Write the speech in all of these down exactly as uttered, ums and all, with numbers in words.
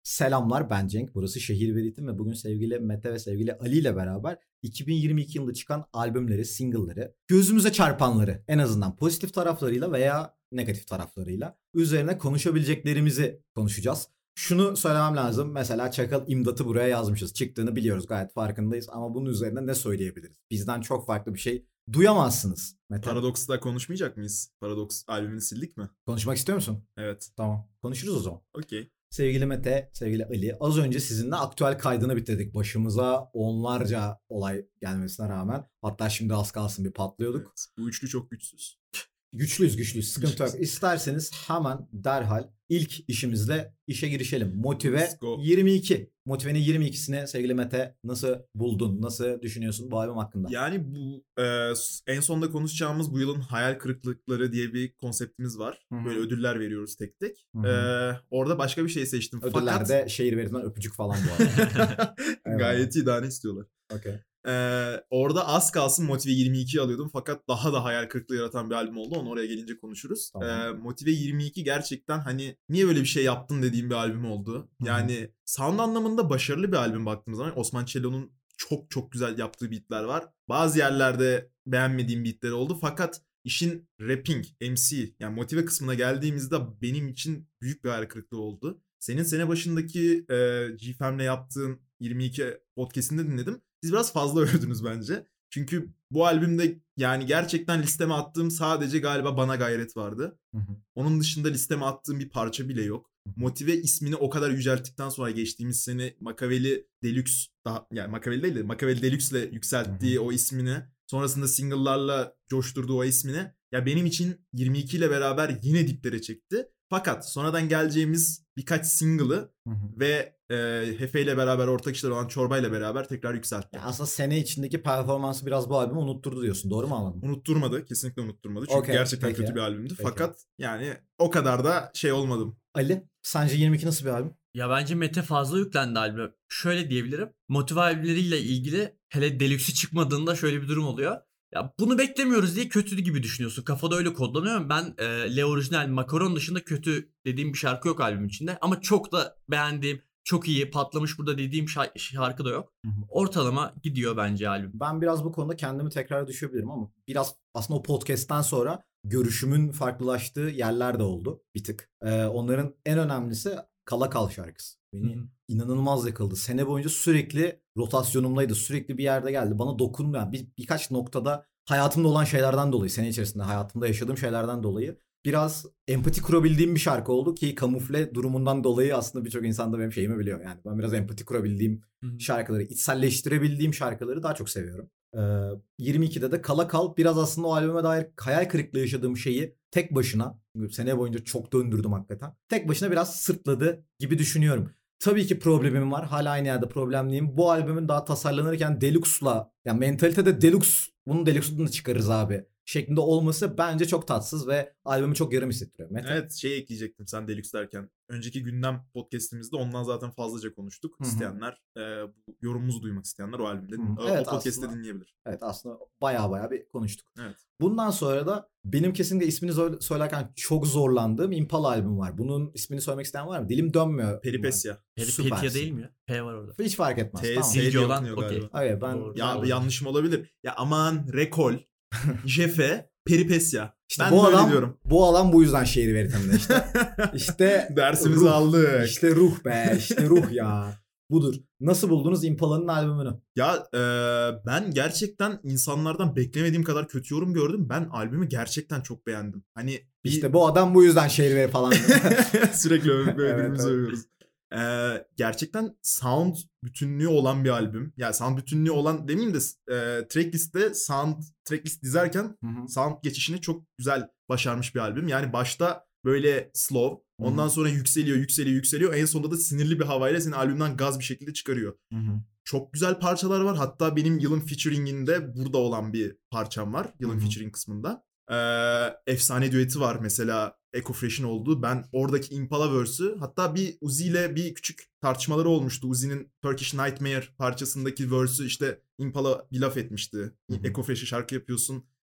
Selamlar, ben Cenk. Burası Şehir ve Ritim ve bugün sevgili Mete ve sevgili Ali ile beraber iki bin yirmi iki yılında çıkan albümleri, single'ları, gözümüze çarpanları, en azından pozitif taraflarıyla veya negatif taraflarıyla üzerine konuşabileceklerimizi konuşacağız. Şunu söylemem lazım. Mesela Çakal imdatı buraya yazmışız. Çıktığını biliyoruz, gayet farkındayız ama bunun üzerine ne söyleyebiliriz? Bizden çok farklı bir şey duyamazsınız. Mete, Paradox'ta konuşmayacak mıyız? Paradox albümünü sildik mi? konuşmak istiyor musun? Evet. Tamam. Konuşuruz o zaman. Okey. Sevgili Mete, sevgili Ali, az önce sizinle aktüel kaydını bitirdik. Başımıza onlarca olay gelmesine rağmen. Hatta şimdi az kalsın bir patlıyorduk. Evet. Bu üçlü çok güçsüz. Güçlüyüz güçlüyüz, sıkıntı Güçlüyüz. yok. İsterseniz hemen derhal ilk işimizle işe girişelim. Motive Let's go. yirmi iki. Motive'nin yirmi ikisini sevgili Mete nasıl buldun? Nasıl düşünüyorsun bu albüm hakkında? Yani bu e, en sonda konuşacağımız bu yılın hayal kırıklıkları diye bir konseptimiz var. Hı-hı. Böyle ödüller veriyoruz tek tek. Hı-hı. E, orada başka bir şey seçtim. Ödüllerde Fakat... şehir verisinden öpücük falan bu arada. Gayet iyi, daha ne istiyorlar. Okay. Ee, orada az kalsın Motive yirmi iki alıyordum fakat daha da hayal kırıklığı yaratan bir albüm oldu. Onu oraya gelince konuşuruz. Tamam. Ee, Motive yirmi iki gerçekten hani niye böyle bir şey yaptın dediğim bir albüm oldu. Hı-hı. Yani sound anlamında başarılı bir albüm baktığımız zaman. Osman Cello'nun çok çok güzel yaptığı beatler var. Bazı yerlerde beğenmediğim beatler oldu fakat işin rapping, M C yani Motive kısmına geldiğimizde benim için büyük bir hayal kırıklığı oldu. Senin sene başındaki e, G-Fam'le yaptığın yirmi iki podcast'inde dinledim. Siz biraz fazla övdünüz bence. Çünkü bu albümde yani gerçekten listeme attığım sadece galiba Bana Gayret vardı. Hı hı. Onun dışında listeme attığım bir parça bile yok. Motive ismini o kadar yücelttikten sonra geçtiğimiz sene Makaveli Deluxe, daha yani Makaveli değil de Makaveli Deluxe ile yükselttiği Hı hı. o ismini, sonrasında single'larla coşturduğu o ismini ya benim için yirmi iki ile beraber yine diplere çekti. Fakat sonradan geleceğimiz birkaç single'ı Hı hı. ve e, Hefe ile beraber ortak işler olan Çorba ile beraber tekrar yükseltti. Ya aslında sene içindeki performansı biraz bu albümü unutturdu diyorsun. Doğru mu anladım? Unutturmadı. Kesinlikle unutturmadı. Çünkü Okay, gerçekten peki. kötü bir albümdü. Peki. Fakat yani o kadar da şey olmadım. Ali, sence yirmi iki nasıl bir albüm? Ya bence Mete fazla yüklendi albüme. Şöyle diyebilirim. Motive albümleriyle ilgili hele Deluxe'ü çıkmadığında şöyle bir durum oluyor. Ya bunu beklemiyoruz diye kötü gibi düşünüyorsun. Kafada öyle kodlanıyor. Ben e, Le Original Makaron dışında kötü dediğim bir şarkı yok albüm içinde. Ama çok da beğendiğim, çok iyi, patlamış burada dediğim şa- şarkı da yok. Hı hı. Ortalama gidiyor bence albüm. Ben biraz bu konuda kendimi tekrar düşebilirim ama biraz aslında o podcast'ten sonra görüşümün farklılaştığı yerler de oldu bir tık. Ee, onların en önemlisi Kala Kal şarkısı. Beni Hı hı. inanılmaz yakıldı. Sene boyunca sürekli rotasyonumdaydı. Sürekli bir yerde geldi. Bana dokunmayan bir, birkaç noktada hayatımda olan şeylerden dolayı, sene içerisinde hayatımda yaşadığım şeylerden dolayı biraz empati kurabildiğim bir şarkı oldu ki kamufle durumundan dolayı aslında birçok insan da benim şeyimi biliyor. Yani ben biraz empati kurabildiğim Hı hı. şarkıları, içselleştirebildiğim şarkıları daha çok seviyorum. Ee, yirmi ikide de Kala Kal biraz aslında o albüme dair hayal kırıklığı yaşadığım şeyi tek başına, çünkü sene boyunca çok döndürdüm hakikaten, tek başına biraz sırtladı gibi düşünüyorum. Tabii ki problemim var. Hala aynı yerde problemliyim. Bu albümün daha tasarlanırken Deluxe'la, yani mentalitede Deluxe, bunu Deluxe'dan da çıkarırız abi şeklinde olması bence çok tatsız ve albümü çok yarım hissettiriyor. Mete? Evet, şey ekleyecektim sen Deluxe derken. Önceki gündem podcast'imizde ondan zaten fazlaca konuştuk. Hı hı. İsteyenler, e, bu yorumumuzu duymak isteyenler o albümde, Hı hı. o, Evet, o podcast'te aslında dinleyebilir. Evet, aslında baya baya bir konuştuk. Evet. Bundan sonra da benim kesinlikle ismini zor- söylerken çok zorlandığım Impala albüm var. Bunun ismini söylemek isteyen var mı? Dilim dönmüyor. Peripesya. Peripetia Süpersin. değil mi ya? P var orada. Hiç fark etmez. T, Tamam. S diye Silgi olan, okunuyor okey. galiba. Hayır, ben Doğru. Ya Doğru. yanlışım olabilir. Ya aman Rekol, Jefe, Peripesya. İşte ben bu böyle adam diyorum. bu adam bu yüzden şehir veritemde işte. İşte Dersimizi ruh. aldık. İşte ruh be, işte ruh ya. Budur. Nasıl buldunuz Impala'nın albümünü? Ya e, ben gerçekten insanlardan beklemediğim kadar kötü yorum gördüm. Ben albümü gerçekten çok beğendim. Hani bir... İşte bu adam bu yüzden şehir veri falan. Sürekli övüp Evet, birbirimizi evet. övüyoruz. Ee, gerçekten sound bütünlüğü olan bir albüm. Yani sound bütünlüğü olan demeyeyim de e, tracklist'te sound tracklist dizerken Hı hı. sound geçişini çok güzel başarmış bir albüm. Yani başta böyle slow, ondan sonra yükseliyor, yükseliyor, yükseliyor. En sonunda da sinirli bir havayla seni albümden gaz bir şekilde çıkarıyor. Hı hı. Çok güzel parçalar var. Hatta benim yılın featuring'inde burada olan bir parçam var. Yılın Hı hı. featuring kısmında. Ee, efsane düeti var mesela Echo Fresh'in olduğu. Ben oradaki Impala verse'ü, hatta bir Uzi ile bir küçük tartışmaları olmuştu. Uzi'nin Turkish Nightmare parçasındaki verse'ü işte Impala bir laf etmişti. Hı hı. Echo Fresh'e şarkı yapıyorsun.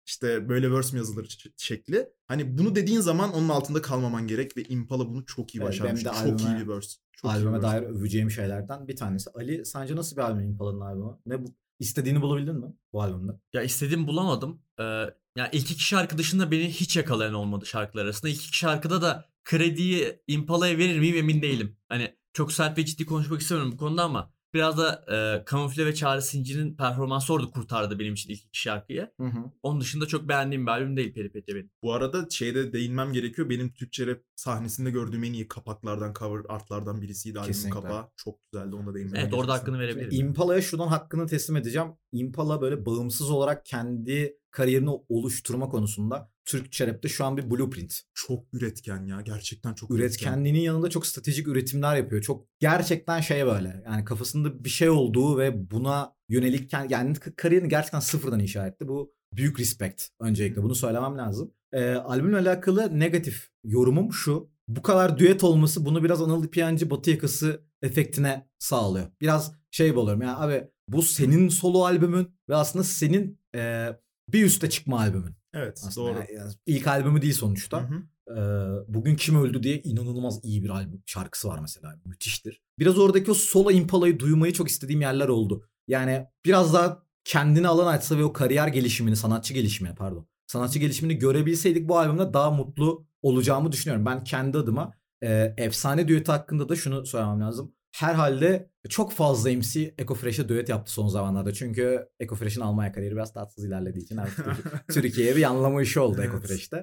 İşte böyle verse mi yazılır ş- şekli. Hani bunu dediğin zaman onun altında kalmaman gerek ve Impala bunu çok iyi Evet, başarmış. benim de Çok albüme- iyi bir verse. Çok iyi Albüme bir verse. dair öveceğim şeylerden bir tanesi. Ali, sence nasıl bir albüm Impala'nın albümü? Ne bu? İstediğini bulabildin mi bu albümde? Ya istediğimi bulamadım. Ee, ya ilk iki şarkı dışında beni hiç yakalayan olmadı şarkılar arasında. İlk iki şarkıda da krediyi Impala'ya verir miyim emin değilim. Hani çok sert ve ciddi konuşmak istemiyorum bu konuda ama biraz da e, Kamufle ve Çağrı Sinci'nin performansı orada kurtardı benim için ilk iki şarkıyı. Hı hı. Onun dışında çok beğendiğim bir albüm değil Peripetya benim. Bu arada şeyde değinmem gerekiyor. Benim Türkçe rap sahnesinde gördüğüm en iyi kapaklardan, cover artlardan birisiydi albümün Kesinlikle. kapağı. Çok güzeldi. Onu da değinmem Evet orada gerekirse. hakkını verebilirim. Impala'ya şuradan hakkını teslim edeceğim. Impala böyle bağımsız olarak kendi kariyerini oluşturma konusunda Türkçe rapte şu an bir blueprint. Çok üretken ya. Gerçekten çok üretken. Üretkenliğinin yanında çok stratejik üretimler yapıyor. Çok gerçekten şey böyle yani kafasında bir şey olduğu ve buna yönelik kend- yani kariyerini gerçekten sıfırdan inşa etti. Bu büyük respect öncelikle bunu söylemem lazım. Ee, albümle alakalı negatif yorumum şu. Bu kadar düet olması bunu biraz Anıl Piyancı Batı Yakası efektine sağlıyor. Biraz şey oluyorum yani abi bu senin solo albümün ve aslında senin e, bir üste çıkma albümün. Evet Aslında doğru. yani- yani ilk albümü değil sonuçta. Hı hı. Ee, Bugün Kim Öldü diye inanılmaz iyi bir albüm şarkısı var mesela. Müthiştir. Biraz oradaki o solo Impala'yı duymayı çok istediğim yerler oldu. Yani biraz daha kendine alan açsa ve o kariyer gelişimini, sanatçı gelişimini pardon. Sanatçı gelişimini görebilseydik bu albümde daha mutlu olacağımı düşünüyorum. Ben kendi adıma e, efsane düeti hakkında da şunu söylemem lazım. Herhalde çok fazla M C Eko Fresh'e düet yaptı son zamanlarda. Çünkü Eko Fresh'in Almanya kariyeri biraz tatsız ilerlediği için artık Türkiye'ye bir yanlama işi oldu Eko Evet. Fresh'te.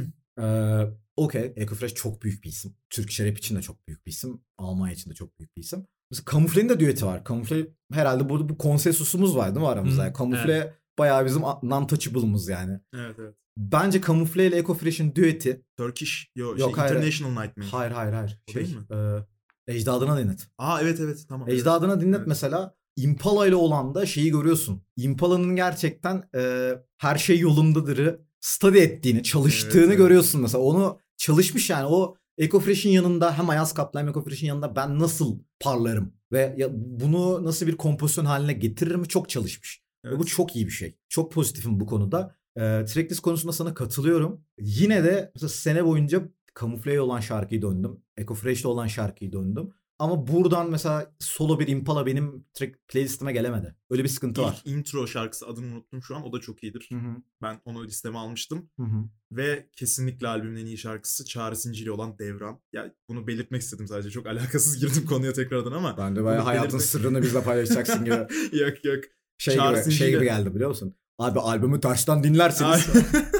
Ee, Okey. Eko Fresh çok büyük bir isim. Türkçe rap için de çok büyük bir isim. Almanya için de çok büyük bir isim. Mesela Kamufle'nin de düeti var. Kamufle herhalde burada bu konsensusumuz var değil mi aramızda? Hı, Yani Kamufle bayağı bizim non-touchable'ımız yani. Evet evet. Bence Kamufle ile Eko Fresh'in düeti. Turkish. Yo, Yok, şey, hayır. International Nightmare. Hayır hayır hayır. O Şey, değil mi? e, Ecdadına Dinlet. Aa evet evet tamam. Ecdadına Dinlet Evet. mesela Impala ile olan da şeyi görüyorsun. Impala'nın gerçekten e, her şey yolundadır'ı study ettiğini, çalıştığını Evet, evet. görüyorsun mesela. Onu çalışmış yani o Eko Fresh'in yanında hem Ayaz Kaplan hem Eko Fresh'in yanında ben nasıl parlarım ve ya bunu nasıl bir kompozisyon haline getiririm çok çalışmış. Evet. Ve bu çok iyi bir şey. Çok pozitifim bu konuda. E, tracklist konusunda sana katılıyorum. Yine de mesela sene boyunca Kamufle'ye olan şarkıyı döndüm. Eko Fresh'te olan şarkıyı döndüm. Ama buradan mesela solo bir Impala benim track playlistime gelemedi. Öyle bir sıkıntı var. İlk intro şarkısı adını unuttum şu an. O da çok iyidir. Hı hı. Ben onu listeme almıştım. Hı hı. Ve kesinlikle albümün en iyi şarkısı Çağrı Sinci'yle olan Devran. Ya bunu belirtmek istedim sadece. Çok alakasız girdim konuya tekrardan ama. Ben de bayağı Bunu hayatın belirtmek- sırrını bizle paylaşacaksın gibi. yok yok. Şey Çağrı gibi, şey Sinci'yle- gibi geldi biliyor musun? Abi albümü taştan dinlersiniz.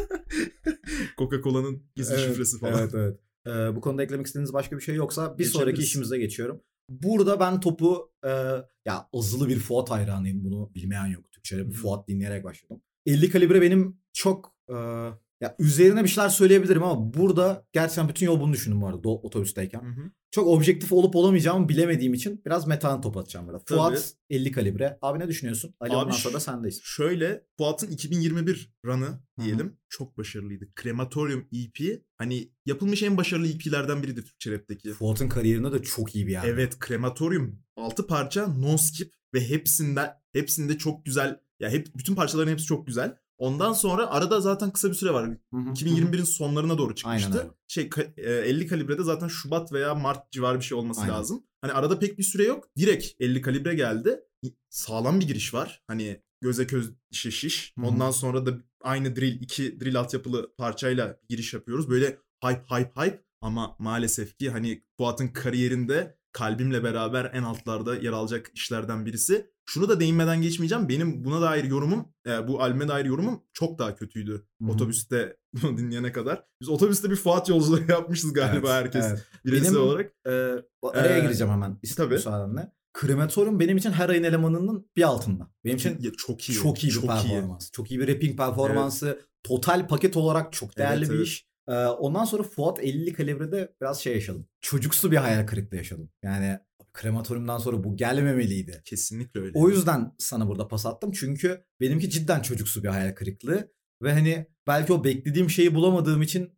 Coca-Cola'nın gizli Evet, şifresi falan. Evet evet. Ee, bu konuda eklemek istediğiniz başka bir şey yoksa bir sonraki Geçebiliriz. işimize geçiyorum. Burada ben topu e, ya azılı bir Fuat hayranıyım, bunu bilmeyen yok. Türkçe'de bir Hı hı. Fuat dinleyerek başladım. elli kalibre benim çok e, ya üzerine bir şeyler söyleyebilirim ama burada gerçekten bütün yol bunu düşündüm bu arada do- otobüsteyken. Hı hı. Çok objektif olup olamayacağımı bilemediğim için biraz metan top atacağım burada. Tabii. Fuat elli kalibre. Abi ne düşünüyorsun? Ali Abi ondan ş- sonra da sendeyiz. Şöyle Fuat'ın iki bin yirmi bir run'ı diyelim. Çok başarılıydı. Crematorium E P hani yapılmış en başarılı E P'lerden biridir Türkçe rap'teki. Fuat'ın kariyerinde de çok iyi bir yer. Evet, Crematorium altı parça no skip ve hepsinde hepsinde çok güzel. Ya hep bütün parçaların hepsi çok güzel. Ondan sonra arada zaten kısa bir süre var. Hı hı, iki bin yirmi birin sonlarına doğru çıkmıştı. Aynen öyle. Şey ka- e, elli kalibrede zaten Şubat veya Mart civarı bir şey olması Aynen. lazım. Hani arada pek bir süre yok. Direkt elli kalibre geldi. Sağlam bir giriş var. Hani göze göz şiş şiş. Hı hı. Ondan sonra da aynı drill iki drill altyapılı parçayla giriş yapıyoruz. Böyle hype hype hype ama maalesef ki hani Fuat'ın kariyerinde kalbimle beraber en altlarda yer alacak işlerden birisi. Şunu da değinmeden geçmeyeceğim. Benim buna dair yorumum, e, bu albüme dair yorumum çok daha kötüydü. Hı hı. Otobüste bunu dinleyene kadar. Biz otobüste bir Fuat yolculuğu yapmışız galiba Evet, herkes. evet. Birisi Benim- olarak. Ee, araya Ee, gireceğim hemen. tabii. Müsaadenle. Crematorium benim için her ayın elemanının bir altında. Benim için Ya, çok iyi. çok iyi bir performans. Çok iyi bir rapping performansı. Total paket olarak çok değerli Evet, bir evet. iş. Ee, ondan sonra Fuat elli kalibrede biraz şey yaşadım. Çocuksu bir hayal kırıklığı yaşadım. Yani Crematorium'dan sonra bu gelmemeliydi. Kesinlikle öyle. O yüzden sana burada pas attım. Çünkü benimki cidden çocuksu bir hayal kırıklığı. Ve hani belki o beklediğim şeyi bulamadığım için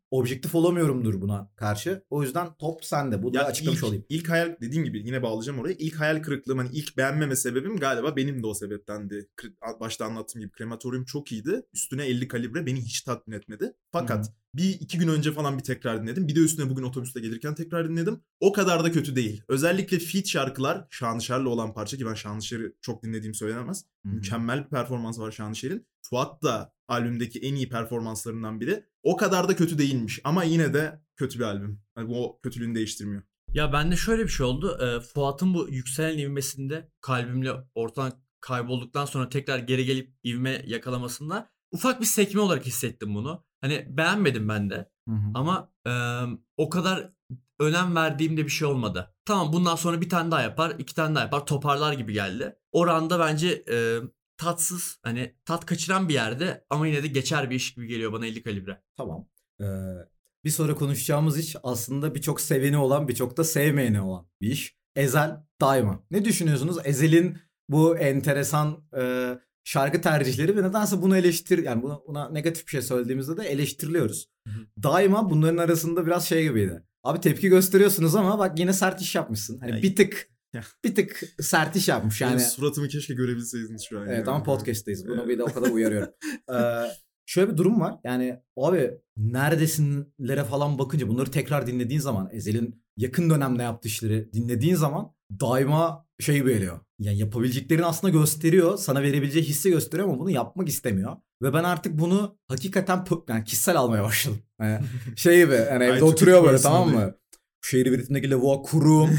objektif olamıyorumdur buna karşı. O yüzden top sende. Bunu da açıklamış ilk, olayım. İlk hayal dediğim gibi yine bağlayacağım oraya. İlk hayal kırıklığım hani ilk beğenmeme sebebim galiba benim de o sebeptendi. Başta anlattığım gibi krematoryum çok iyiydi. Üstüne elli kalibre beni hiç tatmin etmedi. Fakat Hı-hı. bir iki gün önce falan bir tekrar dinledim. Bir de üstüne bugün otobüste gelirken tekrar dinledim. O kadar da kötü değil. Özellikle feat şarkılar, Şanışer'le olan parça ki ben Şanışer'i çok dinlediğim söylenemez. Hı-hı. Mükemmel bir performans var Şanışer'in. Fuat da albümdeki en iyi performanslarından biri. O kadar da kötü değilmiş ama yine de kötü bir albüm. Yani o kötülüğünü değiştirmiyor. Ya bende şöyle bir şey oldu. E, Fuat'ın bu yükselen ivmesinde kalbimle ortadan kaybolduktan sonra tekrar geri gelip ivme yakalamasında ufak bir sekme olarak hissettim bunu. Hani beğenmedim ben de. Hı hı. Ama e, o kadar önem verdiğimde bir şey olmadı. Tamam bundan sonra bir tane daha yapar, iki tane daha yapar, toparlar gibi geldi. Oranda bence e, tatsız, hani tat kaçıran bir yerde ama yine de geçer bir iş gibi geliyor bana elli kalibre. Tamam. Ee, bir sonra konuşacağımız iş aslında birçok seveni olan, birçok da sevmeyeni olan bir iş. Ezel Daima. Ne düşünüyorsunuz? Ezel'in bu enteresan e, şarkı tercihleri ve nedense bunu eleştir, yani buna, buna negatif bir şey söylediğimizde de eleştiriliyoruz. Hı hı. Daima bunların arasında biraz şey gibiydi. Abi tepki gösteriyorsunuz ama bak yine sert iş yapmışsın. Hani ya, bir tık bir tık sert iş yapmış yani. Benim suratımı keşke görebilseydiniz şu an. Evet yani. Ama podcast'teyiz. Bunu bir de o kadar uyarıyorum. ee, şöyle bir durum var. Yani abi neredesinlere falan bakınca bunları tekrar dinlediğin zaman, Ezel'in yakın dönemde yaptığı işleri dinlediğin zaman daima şey gibi geliyor. Yani yapabileceklerini aslında gösteriyor. Sana verebileceği hissi gösteriyor ama bunu yapmak istemiyor. Ve ben artık bunu hakikaten yani kişisel almaya başladım. Yani şey gibi yani evde oturuyor böyle, tamam mı? Bu şehir üretimindeki lavuğa kurum.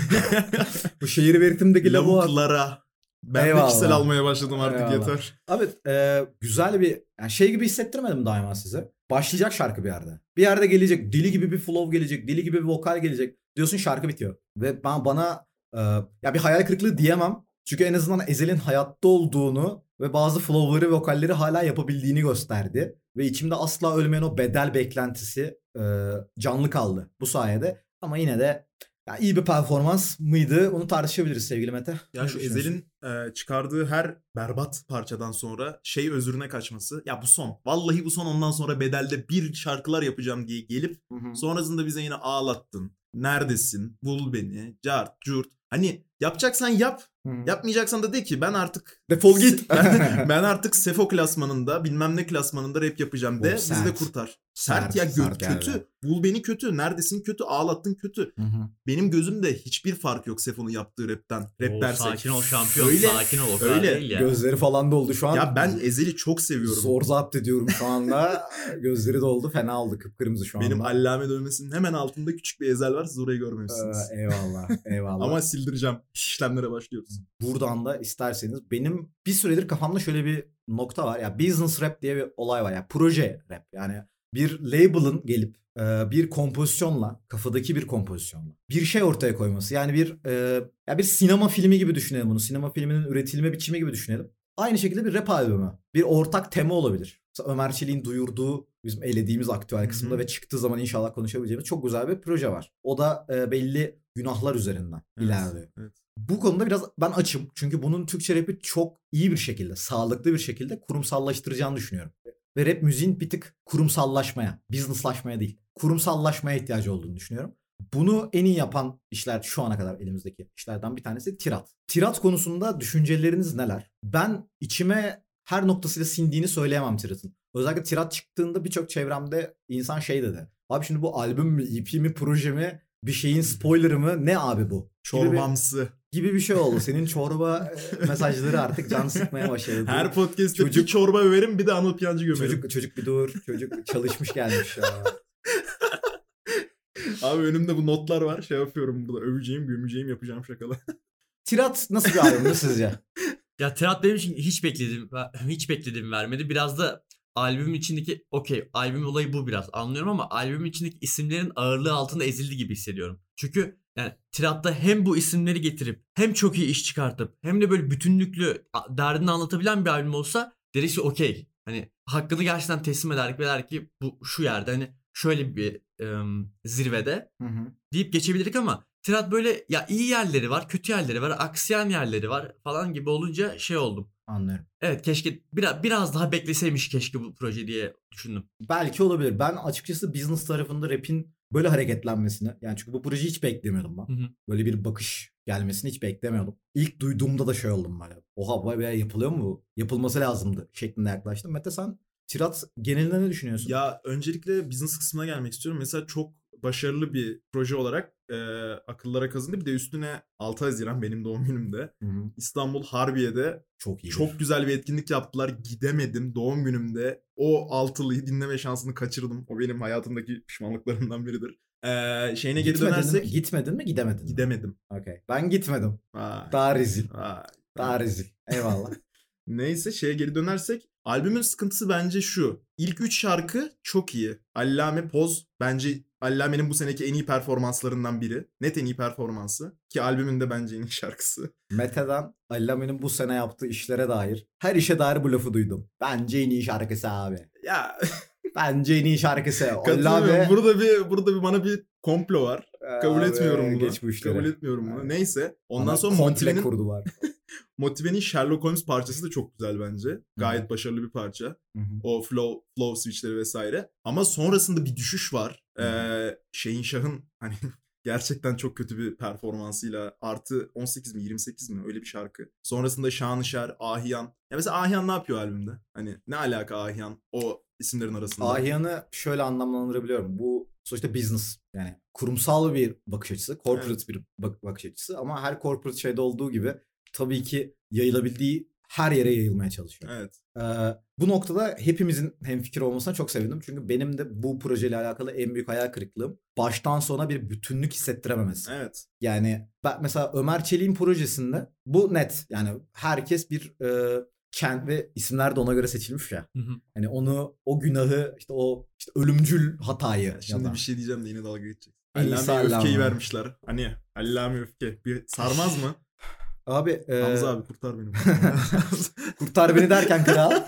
Bu şehir üretimindeki lavuğa. Lavuklara. Ben Eyvallah. de kişisel almaya başladım artık. Eyvallah. Yeter. Abi e, güzel bir yani şey gibi hissettirmedim daima size. Başlayacak şarkı bir yerde. Bir yerde gelecek. Deli gibi bir flow gelecek. Deli gibi bir vokal gelecek. Diyorsun şarkı bitiyor. Ve ben bana e, ya bir hayal kırıklığı diyemem. Çünkü en azından Ezel'in hayatta olduğunu ve bazı flow'ları ve vokalleri hala yapabildiğini gösterdi. Ve içimde asla ölmeyen o bedel beklentisi e, canlı kaldı bu sayede. Ama yine de ya iyi bir performans mıydı? Onu tartışabiliriz sevgili Mete. Ya şu Ezel'in e, çıkardığı her berbat parçadan sonra şey özürüne kaçması. Ya bu son. Vallahi bu son, ondan sonra bedelde bir şarkılar yapacağım diye gelip hı hı. sonrasında bize yine ağlattın. Neredesin? Bul beni. Cart, curt. Hani yapacaksan yap. Hmm. Yapmayacaksan da de ki ben artık defol git. ben, ben artık Sefo klasmanında bilmem ne klasmanında rap yapacağım de. Bizi de kurtar. Sert, sert ya gö- sert kötü. Yani. Bul beni kötü. Neredesin kötü. Ağlattın kötü. Hı hı. Benim gözümde hiçbir fark yok Sefo'nun yaptığı rapten. Rap Oo, dersek. Sakin ol şampiyon. Öyle, sakin ol. O kadar öyle. Değil ya. Gözleri falan doldu şu an. Ya ben Ezel'i çok seviyorum. Zor zapt ediyorum şu anda. Gözleri doldu. Fena oldu. Kıpkırmızı şu anda. Benim allame dövmesinin hemen altında küçük bir Ezel var. Siz orayı görmemişsiniz. Ee, eyvallah. Eyvallah. Ama sildireceğim. İşlemlere başlıyoruz. Buradan da isterseniz benim bir süredir kafamda şöyle bir nokta var. Ya business rap diye bir olay var. Ya proje rap. Yani bir label'ın gelip e, bir kompozisyonla, kafadaki bir kompozisyonla bir şey ortaya koyması. Yani bir e, ya bir sinema filmi gibi düşünelim bunu. Sinema filminin üretilme biçimi gibi düşünelim. Aynı şekilde bir rap albümü. Bir ortak tema olabilir. Mesela Ömer Çelik'in duyurduğu, bizim elediğimiz aktüel kısmında Hı-hı. ve çıktığı zaman inşallah konuşabileceğimiz çok güzel bir proje var. O da e, belli günahlar üzerinden evet, ilerliyor. Evet. Bu konuda biraz ben açım. Çünkü bunun Türkçe rapi çok iyi bir şekilde, sağlıklı bir şekilde kurumsallaştıracağını düşünüyorum. Ve rap müziğin bir tık kurumsallaşmaya, businesslaşmaya değil, kurumsallaşmaya ihtiyacı olduğunu düşünüyorum. Bunu en iyi yapan işler şu ana kadar elimizdeki işlerden bir tanesi Tirat. Tirat konusunda düşünceleriniz neler? Ben içime her noktasıyla sindiğini söyleyemem Tirat'ın. Özellikle Tirat çıktığında birçok çevremde insan şey dedi. Abi şimdi bu albüm mü, E P mi, proje mi, bir şeyin spoilerı mı, ne abi bu? Çorbamsı. Gibi bir, gibi bir şey oldu. Senin çorba mesajları artık can sıkmaya başladı. Her podcast'te çocuk çorba överim, bir de Anıl Piyancı gömerim. Çocuk, çocuk bir dur. Çocuk çalışmış gelmiş ya. Abi önümde bu notlar var. Şey yapıyorum burada. Öveceğim, gömeceğim, yapacağım şakalar. Tirat nasıl bir albümdü sizce? Ya Tirat benim için hiç beklediğim, hiç beklediğim vermedi. Biraz da albümün içindeki okey, albüm olayı bu biraz anlıyorum ama albümün içindeki isimlerin ağırlığı altında ezildi gibi hissediyorum. Çünkü yani Tirat'ta hem bu isimleri getirip hem çok iyi iş çıkartıp hem de böyle bütünlüklü derdini anlatabilen bir albüm olsa deriz ki okey. Hani hakkını gerçekten teslim ederdik ve der ki bu şu yerde hani şöyle bir ım, zirvede hı hı. deyip geçebilirdik ama Tirat böyle ya iyi yerleri var, kötü yerleri var, aksayan yerleri var falan gibi olunca şey oldum. Anlıyorum. Evet, keşke biraz biraz daha bekleseymiş keşke bu proje diye düşündüm. Belki olabilir. Ben açıkçası business tarafında rap'in böyle hareketlenmesini, yani çünkü bu projeyi hiç beklemiyordum ben. Hı hı. Böyle bir bakış gelmesini hiç beklemiyordum. İlk duyduğumda da şey oldum böyle. Oha vay be, yapılıyor mu bu? Yapılması lazımdı şeklinde yaklaştım. Mete, sen Tirat genelinde ne düşünüyorsun? Ya öncelikle business kısmına gelmek istiyorum. Mesela çok başarılı bir proje olarak e, akıllara kazındı. Bir de üstüne altı Haziran benim doğum günümde. Hı hı. İstanbul Harbiye'de Çok iyi. çok güzel bir etkinlik yaptılar. Gidemedim doğum günümde. O altılıyı dinleme şansını kaçırdım. O benim hayatımdaki pişmanlıklarımdan biridir. Ee, şeyine geri Gitmedin dönersek mi? Gitmedin mi? Gidemedin mi? gidemedim. Okey. Ben gitmedim. Vay, Daha rezil. vay. Daha rezil. Eyvallah. Neyse şeye geri dönersek albümün sıkıntısı bence şu. İlk üç şarkı çok iyi. Allame Poz bence Allame'nin bu seneki en iyi performanslarından biri. Net en iyi performansı. Ki albümün de bence en iyi şarkısı. Mete'den Allame'nin bu sene yaptığı işlere dair, her işe dair bu lafı duydum. Bence en iyi şarkısı abi. Ya Bence en iyi şarkısı. katılıyorum. Allame... Burada bir burada bir bana bir komplo var. Kabul Abi, etmiyorum bunu. geç bu işleri. Kabul etmiyorum bunu. Evet. Neyse. Ondan Bana sonra komple Motive'nin kurdular. Motive'nin Sherlock Holmes parçası da çok güzel bence. Gayet Hı-hı. başarılı bir parça. Hı-hı. O flow flow switchleri vesaire. Ama sonrasında bir düşüş var. Ee, Şeyin Şah'ın hani gerçekten çok kötü bir performansıyla artı on sekiz mi yirmi sekiz mi öyle bir şarkı. Sonrasında Şanışer, Ahiyan. Ya mesela Ahiyan ne yapıyor albümde? Hani ne alaka Ahiyan o isimlerin arasında? Ahiyan'ı şöyle anlamlandırabiliyorum. Bu sonuçta business, yani kurumsal bir bakış açısı, corporate Evet. bir bak- bakış açısı, ama her corporate şeyde olduğu gibi tabii ki yayılabildiği her yere yayılmaya çalışıyor. Evet. Ee, bu noktada hepimizin hemfikir olmasına çok sevindim. Çünkü benim de bu projeyle alakalı en büyük hayal kırıklığım baştan sona bir bütünlük hissettirememesi. Evet. Yani ben mesela Ömer Çelik'in projesinde bu net. Yani herkes bir e, kent ve isimler de ona göre seçilmiş ya. Hı hı. Hani onu, o günahı, işte o işte ölümcül hatayı Ya şimdi ya da bir şey diyeceğim de yine dalga geçecek. En iyisi Allame'ye öfkeyi Allame. vermişler. Hani Allame öfke. Bir sarmaz mı? abi e, Hamza abi kurtar beni. kurtar beni derken kral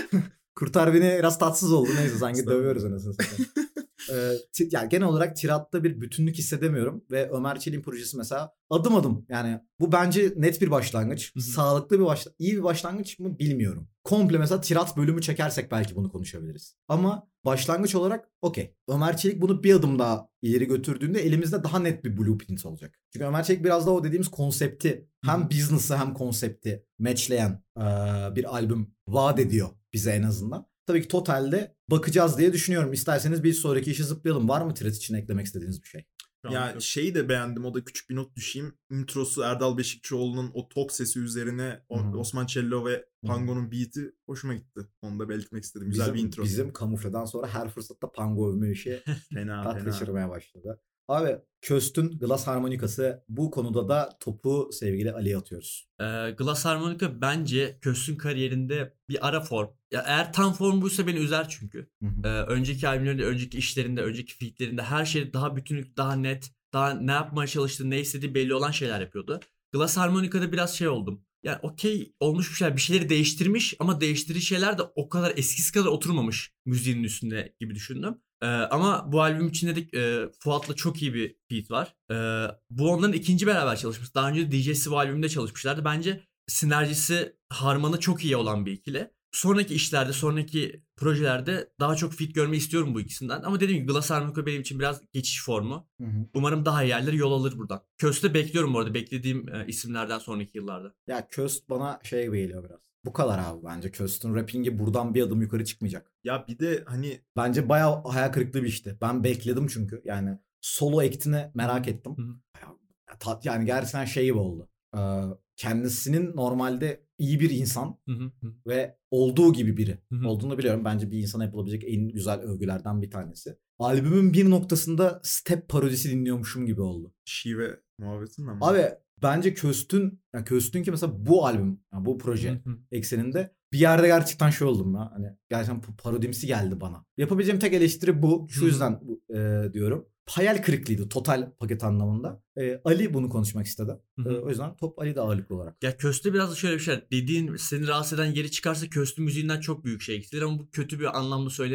kurtar beni biraz tatsız oldu. Neyse, sanki Estağfurullah. dövüyoruz anasını satayım. Ee, ti- yani genel olarak Tirat'ta bir bütünlük hissedemiyorum ve Ömer Çelik'in projesi mesela adım adım, yani bu bence net bir başlangıç. Hı hı. Sağlıklı bir başlangıç, iyi bir başlangıç mı bilmiyorum. Komple mesela Tirat bölümü çekersek belki bunu konuşabiliriz. Ama başlangıç olarak okey. Ömer Çelik bunu bir adım daha ileri götürdüğünde elimizde daha net bir blueprint olacak. Çünkü Ömer Çelik biraz da o dediğimiz konsepti, hem business'ı hem konsepti matchleyen eee, bir albüm vaat ediyor bize en azından. Tabii ki totalde bakacağız diye düşünüyorum. İsterseniz bir sonraki işi zıplayalım. Var mı Tirat için eklemek istediğiniz bir şey? Ya şeyi de beğendim. O da küçük bir not düşeyim. Introsu Erdal Beşikçioğlu'nun o tok sesi üzerine o Hı hı. Osman Cello ve Pango'nun beat'i hoşuma gitti. Onu da belirtmek istedim. Güzel bizim, bir intro. Bizim kamufleden sonra her fırsatta Pango övme işi Fena tat fena. kaçırmaya başladı. Abi, Köst'ün Glass harmonikası, bu konuda da topu sevgili Ali'ye atıyoruz. Ee, Glass Harmonica bence Köst'ün kariyerinde bir ara form. Ya eğer tam form buysa beni üzer çünkü. Hı hı. Ee, önceki albümlerinde, önceki işlerinde, önceki featlerinde her şey daha bütünlük, daha net, daha ne yapmaya çalıştığı, ne istediği belli olan şeyler yapıyordu. Glass Harmonica'da biraz şey oldum. Yani okey olmuş bir şeyler, bir şeyleri değiştirmiş ama değiştirdiği şeyler de o kadar eskisi kadar oturmamış müziğin üstünde gibi düşündüm. Ee, ama bu albüm içinde de e, Fuat'la çok iyi bir feat var. Ee, bu onların ikinci beraber çalışması. Daha önce D J Sivo albümünde çalışmışlardı. Bence sinerjisi, harmanı çok iyi olan bir ikili. Sonraki işlerde, sonraki projelerde daha çok feat görmeyi istiyorum bu ikisinden. Ama dediğim gibi Glass Harmonica benim için biraz geçiş formu. Hı hı. Umarım daha iyi yerlere yol alır buradan. Köst'ü bekliyorum bu arada. Beklediğim e, isimlerden sonraki yıllarda. Ya Köst bana şey gibi geliyor biraz. Bu kadar abi bence. Köst'ün rappingi buradan bir adım yukarı çıkmayacak. Ya bir de hani Bence bayağı hayal kırıklığı bir işti. Ben bekledim çünkü. Yani solo act'ini merak ettim. Hı hı. Ya, tat, yani gerçekten şey gibi oldu. Ee, kendisinin normalde iyi bir insan Hı hı hı. ve olduğu gibi biri Hı hı. olduğunu biliyorum. Bence bir insana yapılabilecek en güzel övgülerden bir tanesi. Albümün bir noktasında step parodisi dinliyormuşum gibi oldu. şive muhabbetinden mi? Abi bence Köst'ün, yani Köst'ün ki mesela bu albüm, yani bu proje Hı hı. ekseninde bir yerde gerçekten şey oldum ya. Hani gerçekten pa- parodimsi geldi bana. Yapabileceğim tek eleştiri bu. Şu Hı hı. yüzden bu, e, diyorum. Hayal kırıklığıydı total paket anlamında. E, Ali bunu konuşmak istedi. Hı hı. E, o yüzden top Ali'de ağırlıklı olarak. Ya Köst'te biraz da şöyle bir şey var. Dediğin seni rahatsız eden yeri çıkarsa Köst'ün müziğinden çok büyük şey eksilir ama bu kötü bir anlamda söylemiyorum.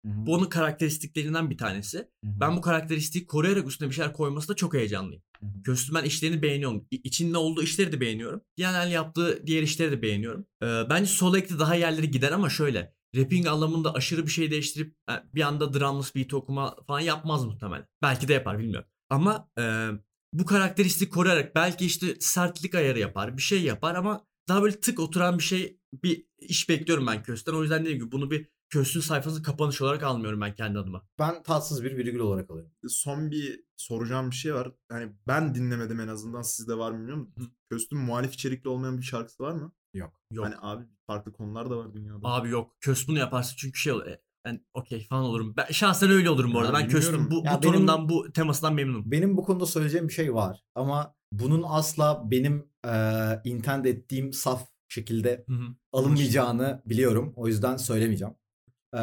Hı-hı. Bu onun karakteristiklerinden bir tanesi. Hı-hı. Ben bu karakteristiği koruyarak üstüne bir şeyler koymasında çok heyecanlıyım. Hı-hı. Köstüm ben işlerini beğeniyorum. İ- İçinde olduğu işleri de beğeniyorum. Genel yaptığı diğer işleri de beğeniyorum. Ee, bence solo act'te daha yerleri gider ama şöyle. Rapping anlamında aşırı bir şey değiştirip bir anda drumless beat okuma falan yapmaz muhtemelen. Belki de yapar bilmiyorum. Ama e, bu karakteristiği koruyarak belki işte sertlik ayarı yapar. Bir şey yapar ama daha böyle tık oturan bir şey, bir iş bekliyorum ben Köst'ten. O yüzden dediğim gibi bunu bir Köst'ün sayfası kapanış olarak almıyorum ben kendi adıma. Ben tatsız bir virgül olarak alıyorum. Son bir soracağım bir şey var. Yani ben dinlemedim, en azından sizde var mı bilmiyorum. Hı. Köstüm muhalif içerikli olmayan bir şarkısı var mı? Yok. Yok. Hani abi farklı konular da var dünyada. Abi yok. Köst bunu yaparsa çünkü şey olur. Ben okey falan olurum. Ben şahsen öyle olurum bu arada. Ya Ben Köst'ün bilmiyorum. bu, Ya bu benim- tonundan, bu temasından memnunum. Benim bu konuda söyleyeceğim bir şey var. Ama bunun asla benim e, intend ettiğim saf şekilde Hı hı. alınmayacağını biliyorum. O yüzden söylemeyeceğim. E,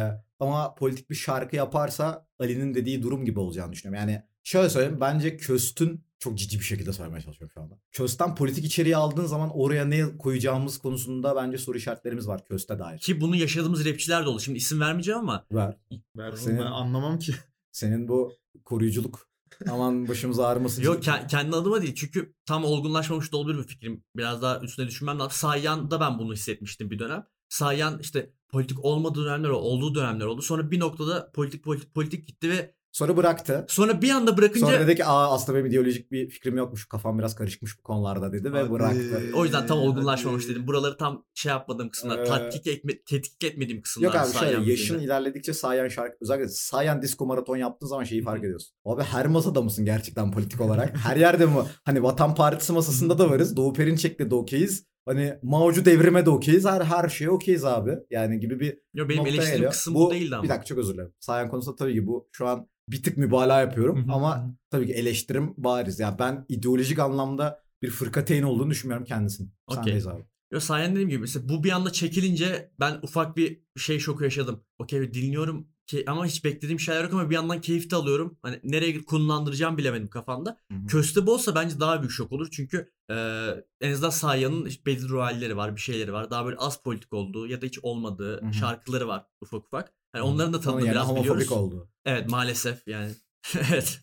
ama politik bir şarkı yaparsa Ali'nin dediği durum gibi olacağını düşünüyorum. Yani şöyle söyleyeyim. Bence Köst'ün çok ciddi bir şekilde söylemeye çalışıyorum şu anda. Köst'ten politik içeriği aldığın zaman oraya ne koyacağımız konusunda bence soru işaretlerimiz var Köst'e dair. Ki bunu yaşadığımız rapçiler de oldu. Şimdi isim vermeyeceğim ama Ver. Ben, Senin- ben anlamam ki. Senin bu koruyuculuk aman başımız ağrımasın. yok ke- kendi adıma değil. Çünkü tam olgunlaşmamış da olabilir bir fikrim. Biraz daha üstüne düşünmem lazım. Sayyan'da ben bunu hissetmiştim bir dönem. Sayyan işte politik olmadığı dönemler oldu, olduğu dönemler oldu. Sonra bir noktada politik politik politik gitti ve Sonra bıraktı. sonra bir anda bırakınca Sonra dedi ki aa aslında benim ideolojik bir fikrim yokmuş. Kafam biraz karışıkmış bu konularda dedi ve Hadi. bıraktı. o yüzden tam olgunlaşmamış Hadi. dedim. Buraları tam şey yapmadığım kısımlar, Ee, tatkik, etme, tetkik etmediğim kısımlar. Yok abi Sayyan şöyle yaşın müziğinde. ilerledikçe Sayan şarkı özellikle Sayan disco maraton yaptığın zaman şeyi fark Hı hı. ediyorsun. Abi her masada mısın gerçekten politik olarak? Her yerde mi? Hani Vatan Partisi masasında da varız. Doğu Perinçek'le de okeyiz. Hani Mao'cu devrime de okeyiz. Her, her şeye okeyiz abi. Yani gibi bir Yo, benim noktaya eleştirim geliyor. kısım bu, değildi ama. Bir dakika çok özür dilerim. Sayan konusunda tabii ki bu şu an bir tık mübalağa yapıyorum. Hı hı, ama hı. tabii ki eleştirim bariz. Yani ben ideolojik anlamda bir fırkateyn olduğunu düşünmüyorum kendisinin. Okey. Sendeyiz abi. Yo, Sayın dediğim gibi mesela bu bir anda çekilince ben ufak bir şey şoku yaşadım. Okey dinliyorum ki ama hiç beklediğim şeyler yok ama bir yandan keyif de alıyorum. Hani nereye konumlandıracağım bilemedim kafamda. Hı hı. Köstebol olsa bence daha büyük şok olur. Çünkü e, en azından Sayan'ın işte belli roalleri var, bir şeyleri var. Daha böyle az politik olduğu ya da hiç olmadığı Hı hı. şarkıları var ufak ufak. Hani Hı hı. onların da Onun tadını yerine biraz homofobik biliyoruz. oldu. Evet maalesef yani. Evet.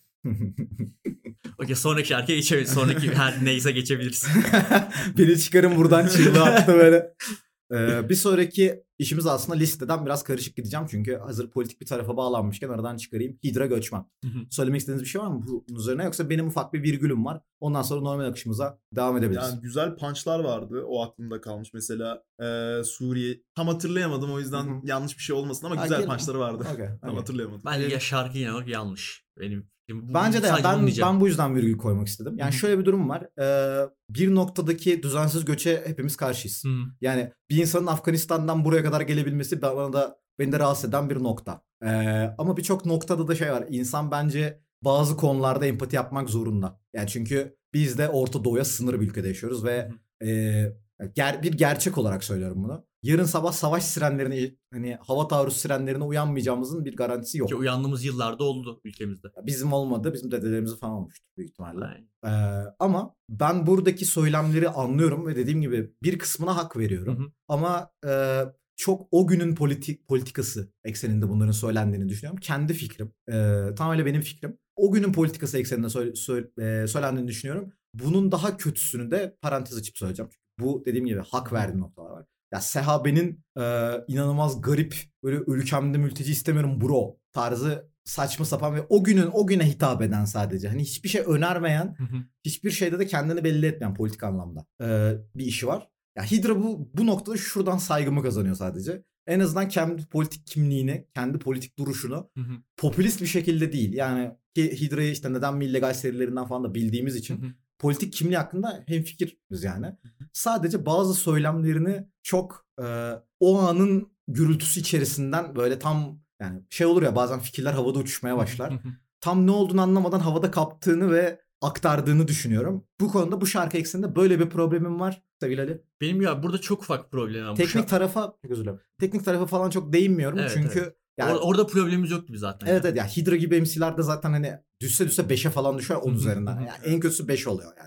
Okey sonraki şarkıya geçebiliriz. Sonraki her neyse geçebiliriz. Beni çıkarın buradan çığlığı attı böyle. Ee, bir sonraki işimiz aslında listeden biraz karışık gideceğim. Çünkü hazır politik bir tarafa bağlanmışken aradan çıkarayım. Hidra Göçmen. Söylemek istediğiniz bir şey var mı bunun üzerine? Yoksa benim ufak bir virgülüm var. Ondan sonra normal akışımıza devam edebiliriz. Yani güzel punchlar vardı. O aklımda kalmış. Mesela e, Suriye. Tam hatırlayamadım, o yüzden Hı hı. yanlış bir şey olmasın ama Ha, güzel gel- punchları vardı. Okey, Tam okey. hatırlayamadım. Bence ya şarkı yine bak yanlış. Benim fikrim bu. Bence de Sadece ben bunu diyeceğim. ben bu yüzden virgül koymak istedim. Yani Hı hı. şöyle bir durum var. Ee, bir noktadaki düzensiz göçe hepimiz karşıyız. Hı. Yani bir insanın Afganistan'dan buraya kadar gelebilmesi bana da beni de rahatsız eden bir nokta. Ee, ama birçok noktada da şey var. İnsan bence bazı konularda empati yapmak zorunda. Yani çünkü biz de Orta Doğu'ya sınır bir ülkede yaşıyoruz ve Hı e, ger- bir gerçek olarak söylüyorum bunu. Yarın sabah savaş sirenlerine, hani hava taarruz sirenlerine uyanmayacağımızın bir garantisi yok. Ki uyandığımız yıllarda oldu ülkemizde. Bizim olmadı, bizim dedelerimizin falan olmuştur büyük ihtimalle. Aynen. Ee, ama ben buradaki söylemleri anlıyorum ve dediğim gibi bir kısmına hak veriyorum. Hı hı. Ama e, çok o günün politik politikası ekseninde bunların söylendiğini düşünüyorum. Kendi fikrim, e, tamamen benim fikrim. O günün politikası ekseninde söyle, söyle, e, söylendiğini düşünüyorum. Bunun daha kötüsünü de parantez açıp söyleyeceğim. Çünkü bu dediğim gibi hak verdiğim noktalar var. Ya Sehabe'nin e, inanılmaz garip böyle ülkemde mülteci istemiyorum bro tarzı saçma sapan ve o günün o güne hitap eden sadece. Hani hiçbir şey önermeyen, Hı hı. hiçbir şeyde de kendini belli etmeyen politik anlamda e, bir işi var. Ya Hidra bu bu noktada şuradan saygımı kazanıyor sadece. En azından kendi politik kimliğini, kendi politik duruşunu Hı hı. popülist bir şekilde değil. Yani ki Hidra'yı işte neden mi illegal serilerinden falan da bildiğimiz için Hı hı. politik kimliği hakkında hemfikiriz yani. Sadece bazı söylemlerini çok e, o anın gürültüsü içerisinden böyle tam yani şey olur ya bazen fikirler havada uçuşmaya başlar. Hı hı. Tam ne olduğunu anlamadan havada kaptığını ve aktardığını düşünüyorum. Bu konuda bu şarkı ekseninde böyle bir problemim var sevgili Ali. Benim ya burada çok ufak problemim var. Bu Teknik şa- tarafa çok özür dilerim. Teknik tarafa falan çok değinmiyorum Evet, çünkü evet. yani Or- orada problemimiz yok gibi zaten. evet ya. evet ya Hidra gibi M C'lerde zaten hani düşse düşse beşe falan düşer on Hı hı, üzerinden. hı hı. Yani en kötüsü beş oluyor yani. Hı hı.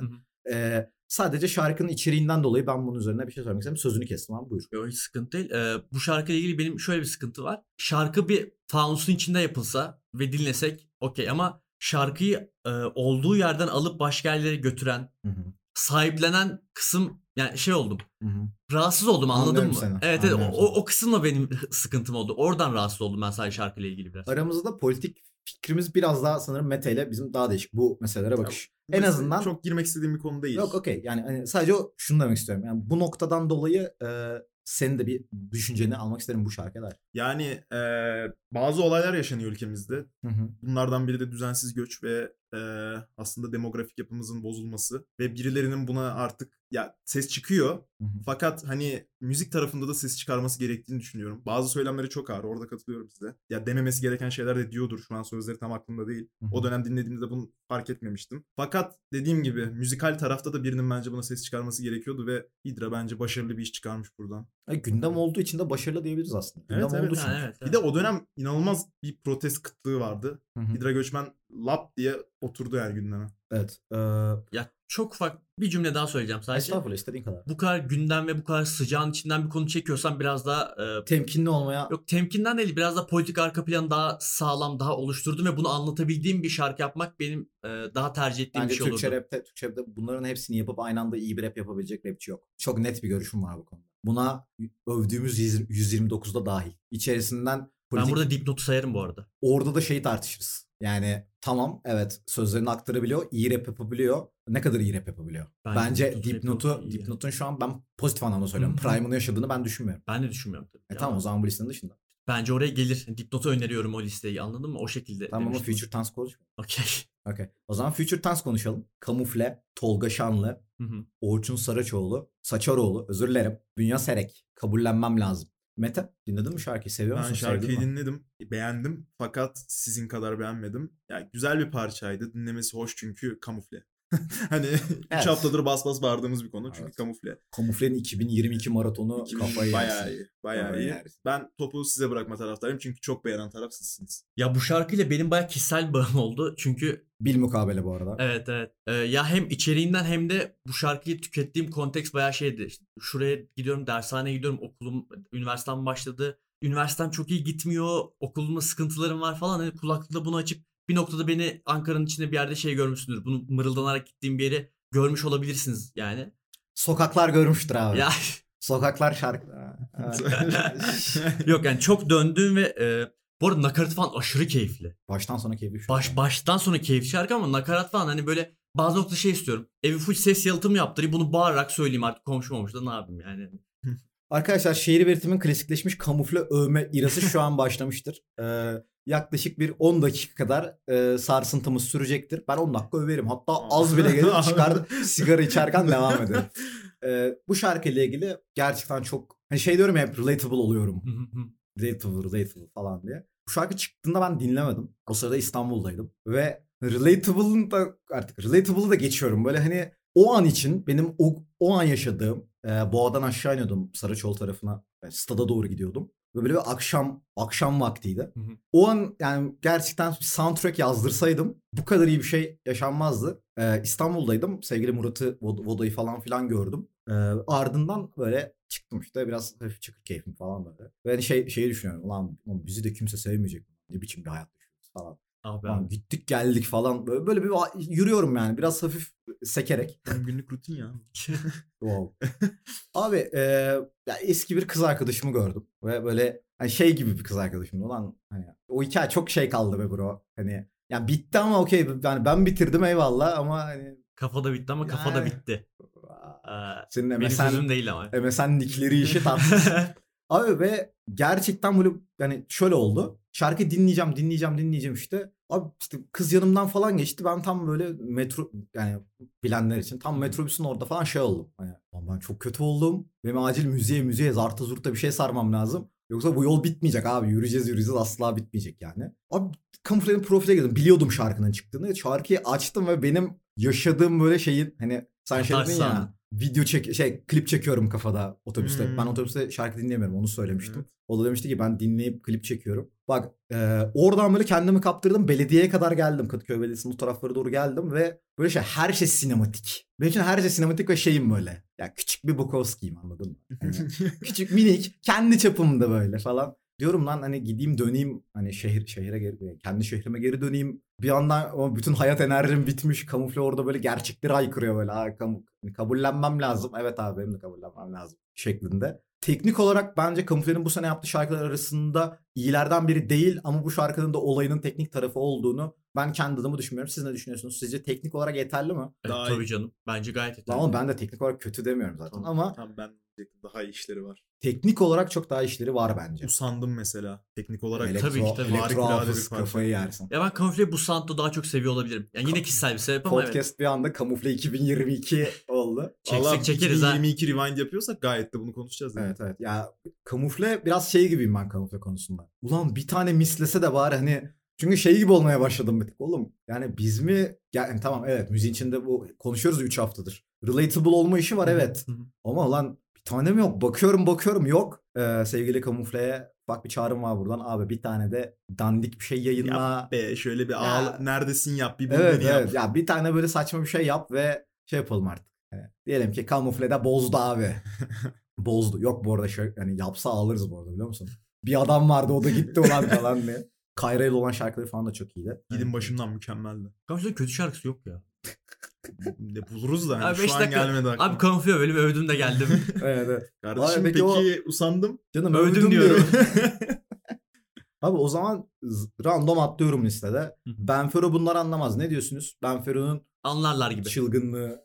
Ee, sadece şarkının içeriğinden dolayı ben bunun üzerine bir şey söylemek istedim. Sözünü kestim abi, buyur. Yok, hiç sıkıntı değil. Ee, bu şarkıyla ilgili benim şöyle bir sıkıntı var. Şarkı bir fanusun içinde yapılsa ve dinlesek okey, ama şarkıyı e, olduğu yerden alıp başka yerlere götüren, Hı hı. sahiplenen kısım, yani şey oldum. Hı hı. Rahatsız oldum, anladın Anlıyorum mı? seni, Evet, evet, anlıyorum o, seni. o kısımla benim sıkıntım oldu. Oradan rahatsız oldum ben sadece şarkıyla ilgili biraz. Aramızda politik fikrimiz biraz daha sanırım Mete ile bizim daha değişik bu meselelere bakış. Bu En mesela azından çok girmek istediğim bir konu değil. yok, okey, yani hani sadece o- şunu demek istiyorum. Yani bu noktadan dolayı e, senin de bir düşünceni almak isterim bu şarkıya dair. Yani eee, bazı olaylar yaşanıyor ülkemizde. Hı hı. Bunlardan biri de düzensiz göç ve eee, aslında demografik yapımızın bozulması ve birilerinin buna artık ya ses çıkıyor. Hı hı. Fakat hani müzik tarafında da ses çıkarması gerektiğini düşünüyorum. Bazı söylemleri çok ağır. Orada katılıyorum size. Ya dememesi gereken şeyler de diyordur. Şu an sözleri tam aklımda değil. Hı hı. O dönem dinlediğimde bunu fark etmemiştim. Fakat dediğim gibi müzikal tarafta da birinin bence buna ses çıkarması gerekiyordu ve Hydra bence başarılı bir iş çıkarmış buradan. E, gündem olduğu için de başarılı diyebiliriz aslında. Gündem Evet, evet. olduğu Ha, için. evet, Bir evet. de o dönem inanılmaz bir protest kıtlığı vardı. Hı hı. Hydra Göçmen lap diye oturdu her gündeme. Evet. E, Ya çok ufak bir cümle daha söyleyeceğim sadece. estağfurullah, istediğin kadar. Bu kadar gündem ve bu kadar sıcağın içinden bir konu çekiyorsan biraz daha e, Temkinli olmaya yok, temkinden değil, biraz da politik arka planı daha sağlam, daha oluşturdum ve bunu anlatabildiğim bir şarkı yapmak benim e, daha tercih ettiğim bence bir şey Türkçe olurdu. rapte, Türkçe rapte bunların hepsini yapıp aynı anda iyi bir rap yapabilecek rapçi yok. Çok net bir görüşüm var bu konuda. Buna övdüğümüz yüz yirmi dokuzda dahil. İçerisinden Ben politik, burada dipnotu sayarım bu arada. orada da şeyi tartışırız. Yani tamam, evet, sözlerini aktarabiliyor, iyi rap yapabiliyor. Ne kadar iyi rap yapabiliyor? Bence Bence Dipnot'un Dipnot'u, rapi iyi yani. Dipnot'un şu an ben pozitif anlamda söylüyorum. Hı hı. Prime'ını yaşadığını ben düşünmüyorum. Ben de düşünmüyorum tabii. E Ya tamam, ama o zaman bu listenin dışında. bence oraya gelir. Dipnotu öneriyorum o listeyi, anladın mı? O şekilde Tamam ama demiştim. Future Tense konuşmuyor. Okey. Okay. O zaman Future Tense konuşalım. Kamufle, Tolga Şanlı, Hı hı. Orçun Saraçoğlu, Saçaroğlu, özür dilerim. Dünya Serek. Kabullenmem lazım. Mete, dinledin mi şarkıyı? Seviyor musun? Ben şarkıyı Sevdin mi? dinledim, beğendim fakat sizin kadar beğenmedim. Yani güzel bir parçaydı. Dinlemesi hoş çünkü kamufle. Hani üç Evet. haftadır bas bas bağırdığımız bir konu çünkü Evet. kamufle. Kamufle'nin iki bin yirmi iki maratonu iki bin kafayı bayağı yersin. iyi, bayağı Kafayı iyi. yersin. Ben topu size bırakma taraftarıyım çünkü çok beğenen taraf sizsiniz. Ya bu şarkıyla benim bayağı kişisel bağım oldu. Çünkü Bilmukabele bu arada. evet, evet. Ee, ya hem içeriğinden hem de bu şarkıyı tükettiğim konteks bayağı şeydi. İşte şuraya gidiyorum, dershaneye gidiyorum, okulum, üniversitem başladı. Üniversitem çok iyi gitmiyor, okulumda sıkıntılarım var falan. Hani kulaklıkla bunu açıp bir noktada beni Ankara'nın içinde bir yerde şey görmüşsündür. Bunu mırıldanarak gittiğim bir yeri görmüş olabilirsiniz yani. Sokaklar görmüştür abi. Ya Sokaklar şarkı. Evet. yok yani çok döndüğüm ve e, bu arada nakaratı falan aşırı keyifli. Baştan sona keyifli. şu Baş an. baştan sona keyifli şarkı ama nakarat falan hani böyle bazı nokta şey istiyorum. Evi full ses yalıtımı yaptırayım, bunu bağırarak söyleyeyim, artık komşum olmuş da ne yapayım yani. Arkadaşlar, şehir ve ritmin klasikleşmiş kamufle övme irası şu an başlamıştır. Ee, yaklaşık bir on dakika kadar e, sarsıntımız sürecektir. Ben on dakika överim. Hatta az bile gelir çıkar sigara içerken devam ederim. Ee, bu şarkıyla ilgili gerçekten çok hani şey diyorum ya, hep relatable oluyorum. Relatable, relatable falan diye. Bu şarkı çıktığında ben dinlemedim. O sırada İstanbul'daydım. Ve relatable'ın da artık relatable'ı da geçiyorum. Böyle hani o an için benim o, o an yaşadığım e, Boğa'dan aşağı iniyordum Saraçoğlu tarafına. Yani stada doğru gidiyordum. Ve böyle bir akşam akşam vaktiydi. Hı hı. O an yani gerçekten bir soundtrack yazdırsaydım bu kadar iyi bir şey yaşanmazdı. Ee, İstanbul'daydım. Sevgili Murat'ı, Vod- Voda'yı falan filan gördüm. Ee, ardından böyle çıktım işte, biraz hafif çıkık keyfim falan böyle. Ve hani şey, şeyi düşünüyorum. Ulan, ulan bizi de kimse sevmeyecek. Ne biçim bir hayat yaşıyoruz falan. Abi, Ulan abi. gittik geldik falan. Böyle, böyle bir yürüyorum yani. Biraz hafif sekerek. Benim günlük rutin ya. Wow. Abi e, ya eski bir kız arkadaşımı gördüm. Ve böyle hani şey gibi bir kız arkadaşım. Ulan hani o hikaye çok şey kaldı be bro. Hani ya bitti ama okey. Yani ben bitirdim eyvallah ama hani Kafada bitti ama kafada Yani. bitti. Ee, senin benim M S N, sözüm değil ama. M S N nickleri işi tatsız. Abi ve gerçekten böyle yani şöyle oldu. Şarkı dinleyeceğim, dinleyeceğim, dinleyeceğim işte. Abi işte kız yanımdan falan geçti. Ben tam böyle metro, yani bilenler için tam metrobüsün orada falan şey oldum. Hani ben çok kötü oldum. Benim acil müziğe müziğe zarta zurta bir şey sarmam lazım. Yoksa bu yol bitmeyecek abi. Yürüyeceğiz yürüyeceğiz, asla bitmeyecek yani. Abi Kamufle'nin profiline girdim. Biliyordum şarkının çıktığını. Şarkıyı açtım ve benim yaşadığım böyle şeyin hani sen şey dedin ya. Katarsan. Video çek şey klip çekiyorum kafada otobüste. Hmm. Ben otobüste şarkı dinlemiyorum, onu söylemiştim. Evet. O da demişti ki ben dinleyip klip çekiyorum. Bak e, oradan böyle kendimi kaptırdım. Belediyeye kadar geldim. Kadıköy Belediyesi'nin o taraflara doğru geldim ve böyle şey her şey sinematik. Benim için her şey sinematik ve şeyim böyle. Ya küçük bir Bukowski'yim, anladın mı? Yani küçük minik kendi çapımda böyle falan. Diyorum lan hani gideyim döneyim hani şehir şehire geri, kendi şehrime geri döneyim. Bir yandan o bütün hayat enerjim bitmiş. Kamufle orada böyle gerçekleri haykırıyor böyle. Ha, kamu, kabullenmem lazım. Evet abi benim de kabullenmem lazım şeklinde. Teknik olarak bence Kamufle'nin bu sene yaptığı şarkılar arasında iyilerden biri değil ama bu şarkının da olayının teknik tarafı olduğunu ben kendi adıma düşünmüyorum. Siz ne düşünüyorsunuz? Sizce teknik olarak yeterli mi? Evet, Daha tabii iyi. canım. Bence gayet yeterli. Ama ben de teknik olarak kötü demiyorum zaten Tamam, ama tamam, ben diyecektim, daha iyi işleri var. teknik olarak çok daha işleri var bence. Usandım mesela. Teknik olarak Elektro, tabii ki, tabii. elektro harikulade bir hafız, parça. kafayı yersin. Ya ben Kamufle'yi bu sound'da daha çok seviyor olabilirim. Yani yine kişisel bir sebep ama evet. Podcast bir anda Kamufle iki bin yirmi iki oldu. Çeksek Allah çekeriz ha. iki bin yirmi iki rewind yapıyorsak gayet de bunu konuşacağız. Yani. Evet evet. Ya Kamufle biraz şey gibiyim ben Kamufle konusunda. Ulan bir tane mislese de bari hani, çünkü şey gibi olmaya başladım bir tık oğlum. Yani biz mi yani tamam evet müziğin içinde bu konuşuyoruz üç haftadır. Relatable olma işi var evet. Ama lan bir tane mi yok? Bakıyorum bakıyorum yok. Ee, sevgili Kamufle'ye bak bir çağrım var buradan. Abi bir tane de dandik bir şey yayınla. Yap be şöyle bir Ya. ağla, neredesin yap bir bunu Evet yap. evet. Ya bir tane böyle saçma bir şey yap ve şey yapalım artık. Yani diyelim ki Kamufle'de bozdu abi. Bozdu. Yok bu arada şey, yani yapsa ağlarız bu arada biliyor musun? Bir adam vardı o da gitti ulan falan diye. Kayra ile olan şarkıları falan da çok iyiydi. Gidin başımdan mükemmeldi. Kamufle'nin kötü şarkısı yok ya. Ne buluruz da yani Abi şu beş an dakika. gelmedi aklıma. Abi Kamufle böyle bir övdüm de geldim. Evet evet. Kardeşim Abi peki, peki usandım. Canım Övdüm övdüm diyorum. diyorum. Abi o zaman z- random atlıyorum listede. Hı hı. Benfero bunları anlamaz. Ne diyorsunuz? Benfero'nun Anlarlar gibi. çılgınlığı.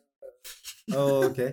Okey.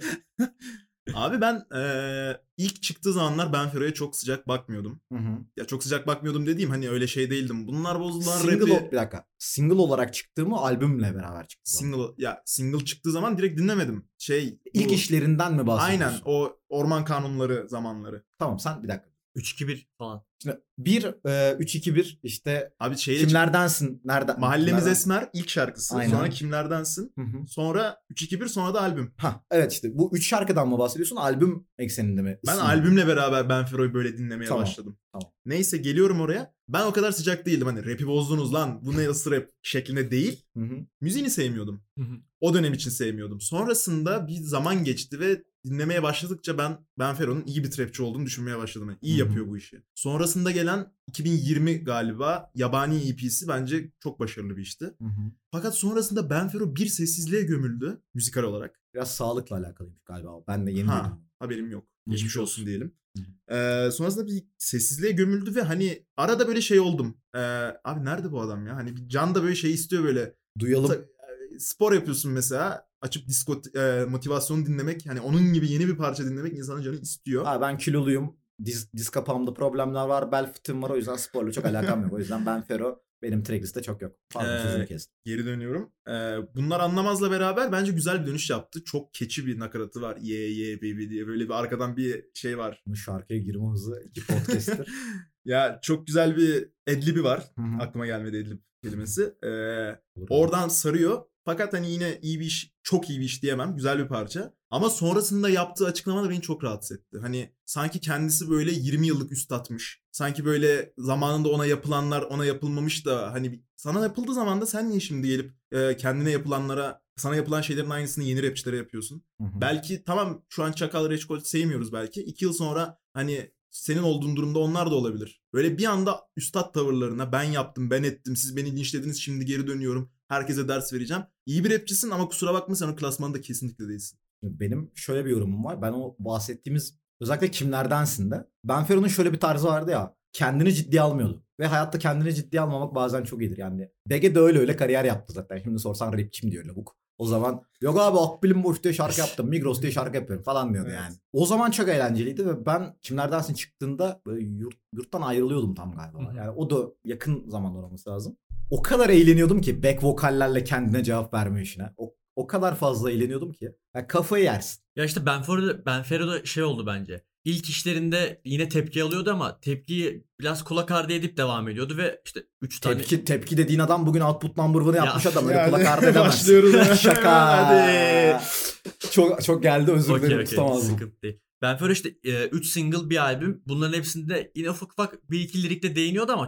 Abi ben eee, ilk çıktığı zamanlar Benfero'ya çok sıcak bakmıyordum. Hı hı. Ya çok sıcak bakmıyordum dediğim hani öyle şey değildim. Bunlar bozulan Single rap'i o- bir dakika. Single olarak çıktı mı albümle beraber çıktı? mı? single ya single çıktığı zaman direkt dinlemedim. Şey İlk bu- işlerinden mi bahsediyorsun? aynen o Orman Kanunları zamanları. Tamam sen bir dakika. üç iki bir falan. Şimdi bir üç iki bir işte Abi şeyle kimlerdensin? Nereden? Mahallemiz kimlerden- Esmer ilk şarkısı. Aynen. Sonra Kimlerdensin. Hı hı. Sonra üç iki bir sonra da albüm. Ha evet işte bu üç şarkıdan mı bahsediyorsun? Albüm ekseninde mi? Ben Single. albümle beraber Benfero'yu böyle dinlemeye Tamam, başladım. tamam. Neyse geliyorum oraya. Ben o kadar sıcak değildim. Hani rap'i bozdunuz lan. Bu ne ısı rap şeklinde değil. Hı hı. Müziğini sevmiyordum. Hı hı. O dönem için sevmiyordum. Sonrasında bir zaman geçti ve dinlemeye başladıkça ben Benfero'nun iyi bir trapçi olduğunu düşünmeye başladım. Yani iyi Hı hı. yapıyor bu işi. Sonrasında gelen iki bin yirmi galiba Yabani E P'si bence çok başarılı bir işti. Hı hı. Fakat sonrasında Benfero bir sessizliğe gömüldü müzikal olarak. Biraz sağlıkla alakalıymış galiba. Ben de yeni Ha, duydum. haberim yok. Geçmiş Geçmiş olsun olsun. diyelim. Hı. Ee, sonrasında bir sessizliğe gömüldü ve hani arada böyle şey oldum. Ee, abi nerede bu adam ya? Hani bir can da böyle şey istiyor böyle. Duyalım. Ta- e, spor yapıyorsun mesela. Açıp disco e, motivasyonu dinlemek. Hani onun gibi yeni bir parça dinlemek insanın canı istiyor. Ha, ben kiloluyum. Diz, diz kapağımda problemler var. Bel fıtığım var. O yüzden sporla çok alakam yok. O yüzden Benfero benim tracklist'te çok yok. Pardon Ee, sözünü kestim. Geri dönüyorum. Ee, bunlar anlamazla beraber bence güzel bir dönüş yaptı. Çok catchy bir nakaratı var. Yeah yeah baby diye böyle bir arkadan bir şey var. Bu şarkıya girme hızı iki podcast'tir. Ya çok güzel bir adlib'i var. Hı hı. Aklıma gelmedi adlib kelimesi. Ee, oradan sarıyor. Fakat hani yine iyi bir iş, çok iyi bir iş diyemem. Güzel bir parça. Ama sonrasında yaptığı açıklama da beni çok rahatsız etti. Hani sanki kendisi böyle yirmi yıllık üstatmış. Sanki böyle zamanında ona yapılanlar ona yapılmamış da hani sana yapıldığı zaman da sen niye şimdi gelip e, kendine yapılanlara, sana yapılan şeylerin aynısını yeni rapçilere yapıyorsun? Hı hı. Belki tamam şu an Çakal, Reçkol sevmiyoruz belki. İki yıl sonra hani senin olduğun durumda onlar da olabilir. Böyle bir anda üstad tavırlarına ben yaptım, ben ettim, siz beni linçlediniz, şimdi geri dönüyorum. Herkese ders vereceğim. İyi bir rapçisin ama kusura bakma sen o klasmanda kesinlikle değilsin. Benim şöyle bir yorumum var. Ben o bahsettiğimiz özellikle kimlerdensin de. Benfero'nun şöyle bir tarzı vardı ya. Kendini ciddiye almıyordu. Ve hayatta kendini ciddiye almamak bazen çok iyidir yani. B G de öyle öyle kariyer yaptı zaten. Şimdi sorsan rapçi mi diyor lavuk. O zaman yok abi Akbil'im boş diye şarkı yaptım. Migros diye şarkı yapıyorum falan diyordu Evet. yani. O zaman çok eğlenceliydi ve ben kimlerdensin çıktığında böyle yurt, yurttan ayrılıyordum tam galiba. Hı hı. Yani o da yakın zamanlar olması lazım. O kadar eğleniyordum ki back vokallerle kendine cevap verme işine. O, o kadar fazla eğleniyordum ki. Yani kafayı yersin. Ya işte Benfero'da, Benfero'da şey oldu bence. İlk işlerinde yine tepki alıyordu ama tepkiyi biraz kulak ardı edip devam ediyordu ve işte üç tane... Tepki, tepki dediğin adam bugün output number one'ı yapmış Ya, adam. Öyle yani kulak ardı edemez. başlıyoruz. Şaka. Hadi. Çok, çok geldi özür Okey dilerim okey tutamazdım. sıkıntı değil. Benfero işte üç single bir albüm. Bunların hepsinde yine ufak ufak bir iki lirikle değiniyordu ama çok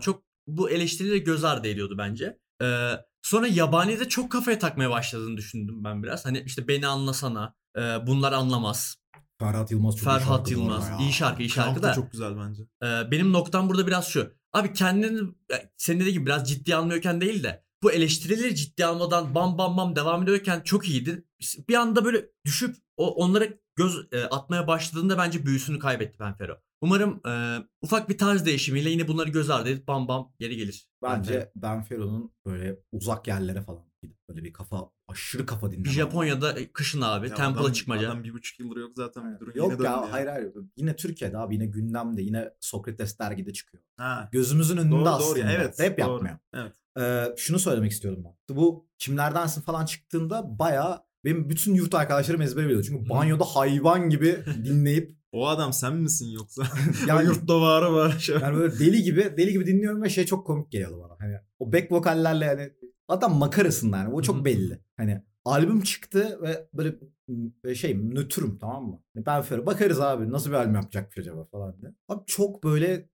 bu eleştirileri göz ardı ediyordu bence. Ee, sonra yabanide çok kafaya takmaya başladığını düşündüm ben biraz. Hani işte Beni Anlasana, e, bunlar anlamaz. Ferhat Yılmaz çok iyi Ferhat şarkı bu Yılmaz, arada ya. iyi şarkı, iyi Kramp şarkı da da. çok güzel bence. Ee, benim noktam burada biraz şu. Abi kendini senin dediğin gibi biraz ciddiye almıyorken değil de bu eleştirileri ciddiye almadan bam bam bam devam ediyorken çok iyiydi. Bir anda böyle düşüp o onlara göz e, atmaya başladığında bence büyüsünü kaybetti Benfero. Umarım e, ufak bir tarz değişimiyle yine bunları göz ardı edip bam bam geri gelir. Bence Benfero'nun böyle uzak yerlere falan gidip böyle bir kafa, aşırı kafa dinleme. Bir Japonya'da e, kışın abi Ya Temple'a adam, çıkmaca. Adam bir buçuk yıldır yok zaten. Evet. Durun, Yok yine ya, döndü hayır hayır. Yine Türkiye'de abi, yine gündemde, yine Sokrates dergide çıkıyor. Ha. Gözümüzün önünde Doğru, doğru. aslında. Evet, Rap doğru. yapmıyor. Evet. Ee, şunu söylemek istiyorum ben. Bu Kimlerdensin falan çıktığında bayağı benim bütün yurt arkadaşlarım ezbere biliyordu. Çünkü banyoda hayvan gibi dinleyip O adam sen misin yoksa? Yani- o yurtta bağıra bağıra şey. yani böyle deli gibi deli gibi dinliyorum ve şey çok komik geliyordu bana. Hani o back vokallerle, yani adam makarasında, yani o Hı hı. çok belli. Hani albüm çıktı ve böyle böyle şey nötrüm, tamam mı? Hani Benfero bakarız abi nasıl bir albüm yapacakmış acaba falan diye. Abi çok böyle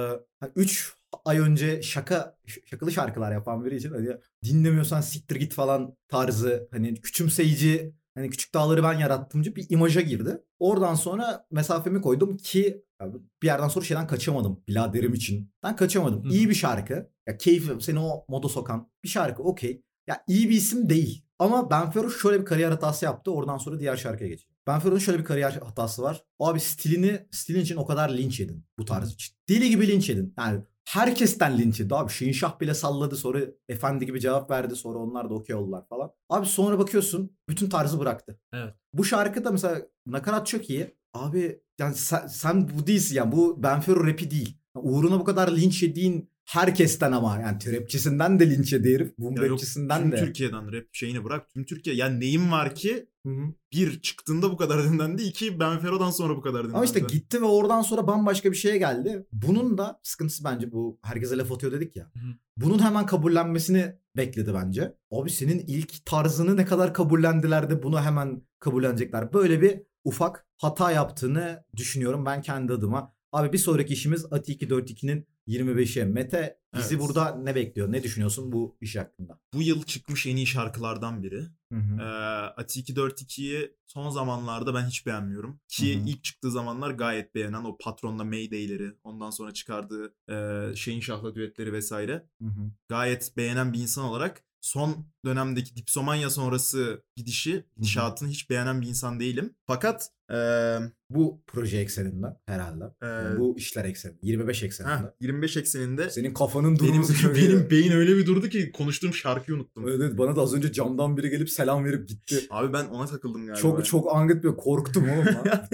üç ay önce şaka şakalı şarkılar yapan biri için hani dinlemiyorsan siktir git falan tarzı, hani küçümseyici, hani küçük dağları ben yarattımcı bir imaja girdi. Oradan sonra mesafemi koydum ki abi bir yerden sonra şeyden kaçamadım biraderim için. Ben kaçamadım. Hı hı. İyi bir şarkı. Ya keyifli, seni o moda sokan bir şarkı, okey. Ya iyi bir isim değil. Ama Benfero şöyle bir kariyer hatası yaptı. Oradan sonra diğer şarkıya geçti. Benfero'nun şöyle bir kariyer hatası var. Abi stilini, stilin için o kadar linç yedin bu tarz için. Deli gibi linç yedin. Yani herkesten linç yedi. Abi Şehinşah bile salladı. Sonra efendi gibi cevap verdi. Sonra onlar da okey oldular falan. Abi sonra bakıyorsun bütün tarzı bıraktı. Evet. Bu şarkı da mesela nakarat çok iyi. Abi yani sen, sen bu değilsin yani. Bu Benfero rapi değil. Uğruna bu kadar linç yediğin herkesten, ama yani rapçisinden de linç yedi herif. Boom Ya yok, rapçisinden tüm de. Türkiye'den rap şeyini bırak. Tüm Türkiye. Yani neyim var ki Hı-hı. bir çıktığında bu kadar dinlendi. İki Benfero'dan sonra bu kadar dinlendi. Ama işte gitti ve oradan sonra bambaşka bir şeye geldi. Bunun da sıkıntısı bence bu, herkese laf atıyor dedik ya. Hı hı. Bunun hemen kabullenmesini bekledi bence. Abi senin ilk tarzını ne kadar kabullendiler de bunu hemen kabullenecekler. Böyle bir ufak hata yaptığını düşünüyorum ben kendi adıma. Abi bir sonraki işimiz Ati iki dört ikinin yirmi beşi. Mete bizi Evet. burada ne bekliyor? Ne düşünüyorsun bu iş hakkında? Bu yıl çıkmış en iyi şarkılardan biri. Hı hı. Ee, Ati iki dört ikiyi son zamanlarda ben hiç beğenmiyorum. Ki Hı hı. ilk çıktığı zamanlar gayet beğenen o Patron'la Mayday'leri, ondan sonra çıkardığı e, Şehinşah'la düetleri vesaire. Hı hı. Gayet beğenen bir insan olarak son dönemdeki Dipsomanya sonrası gidişi, gidişatını hiç beğenen bir insan değilim. Fakat e, Bu proje ekseninde herhalde. Ee, Yani bu işler ekseninde. yirmi beş ekseninde. heh, yirmi beş ekseninde Senin kafanın benim, durumu şöyle. benim beyin öyle bir durdu ki konuştuğum şarkıyı unuttum. Evet, evet, bana da az önce camdan biri gelip selam verip gitti. Abi ben ona takıldım galiba. Çok çok angıt bir korktum oğlum lan.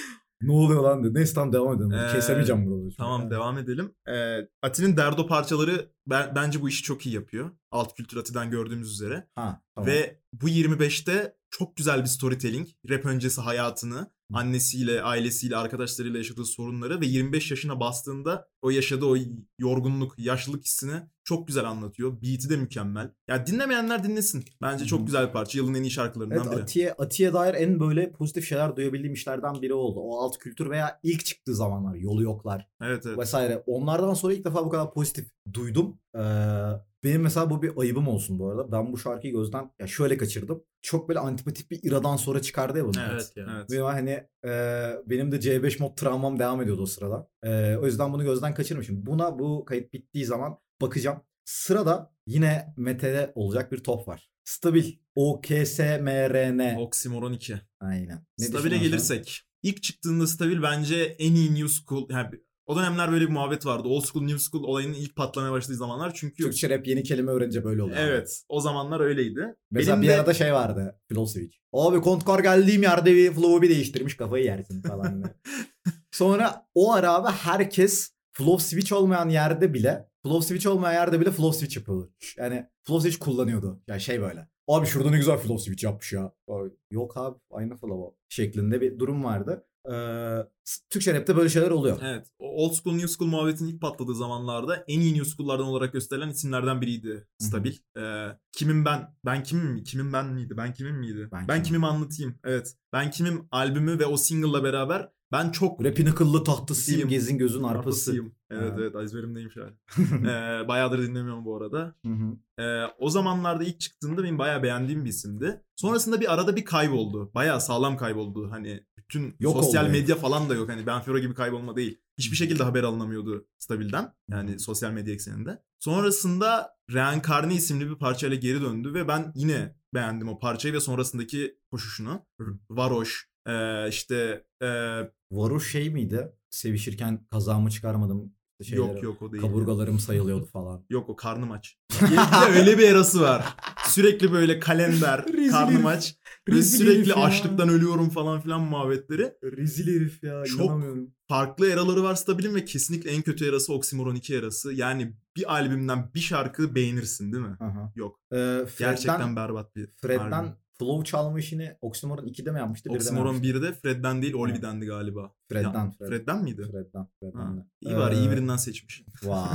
Ne oluyor lan dedi. Neyse tamam devam edelim. Ee, Kesemeyeceğim buraları. Tamam Yani. devam edelim. Ee, Ati'nin Derdo parçaları ben, bence bu işi çok iyi yapıyor. Alt kültür Ati'den gördüğümüz üzere. Ha, tamam. Ve bu yirmi beşte çok güzel bir storytelling. Rap öncesi hayatını, annesiyle, ailesiyle, arkadaşlarıyla yaşadığı sorunları ve yirmi beş yaşına bastığında o yaşadığı o yorgunluk, yaşlılık hissini çok güzel anlatıyor. Beat'i de mükemmel. Ya dinlemeyenler dinlesin. Bence çok Hı hı. güzel bir parça. Yılın en iyi şarkılarından Evet, biri. Atiye, Atiye dair en böyle pozitif şeyler duyabildiğim işlerden biri oldu. O alt kültür veya ilk çıktığı zamanlar, Yolu Yoklar Evet evet. vesaire. Onlardan sonra ilk defa bu kadar pozitif duydum. Ee, benim mesela bu bir ayıbım olsun bu arada. Ben bu şarkıyı gözden ya şöyle kaçırdım. Çok böyle antipatik bir İra'dan sonra çıkardı ya bunu. Evet, Evet ya. evet. Ve hani e, benim de C beş mod travmam devam ediyordu o sırada. E, o yüzden bunu gözden kaçırmışım. Buna bu kayıt bittiği zaman bakacağım. Sırada yine Mete'de olacak bir top var. Stabil. O K S M R N. Oxymoron iki. Aynen. Ne Stabil'e düşünüyorsun? gelirsek. İlk çıktığında Stabil bence en iyi New School. Yani o dönemler böyle bir muhabbet vardı. Old School, New School olayının ilk patlamaya başladığı zamanlar. Çünkü Türkçe rap yeni kelime öğrenince böyle oluyor. evet, o zamanlar öyleydi. Mesela Benim bir de arada şey vardı. Flow Switch. Abi Kontkar geldiğim yerde bir flow'u bir değiştirmiş, kafayı yersin falan. Sonra o ara abi herkes Flow Switch olmayan yerde bile Flow Switch olmayan yerde bile Flow Switch yapıyordu. Yani Flow Switch kullanıyordu. Yani şey böyle. Abi şurada ne güzel Flow Switch yapmış ya. Yok abi aynı flow şeklinde bir durum vardı. Ee, Türkçe rapte böyle şeyler oluyor. Evet. O old school, new school muhabbetin ilk patladığı zamanlarda en iyi new school'lardan olarak gösterilen isimlerden biriydi Stabil. Ee, kimim ben? Ben kimim mi? Kimim ben miydi? Ben kimim miydi? Ben Ben, kimim? kimim anlatayım. Evet. Ben kimim albümü ve o single'la beraber ben çok Rap'in akıllı tahtasıyım, İyiyim. gezin gözün arpası. arpasıyım. Evet Evet. evet ezberimdeyim şu an. ee, bayağıdır dinlemiyorum bu arada. Hı hı. Ee, o zamanlarda ilk çıktığında benim bayağı beğendiğim bir isimdi. Sonrasında bir arada bir kayboldu. Bayağı sağlam kayboldu. Hani bütün Yok sosyal oldu. medya falan da yok. Hani Benfero gibi kaybolma değil. Hiçbir şekilde haber alınamıyordu Stabil'den. Yani sosyal medya ekseninde. Sonrasında Reenkarni isimli bir parçayla geri döndü ve ben yine beğendim o parçayı ve sonrasındaki koşuşunu. Varoş, ee, işte ee, Varoş şey miydi? Sevişirken kazağımı çıkarmadım. İşte yok şeyleri, yok o değil. Kaburgalarım sayılıyordu falan. Yok o karnım aç. Bir de öyle bir erası var. Sürekli böyle kalender, Rezil karnım herif. aç. Ve Rezil sürekli herif ya. açlıktan ölüyorum falan filan muhabbetleri. Rezil herif ya. Çok inanamıyorum. farklı eraları var Stabil'in ve kesinlikle en kötü erası Oxymoron iki erası. Yani bir albümden bir şarkı beğenirsin değil mi? Aha. Yok. Ee, Fred'den, Gerçekten berbat bir Fred'den albüm. flow çalma işini Oxymoron ikide mi yapmıştı? birde mi Oxymoron yapmıştı? birde Fred'den değil Olivi'dendi galiba. Fred'den. Ya, Fred. Fred'den miydi? Fred'den. Fred'den Ha. de. İyi var iyi Ee, birinden seçmiş.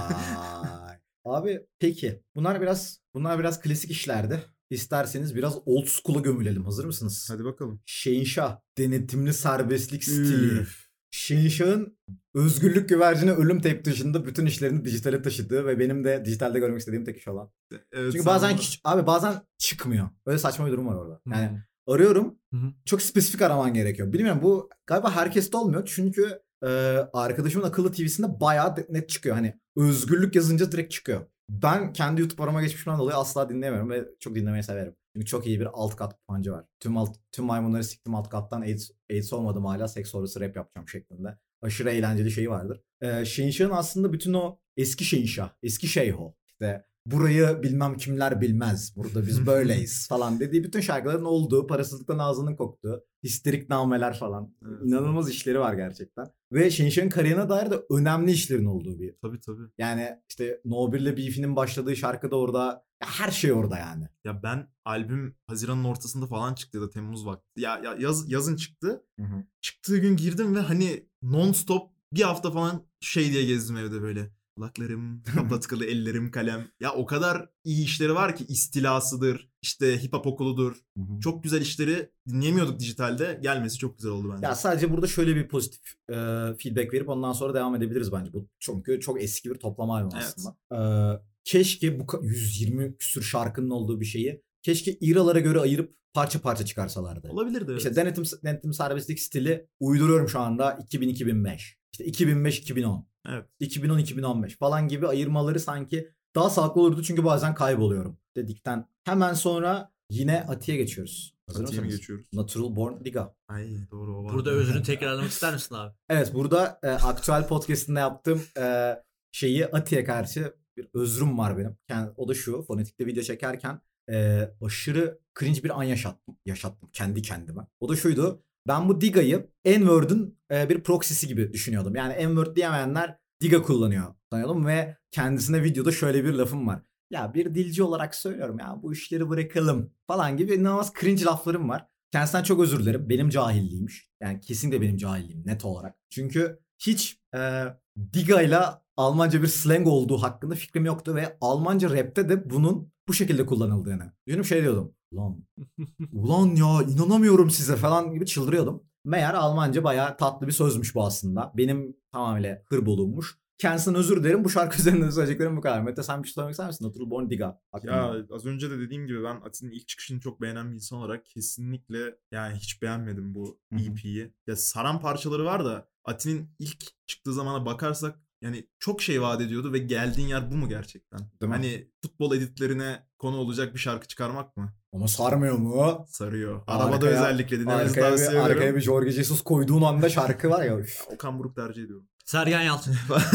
Vay. Abi peki. Bunlar biraz bunlar biraz klasik işlerdi. İsterseniz biraz old school'a gömülelim. Hazır mısınız? Hadi bakalım. Şehinşah. Denetimli serbestlik stili. Üf. Şehinşah'ın özgürlük güvercini ölüm tep dışında bütün işlerini dijitale taşıdığı ve benim de dijitalde görmek istediğim tek iş olan. Evet, Çünkü sen bazen bunu- hiç- abi bazen çıkmıyor. Öyle saçma bir durum var orada. Yani Hı. arıyorum. Hı hı. Çok spesifik araman gerekiyor. Bilmiyorum bu galiba herkeste olmuyor. Çünkü e, arkadaşımın akıllı T V'sinde bayağı de- net çıkıyor. Hani özgürlük yazınca direkt çıkıyor. Ben kendi YouTube arama geçmişimden dolayı asla dinleyemiyorum ve çok dinlemeyi severim. Çünkü çok iyi bir alt kat pancı var. Tüm alt, tüm maymunları siktim alt kattan AIDS, AIDS olmadım hala seks sonrası rap yapacağım şeklinde. Aşırı eğlenceli şeyi vardır. Ee, Şehinşah'ın aslında bütün o eski Şehinşah, eski Şeyho. İşte burayı bilmem kimler bilmez. Burada biz böyleyiz falan dediği bütün şarkıların olduğu, parasızlıktan ağzının koktuğu, histerik nameler falan. Evet. İnanılmaz işleri var gerçekten. Ve Şehinşah'ın kariyerine dair de önemli işlerin olduğu bir. Tabii tabii. Yani işte No bir ile Beef'inin başladığı şarkı da orada. Ya her şey orada yani. Ya ben albüm Haziran'ın ortasında falan çıktı ya da Temmuz vakti. Ya, ya yaz, yazın çıktı. Hı hı. Çıktığı gün girdim ve hani non stop bir hafta falan şey diye gezdim evde böyle. Kulaklarım, kapla tıkalı ellerim kalem. Ya o kadar iyi işleri var ki istilasıdır, işte hip hop okuludur. Hı hı. Çok güzel işleri dinleyemiyorduk dijitalde. Gelmesi çok güzel oldu bence. Ya sadece burada şöyle bir pozitif e, feedback verip ondan sonra devam edebiliriz bence. Bu çünkü çok eski bir toplama albüm Evet. aslında. E, keşke bu ka- yüz yirmi küsür şarkının olduğu bir şeyi keşke eralara göre ayırıp parça parça çıkarsalardı. Olabilirdi evet. İşte denetim, denetim serbestlik stili uyduruyorum şu anda iki bin iki bin beş. İşte iki bin beş iki bin on. Evet. iki bin on iki bin on beş falan gibi ayırmaları sanki daha sağlıklı olurdu çünkü bazen kayboluyorum dedikten hemen sonra yine Atiye geçiyoruz. Hazır Atiye mi mısınız? geçiyoruz? Natural Born Diga. Ay doğru o var. Burada özrünü tekrarlamak ister misin abi? Evet burada e, aktüel podcast'inde yaptığım e, şeyi Atiye karşı bir özrüm var benim. Yani o da şu fonetikte video çekerken e, aşırı cringe bir an yaşattım. Yaşattım kendi kendime. O da şuydu. Ben bu Diga'yı N-word'un e, bir proxy'si gibi düşünüyordum. Yani N-word diyemeyenler Diga kullanıyor sanıyordum ve kendisine videoda şöyle bir lafım var. Ya bir dilci olarak söylüyorum ya bu işleri bırakalım falan gibi inanılmaz cringe laflarım var. Kendisinden çok özür dilerim. Benim cahilliğimmiş. Yani kesinlikle benim cahilliğim net olarak. Çünkü hiç e, Diga ile Almanca bir slang olduğu hakkında fikrim yoktu ve Almanca rapte de bunun bu şekilde kullanıldığını. Düşünüp şey diyordum. Ulan, ulan ya inanamıyorum size falan gibi çıldırıyordum. Meğer Almanca bayağı tatlı bir sözmüş bu aslında. Benim tamamıyla hırboluğummuş. Kendisinden özür dilerim. Bu şarkı üzerinde söyleyeceklerim bu kadar. Mete sen bir şey söylemek ister misin? Natural Born Diga hakkında. Ya az önce de dediğim gibi ben Ati'nin ilk çıkışını çok beğenen bir insan olarak kesinlikle yani hiç beğenmedim bu Hı hı. E P'yi. Ya saran parçaları var da Ati'nin ilk çıktığı zamana bakarsak yani çok şey vaat ediyordu ve geldiğin yer bu mu gerçekten? Değil mi? Hani futbol editlerine konu olacak bir şarkı çıkarmak mı? Ama sarmıyor mu? Sarıyor. Arkaya- Arabada özellikle dinlemenizi Arkaya tavsiye bir, ederim. arkaya bir Jorge Jesus koyduğun anda şarkı var ya. üf. Okan Buruk tercih ediyorum. Sergen Yalçın.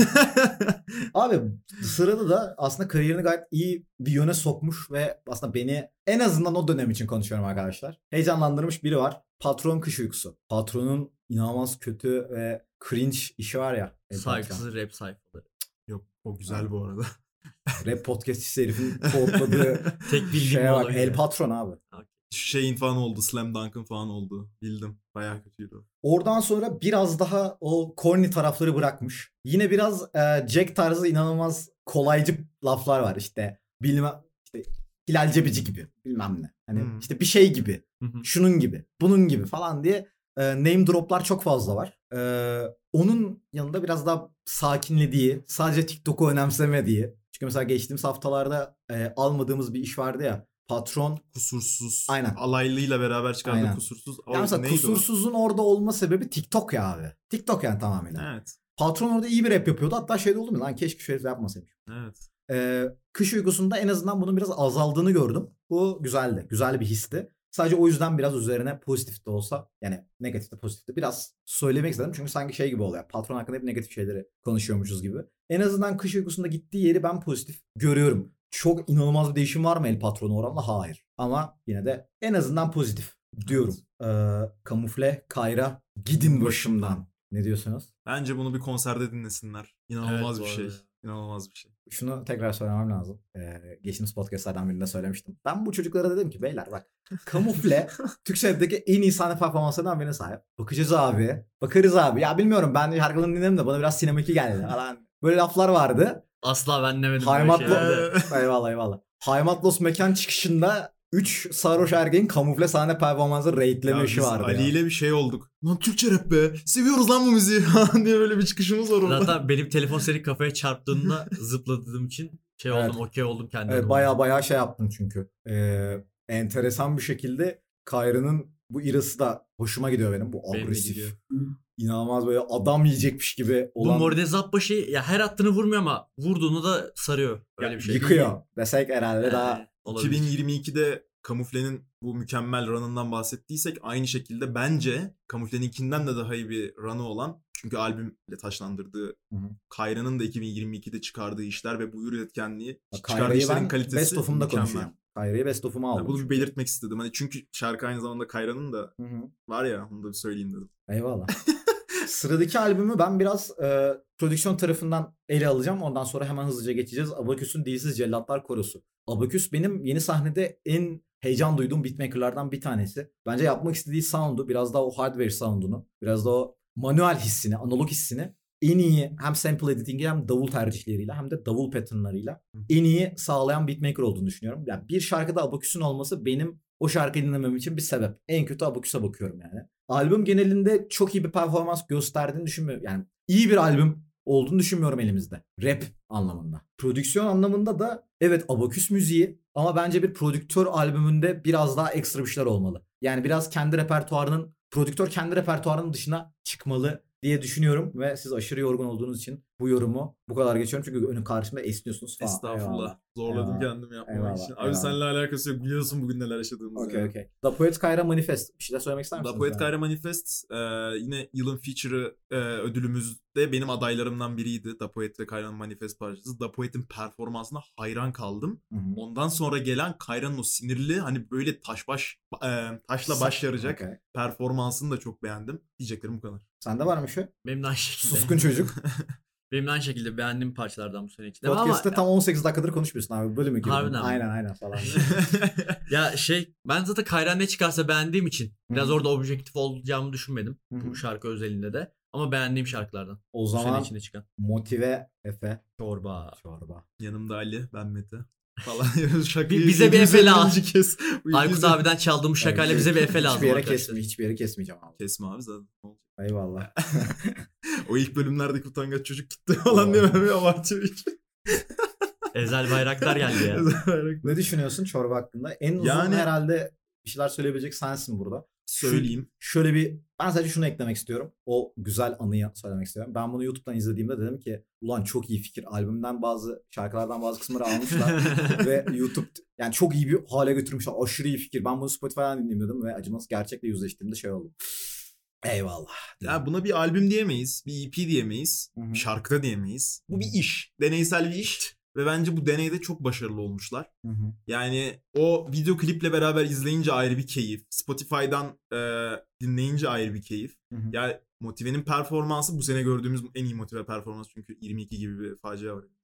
Abi sırada da aslında kariyerini gayet iyi bir yöne sokmuş ve aslında beni en azından o dönem için konuşuyorum arkadaşlar. Heyecanlandırmış biri var. Patron Kış Uykusu. Patronun inanılmaz kötü ve cringe işi var ya. Saygısız rap sayfaları. Yok o güzel bu arada. Rap podcastçisi herifin kodladığı Tek bildiğim şeye bak. olabilir. El Patron abi. Şeyin falan oldu. Slam Dunk'ın falan oldu. Bildim. Bayağı kötüydü o. Oradan sonra biraz daha o corny tarafları bırakmış. Yine biraz e, Jack tarzı inanılmaz kolaycı laflar var işte. Bilmem işte Hilal Cebici gibi bilmem ne. Hani Hmm. işte bir şey gibi. Hı hı. Şunun gibi. Bunun gibi falan diye e, name droplar çok fazla var. E, onun yanında biraz daha sakinlediği, sadece TikTok'u önemsemediği. Çünkü mesela geçtiğimiz haftalarda e, almadığımız bir iş vardı ya. Patron. Kusursuz. Aynen. Alaylıyla beraber çıkardığı Aynen. kusursuz. O, Ya mesela neydi kusursuzun orada olma sebebi TikTok ya abi. TikTok yani tamamen. o? Evet. Patron orada iyi bir rap yapıyordu. Hatta şey de oldu mu lan keşke şu herif yapmasaymış. Evet. Ee, kış uykusunda en azından bunun biraz azaldığını gördüm. Bu güzeldi. Güzel bir histi. Sadece o yüzden biraz üzerine pozitif de olsa yani negatif de pozitif de biraz söylemek istedim. Çünkü sanki şey gibi oluyor. Patron hakkında hep negatif şeyleri konuşuyormuşuz gibi. En azından kış uykusunda gittiği yeri ben pozitif görüyorum. Çok inanılmaz bir değişim var mı El Patron'u oranla? Hayır. Ama yine de en azından pozitif diyorum. Ee, kamufle, Kayra gidin başımdan. Ne diyorsunuz? Bence bunu bir konserde dinlesinler. İnanılmaz Evet, bir bu şey. arada. İnanılmaz bir şey. Şunu tekrar söylemem lazım. Ee, geçtiğimiz podcastlardan birinde söylemiştim. Ben bu çocuklara dedim ki beyler bak kamufle Türkçe rap'teki en iyi sahne performanslarından birine sahip. Bakacağız abi. Bakarız abi. Ya bilmiyorum ben şarkılarını dinledim de bana biraz sinemaki geldi falan. Böyle laflar vardı. Asla ben demedim böyle Haymatlo... şeyleri. eyvallah eyvallah. Haymatlos mekan çıkışında üç sarhoş ergeğin kamufle sahne performansı rate'leme Ya işi biz vardı Ali ya. ile bir şey olduk. Lan Türkçe rap be. Seviyoruz lan bu müziği diye böyle bir çıkışımız var orada. Zaten benim telefon seni kafaya çarptığında zıpladığım için şey Evet. oldum, okey oldum kendi Evet, adıma. baya baya şey yaptım çünkü. Ee, enteresan bir şekilde Kayra'nın bu irası da hoşuma gidiyor benim. Bu Benim de agresif. gidiyor. İnanılmaz böyle adam yiyecekmiş gibi Bu olan Morde Zappa şey ya her attığını vurmuyor ama vurduğunu da sarıyor. Öyle bir şey. yıkıyor. Desek herhalde Yani, daha olabilir. iki bin yirmi ikide Kamufle'nin bu mükemmel run'ından bahsettiysek aynı şekilde bence Kamufle'ninkinden de daha iyi bir run'ı olan çünkü albümle taşlandırdığı Hı hı. Kayra'nın da iki bin yirmi ikide çıkardığı işler ve bu üretkenliği çıkardığı Kayra'yı işlerin ben kalitesi best of'umda mükemmel. konuşacağım. Kayra'yı best of'uma Yani aldım. bunu bir çünkü. belirtmek istedim. Hani çünkü şarkı aynı zamanda Kayra'nın da Hı hı. var ya onu da bir söyleyeyim dedim. Eyvallah. Sıradaki albümü ben biraz e, prodüksiyon tarafından ele alacağım. Ondan sonra hemen hızlıca geçeceğiz. Abaküs'ün Dilsiz Cellatlar Korosu. Abaküs benim yeni sahnede en heyecan duyduğum beatmaker'lardan bir tanesi. Bence yapmak istediği sound'u, biraz daha o hardware sound'unu, biraz da o manuel hissini, analog hissini en iyi hem sample editing'i hem davul tercihleriyle hem de davul patternlarıyla en iyi sağlayan beatmaker olduğunu düşünüyorum. Yani bir şarkıda Abaküs'ün olması benim o şarkıyı dinlemem için bir sebep. En kötü Abaküs'e bakıyorum yani. Albüm genelinde çok iyi bir performans gösterdiğini düşünmüyorum. Yani iyi bir albüm olduğunu düşünmüyorum elimizde. Rap anlamında. Prodüksiyon anlamında da evet Abaküs müziği ama bence bir prodüktör albümünde biraz daha ekstra bir şeyler olmalı. Yani biraz kendi repertuarının, prodüktör kendi repertuarının dışına çıkmalı diye düşünüyorum ve siz aşırı yorgun olduğunuz için bu yorumu bu kadar geçiyorum çünkü önün karşımda esniyorsunuz falan. Estağfurullah. Eyvallah. Zorladım Eyvallah. kendimi yapmak Eyvallah, için. Abi eyvallah. seninle alakası yok. Biliyorsun bugün neler yaşadığımızı. Okey ya. okey. Da Poet Kayra Manifest. Bir şeyler söylemek ister misiniz? Da Poet yani? Kayra Manifest e, yine yılın feature'ı e, ödülümüzde benim adaylarımdan biriydi. Da Poet ve Kayra'nın Manifest parçası. Da Poet'in performansına hayran kaldım. Hı hı. Ondan sonra gelen Kayra'nın o sinirli hani böyle taş baş e, taşla baş yarayacak Okey. performansını da çok beğendim. Diyeceklerim bu kadar. Sende var mı şu? Benim de aynı şekilde. Suskun çocuk. Benim de aynı şekilde beğendiğim parçalardan bu sene içinde. Ama Podcast'te tam on sekiz dakikadır konuşmuyorsun abi. Bölümü girdin. Harbiden mi? Aynen aynen falan. ya şey ben zaten Kayra ne çıkarsa beğendiğim için biraz Hı. orada objektif olacağımı düşünmedim. Hı hı. Bu şarkı özelinde de. Ama beğendiğim şarkılardan. O Bu sene zaman içinde çıkan. Motive Efe. Çorba. Çorba. Yanımda Ali, ben Mete. Falan. Şakayı Bi- bize bir yediğimiz Efe lazım. ellinci kez. Bu Aykut yüzde- abiden çaldığımız şakayla Evet, bize bir Efe lazım Hiçbir yere arkadaşlar. kesme, hiçbir yere kesmeyeceğim abi. Kesme abi zaten. Ne olacak? Eyvallah. O ilk bölümlerdeki utangaç çocuk gitti falan diye ben bir abartıyor hiç. Ezel Bayraktar geldi ya. Ne düşünüyorsun çorba hakkında? En uzun Yani- herhalde bir şeyler söyleyebilecek sensin burada. Söyleyeyim. Şöyle bir ben sadece şunu eklemek istiyorum. O güzel anıyı söylemek istiyorum. Ben bunu YouTube'dan izlediğimde dedim ki ulan çok iyi fikir. Albümden bazı şarkılardan bazı kısımları almışlar ve YouTube yani çok iyi bir hale götürmüşler. Aşırı iyi fikir. Ben bunu Spotify'dan dinleyeyim dedim ve acıması gerçekle yüzleştiğimde şey oldu. Eyvallah. Ya buna bir albüm diyemeyiz. Bir E P diyemeyiz. Hı hı. Bir şarkı da diyemeyiz. Bu bir Hı hı. iş. Deneysel bir iş. Ve bence bu deneyde çok başarılı olmuşlar. Hı hı. Yani o video kliple beraber izleyince ayrı bir keyif. Spotify'dan e, dinleyince ayrı bir keyif. Hı hı. Yani Motive'nin performansı bu sene gördüğümüz en iyi Motive performans. Çünkü yirmi iki gibi bir facia var.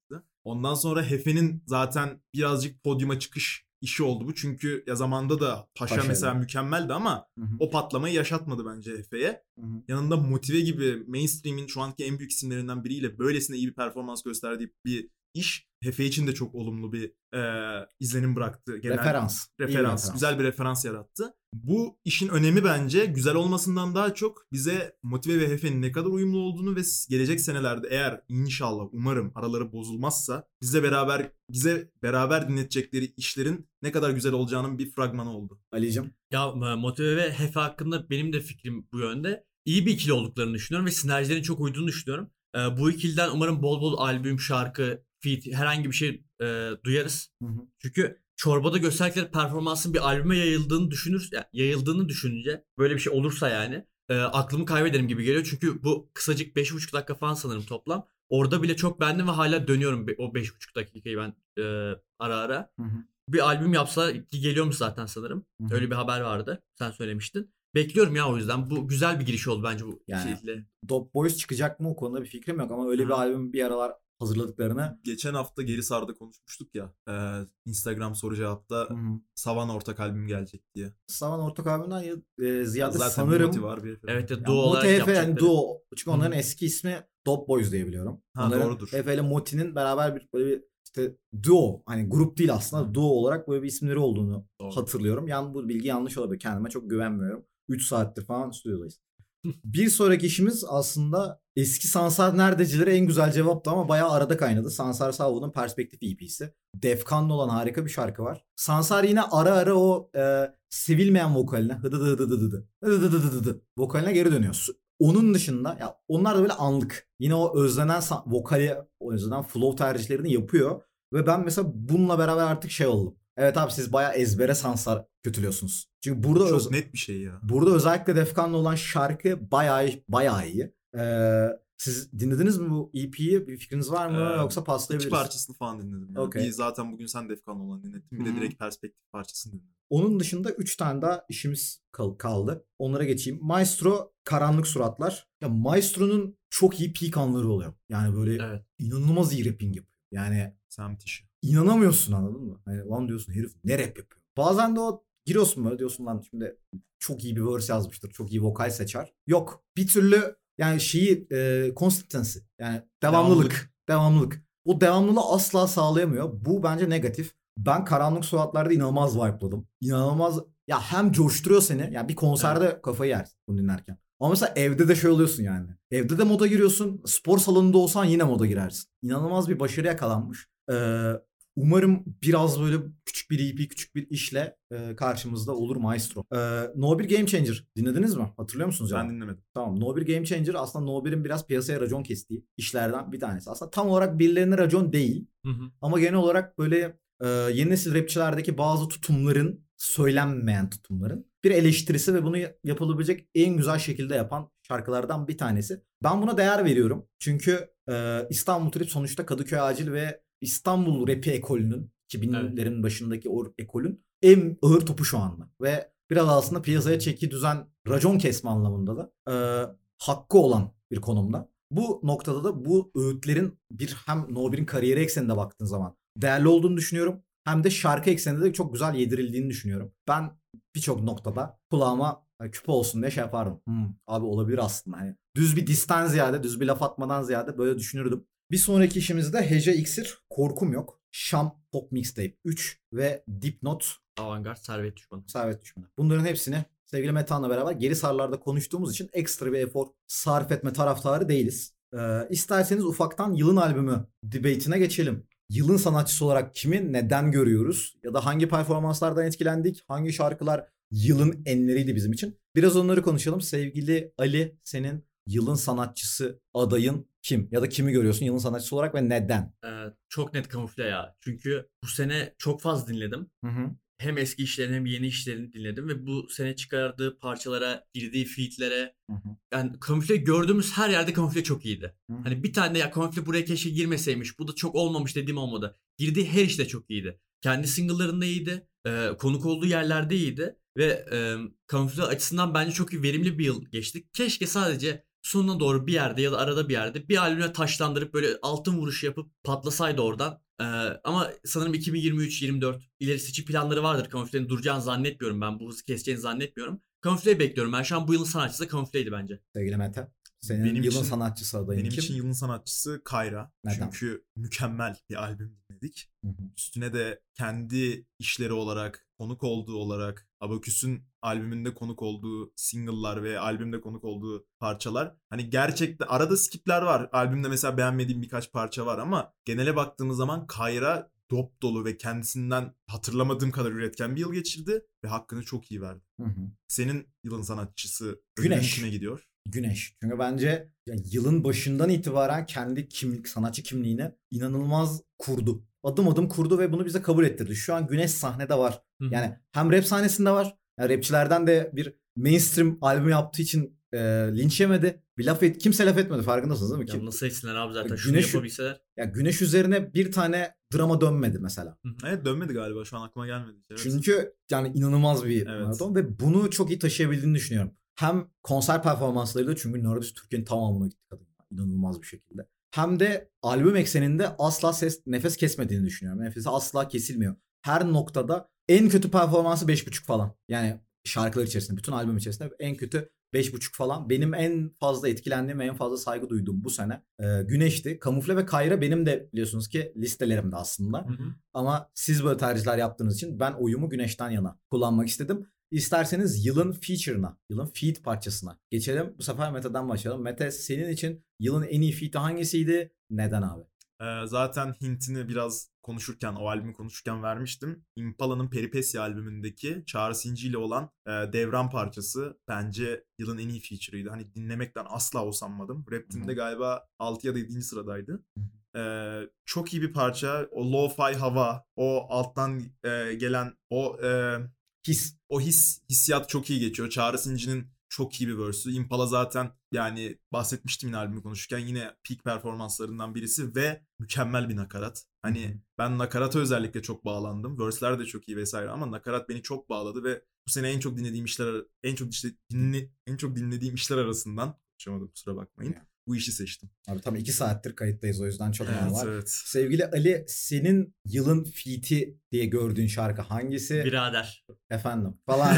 çıktı. Ondan sonra Hefe'nin zaten birazcık podyuma çıkış işi oldu bu. Çünkü ya zamanında da Paşa Paşa'ydı. mesela mükemmeldi ama Hı hı. o patlamayı yaşatmadı bence Hefe'ye. Hı hı. Yanında Motive gibi mainstream'in şu anki en büyük isimlerinden biriyle böylesine iyi bir performans gösterdiği bir iş Hefe için de çok olumlu bir e, izlenim bıraktı. Genel Referans. İyi bir referans, referans. güzel bir referans yarattı. Bu işin önemi bence güzel olmasından daha çok bize Motive ve Hefe'nin ne kadar uyumlu olduğunu ve gelecek senelerde eğer inşallah umarım araları bozulmazsa bize beraber bize beraber dinletecekleri işlerin ne kadar güzel olacağının bir fragmanı oldu. Ali'cim. Ya e, Motive ve Hefe hakkında benim de fikrim bu yönde. İyi bir ikili olduklarını düşünüyorum ve sinerjilerin çok uyduğunu düşünüyorum. E, bu ikiliden umarım bol bol albüm, şarkı, feat, herhangi bir şey e, duyarız. Hı hı. Çünkü çorbada gösterdikleri performansın bir albüme yayıldığını düşünür, yani yayıldığını düşününce böyle bir şey olursa yani e, aklımı kaybederim gibi geliyor. Çünkü bu kısacık beş buçuk dakika falan sanırım toplam. Orada bile çok beğendim ve hala dönüyorum o beş buçuk dakikayı ben e, ara ara. Hı hı. Bir albüm yapsa ki geliyormuş zaten sanırım. Hı hı. Öyle bir haber vardı. Sen söylemiştin. Bekliyorum ya o yüzden. Bu güzel bir giriş oldu bence bu Yani. ikiliyle. Dop Boys çıkacak mı o konuda bir fikrim yok ama öyle Hı. bir albüm bir aralar hazırladıklarını. Geçen hafta Geri Sar'da konuşmuştuk ya. E, Instagram soru cevapta Hı hı. Savan ortak albüm gelecek diye. Savan ortak albümünden ya, e, ziyade Zaten sanırım. bir motiv var bir efendim. Evet, Yani duo olarak Motive Efe yani yapacakları. duo. Çünkü onların Hı hı. eski ismi Dop Boys diye biliyorum. Ha, Onların doğrudur. Efe ile Moti'nin beraber bir böyle bir işte duo, hani grup değil aslında, duo olarak böyle bir isimleri olduğunu Doğru. hatırlıyorum. Yani bu bilgi yanlış olabilir. Kendime çok güvenmiyorum. üç saattir falan stüdyodayız. Bir sonraki işimiz aslında eski Sansar Neredecilere en güzel cevaptı ama bayağı arada kaynadı. Sansar Salvo'nun Perspektif E P'si. Defkanlı olan harika bir şarkı var. Sansar yine ara ara o e, sevilmeyen vokaline hıdı dı dı dı dı dı dı dı dı dı vokaline geri dönüyor. Onun dışında ya onlar da böyle anlık. Yine o özlenen sa- vokali, o özlenen flow tercihlerini yapıyor. Ve ben mesela bununla beraber artık şey oldum. Evet abi siz bayağı ezbere Sansar kötülüyorsunuz. Çünkü burada Çok öz- net bir şey ya. burada özellikle Defkan'la olan şarkı bayağı bayağı iyi. Ee, siz dinlediniz mi bu E P'yi? Bir fikriniz var mı? Ee, Yoksa İki paslayabiliriz. parçasını falan dinledim. Yani. Okey. Bir zaten bugün sen Defkan olan dinlettin. Bir de Hı-hı. direkt Perspektif parçasını dinledim. Onun dışında üç tane daha işimiz kal- kaldı. Onlara geçeyim. Maestro, Karanlık Suratlar. Ya Maestro'nun çok iyi peak anları oluyor. Yani böyle Evet. inanılmaz iyi rapping yapıyor. Yani Semt işi. inanamıyorsun, anladın mı? Hani lan diyorsun herif ne rap yapıyor. Bazen de o giriyorsun böyle diyorsun lan şimdi çok iyi bir verse yazmıştır. Çok iyi vokal seçer. Yok. Bir türlü yani şeyi e, consistency, yani devamlılık. Devamlılık. Devamlılık. O devamlılığı asla sağlayamıyor. Bu bence negatif. Ben Karanlık Suatlar'da inanılmaz vibe'ladım. İnanılmaz ya, hem coşturuyor seni. Yani bir konserde kafayı yersin bunu dinlerken. Ama mesela evde de şey oluyorsun yani. Evde de moda giriyorsun. Spor salonunda olsan yine moda girersin. İnanılmaz bir başarı yakalanmış. Ee, umarım biraz böyle küçük bir E P, küçük bir işle e, karşımızda olur Maestro. Ee, No bir Game Changer dinlediniz mi? Hatırlıyor musunuz? Ben ya? dinlemedim. Tamam. No bir Game Changer aslında No bir'in biraz piyasaya racon kestiği işlerden bir tanesi. Aslında tam olarak birilerine racon değil. Hı hı. Ama genel olarak böyle e, yeni nesil rapçilerdeki bazı tutumların, söylenmeyen tutumların bir eleştirisi ve bunu yapılabilecek en güzel şekilde yapan şarkılardan bir tanesi. Ben buna değer veriyorum. Çünkü e, İstanbul Trip sonuçta Kadıköy Acil ve İstanbul rapi ekolünün, iki binlerin evet. başındaki o ekolün en ağır topu şu anda. Ve biraz aslında piyasaya çeki düzen, racon kesme anlamında da e, hakkı olan bir konumda. Bu noktada da bu öğütlerin bir hem No bir'in kariyeri ekseninde baktığın zaman değerli olduğunu düşünüyorum. Hem de şarkı ekseninde de çok güzel yedirildiğini düşünüyorum. Ben birçok noktada kulağıma küpe olsun diye şey yapardım. Hmm, abi olabilir aslında. Yani düz bir disten ziyade, düz bir laf atmadan ziyade böyle düşünürdüm. Bir sonraki işimizde Hece İksir, Korkum Yok, Şam Pop Mixtape üç ve Dipnot Avantgard, Servet Düşmanı. Servet Düşmanı. Bunların hepsini sevgili Metehan'la beraber geri sarlarda konuştuğumuz için ekstra bir efor sarf etme taraftarı değiliz. Ee, isterseniz ufaktan yılın albümü debate'ine geçelim. Yılın sanatçısı olarak kimi neden görüyoruz? Ya da hangi performanslardan etkilendik? Hangi şarkılar yılın enleriydi bizim için? Biraz onları konuşalım. Sevgili Ali, senin yılın sanatçısı adayın kim? Ya da kimi görüyorsun yılın sanatçısı olarak ve neden? Ee, çok net Kamufle ya. Çünkü bu sene çok fazla dinledim. Hı hı. Hem eski işlerini hem yeni işlerini dinledim ve bu sene çıkardığı parçalara, girdiği featlere, Hı hı. yani Kamufle gördüğümüz her yerde Kamufle çok iyiydi. Hı hı. Hani bir tane de ya Kamufle buraya keşke girmeseymiş, bu da çok olmamış dediğim olmadı. Girdiği her işte çok iyiydi. Kendi single'larında iyiydi, e, konuk olduğu yerlerde iyiydi ve e, Kamufle açısından bence çok iyi, verimli bir yıl geçtik. Keşke sadece sonuna doğru bir yerde ya da arada bir yerde bir albüme taşlandırıp böyle altın vuruşu yapıp patlasaydı oradan. Ee, ama sanırım iki bin yirmi üç yirmi dört ilerisi için planları vardır. Kamufle'nin duracağını zannetmiyorum ben. Bu hızı keseceğini zannetmiyorum. Kamufle'yi bekliyorum ben. Şu an bu yılın sanatçısı da Kamufle'ydi bence. Sevgili Mete. Senin Benim yılın için- sanatçısı adayın Benim kim? için yılın sanatçısı Kayra. Neden? Çünkü mükemmel bir albüm dinledik. Hı hı. Üstüne de kendi işleri olarak, konuk olduğu olarak, Abaküs'ün albümünde konuk olduğu single'lar ve albümde konuk olduğu parçalar. Hani gerçekten arada skipler var. Albümde mesela beğenmediğim birkaç parça var ama genele baktığımız zaman Kayra dop dolu ve kendisinden hatırlamadığım kadar üretken bir yıl geçirdi ve hakkını çok iyi verdi. Hı hı. Senin yılın sanatçısı Güneş. ödülün kime gidiyor? Güneş. Çünkü bence ya yılın başından itibaren kendi kimlik, sanatçı kimliğini inanılmaz kurdu. Adım adım kurdu ve bunu bize kabul ettirdi. Şu an Güneş sahnede var. Hı hı. Yani hem rap sahnesinde var. Yani rapçilerden de bir mainstream albüm yaptığı için e, linç yemedi. Bir laf et, kimse laf etmedi, farkındasınız değil mi? Ya Kim, nasıl etsinler abi zaten Ya şunu Güneş- yapabilseler. ya Güneş üzerine bir tane drama dönmedi mesela. Evet, dönmedi galiba, şu an aklıma gelmedi. Evet. Çünkü yani inanılmaz bir Evet. maraton ve bunu çok iyi taşıyabildiğini düşünüyorum. Hem konser performanslarıyla, çünkü Nördist Türkiye'nin tamamına gitti kadın. İnanılmaz bir şekilde. Hem de albüm ekseninde asla ses nefes kesmediğini düşünüyorum. Nefesi asla kesilmiyor. Her noktada en kötü performansı beş buçuk falan. Yani şarkılar içerisinde, bütün albüm içerisinde en kötü beş buçuk falan. Benim en fazla etkilendiğim ve en fazla saygı duyduğum bu sene e, Güneş'ti. Kamufle ve Kayra benim de biliyorsunuz ki listelerimde aslında. Hı hı. Ama siz böyle tercihler yaptığınız için ben oyumu Güneş'ten yana kullanmak istedim. İsterseniz yılın feature'ına, yılın feat parçasına geçelim. Bu sefer Mete'den başlayalım. Mete, senin için yılın en iyi feat'i hangisiydi? Neden abi? Ee, zaten hintini biraz konuşurken, o albümü konuşurken vermiştim. Impala'nın Peripesya albümündeki Çağrı Sinci ile olan e, Devran parçası bence yılın en iyi feature'ıydı. Hani dinlemekten asla usanmadım. Rap Team'de galiba altı ya da yedinci sıradaydı. Ee, çok iyi bir parça. O lo-fi hava, o alttan e, gelen o e, His. o his hissiyat çok iyi geçiyor. Çağrı Sinci'nin çok iyi bir verse'ü. Impala zaten yani bahsetmiştim yine albümü konuşurken, yine peak performanslarından birisi ve mükemmel bir nakarat. Hani Hı hı. ben nakarata özellikle çok bağlandım. Verse'ler de çok iyi vesaire ama nakarat beni çok bağladı ve bu sene en çok dinlediğim işler en çok işte dinle, en çok dinlediğim işler arasından, konuşamadım kusura bakmayın. Ya. Bu işi seçtim. Abi tam iki saattir kayıttayız, o yüzden çok Evet, normal. evet. Sevgili Ali, senin yılın feat'i diye gördüğün şarkı hangisi? Birader. Efendim falan.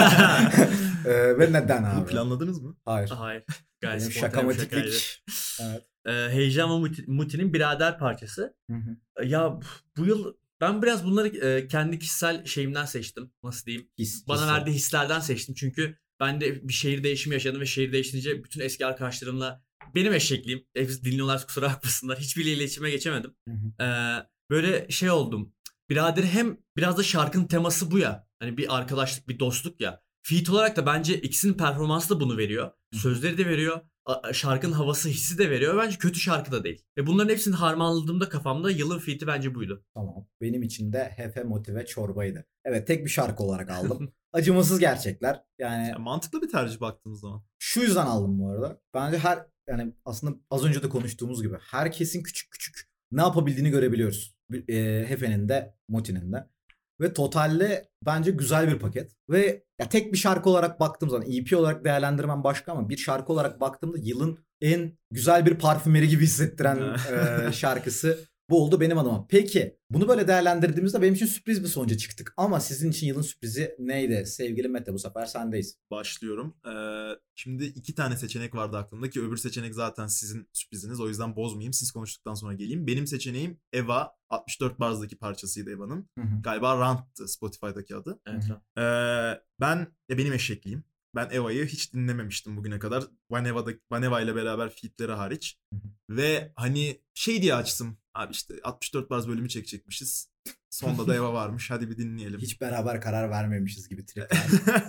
Ee, ve neden Bunu abi? planladınız mı? Hayır. Hayır. Gayet Benim spontane bir şakaydı. şakamatiklik. Evet. Ee, Heyecan ve Muti- Muti'nin Birader parçası. Hı hı. Ya bu yıl ben biraz bunları e, kendi kişisel şeyimden seçtim. Nasıl diyeyim? His, Bana his. verdiği hislerden seçtim. Çünkü ben de bir şehir değişimi yaşadım ve şehir değiştirince bütün eski arkadaşlarımla, benim eşekliğim, hepsi dinliyorlar kusura bakmasınlar, hiçbiriyle iletişime geçemedim. Hı hı. Ee, böyle şey oldum. Birader hem biraz da şarkının teması bu ya. Hani bir arkadaşlık, bir dostluk ya. Feat olarak da bence ikisinin performansı da bunu veriyor. Sözleri de veriyor. a- Şarkının havası, hissi de veriyor. Bence kötü şarkı da değil. Ve bunların hepsini harmanladığımda kafamda yılın feat'i bence buydu. Tamam. Benim için de Hefe Motive Çorbaydı. Evet, tek bir şarkı olarak aldım. Acımasız gerçekler. Yani Ya, mantıklı bir tercih baktığımız zaman. şu yüzden aldım bu arada. Bence her, yani aslında az önce de konuştuğumuz gibi herkesin küçük küçük ne yapabildiğini görebiliyoruz. E, Hefe'nin de Moti'nin de. Ve totalde bence güzel bir paket. Ve ya tek bir şarkı olarak baktığım zaman, E P olarak değerlendirmem başka ama bir şarkı olarak baktığımda yılın en güzel bir parfümeri gibi hissettiren e, şarkısı bu oldu benim adıma. Peki bunu böyle değerlendirdiğimizde benim için sürpriz bir sonuca çıktık. Ama sizin için yılın sürprizi neydi? Sevgili Mete, bu sefer sendeyiz. Başlıyorum. Ee, şimdi iki tane seçenek vardı aklımda ki öbür seçenek zaten sizin sürpriziniz. O yüzden bozmayayım. Siz konuştuktan sonra geleyim. Benim seçeneğim Eva. altmış dört Barz'daki parçasıydı Eva'nın. Hı hı. Galiba Rant'tı Spotify'daki adı. Evet. Hı Ee, ben, ya benim eşekliğim. Ben Eva'yı hiç dinlememiştim bugüne kadar. Vaneva'da, Vaneva ile beraber feat'leri hariç. Hı hı. Ve hani şey diye açtım. Abi işte altmış dört Barz bölümü çekecekmişiz. Sonda da Eva varmış. Hadi bir dinleyelim. Hiç beraber karar vermemişiz gibi tripler.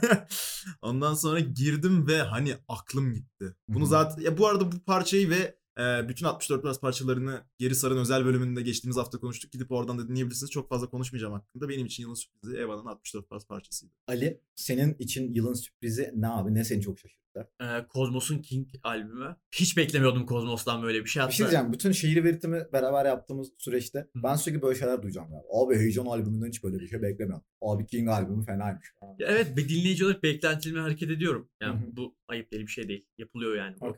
Ondan sonra girdim ve hani aklım gitti. Bunu Hı hı. zaten ya bu arada bu parçayı ve e, bütün altmış dört Plus parçalarını Geri Sarın özel bölümünde geçtiğimiz hafta konuştuk. Gidip oradan da dinleyebilirsiniz. Çok fazla konuşmayacağım hakkında. Benim için yılın sürprizi Eva'nın altmış dört Plus parçasıydı. Ali, senin için yılın sürprizi ne abi? Ne seni çok şaşırttı? Ee, Kozmos'un King albümü. Hiç beklemiyordum Kozmos'tan böyle bir şey. Bir Hatta şey diyeceğim. Bütün şehir veritimi beraber yaptığımız süreçte Hı. ben sürekli böyle şeyler duyacağım ya. Abi Heyecan albümünden hiç böyle bir şey beklemiyorum. Abi King albümü fenaymış. Ya evet, bir dinleyici olarak beklentilerime hareket ediyorum. Yani Hı hı. bu ayıp değil, bir şey değil. Yapılıyor yani. Okey. Okey.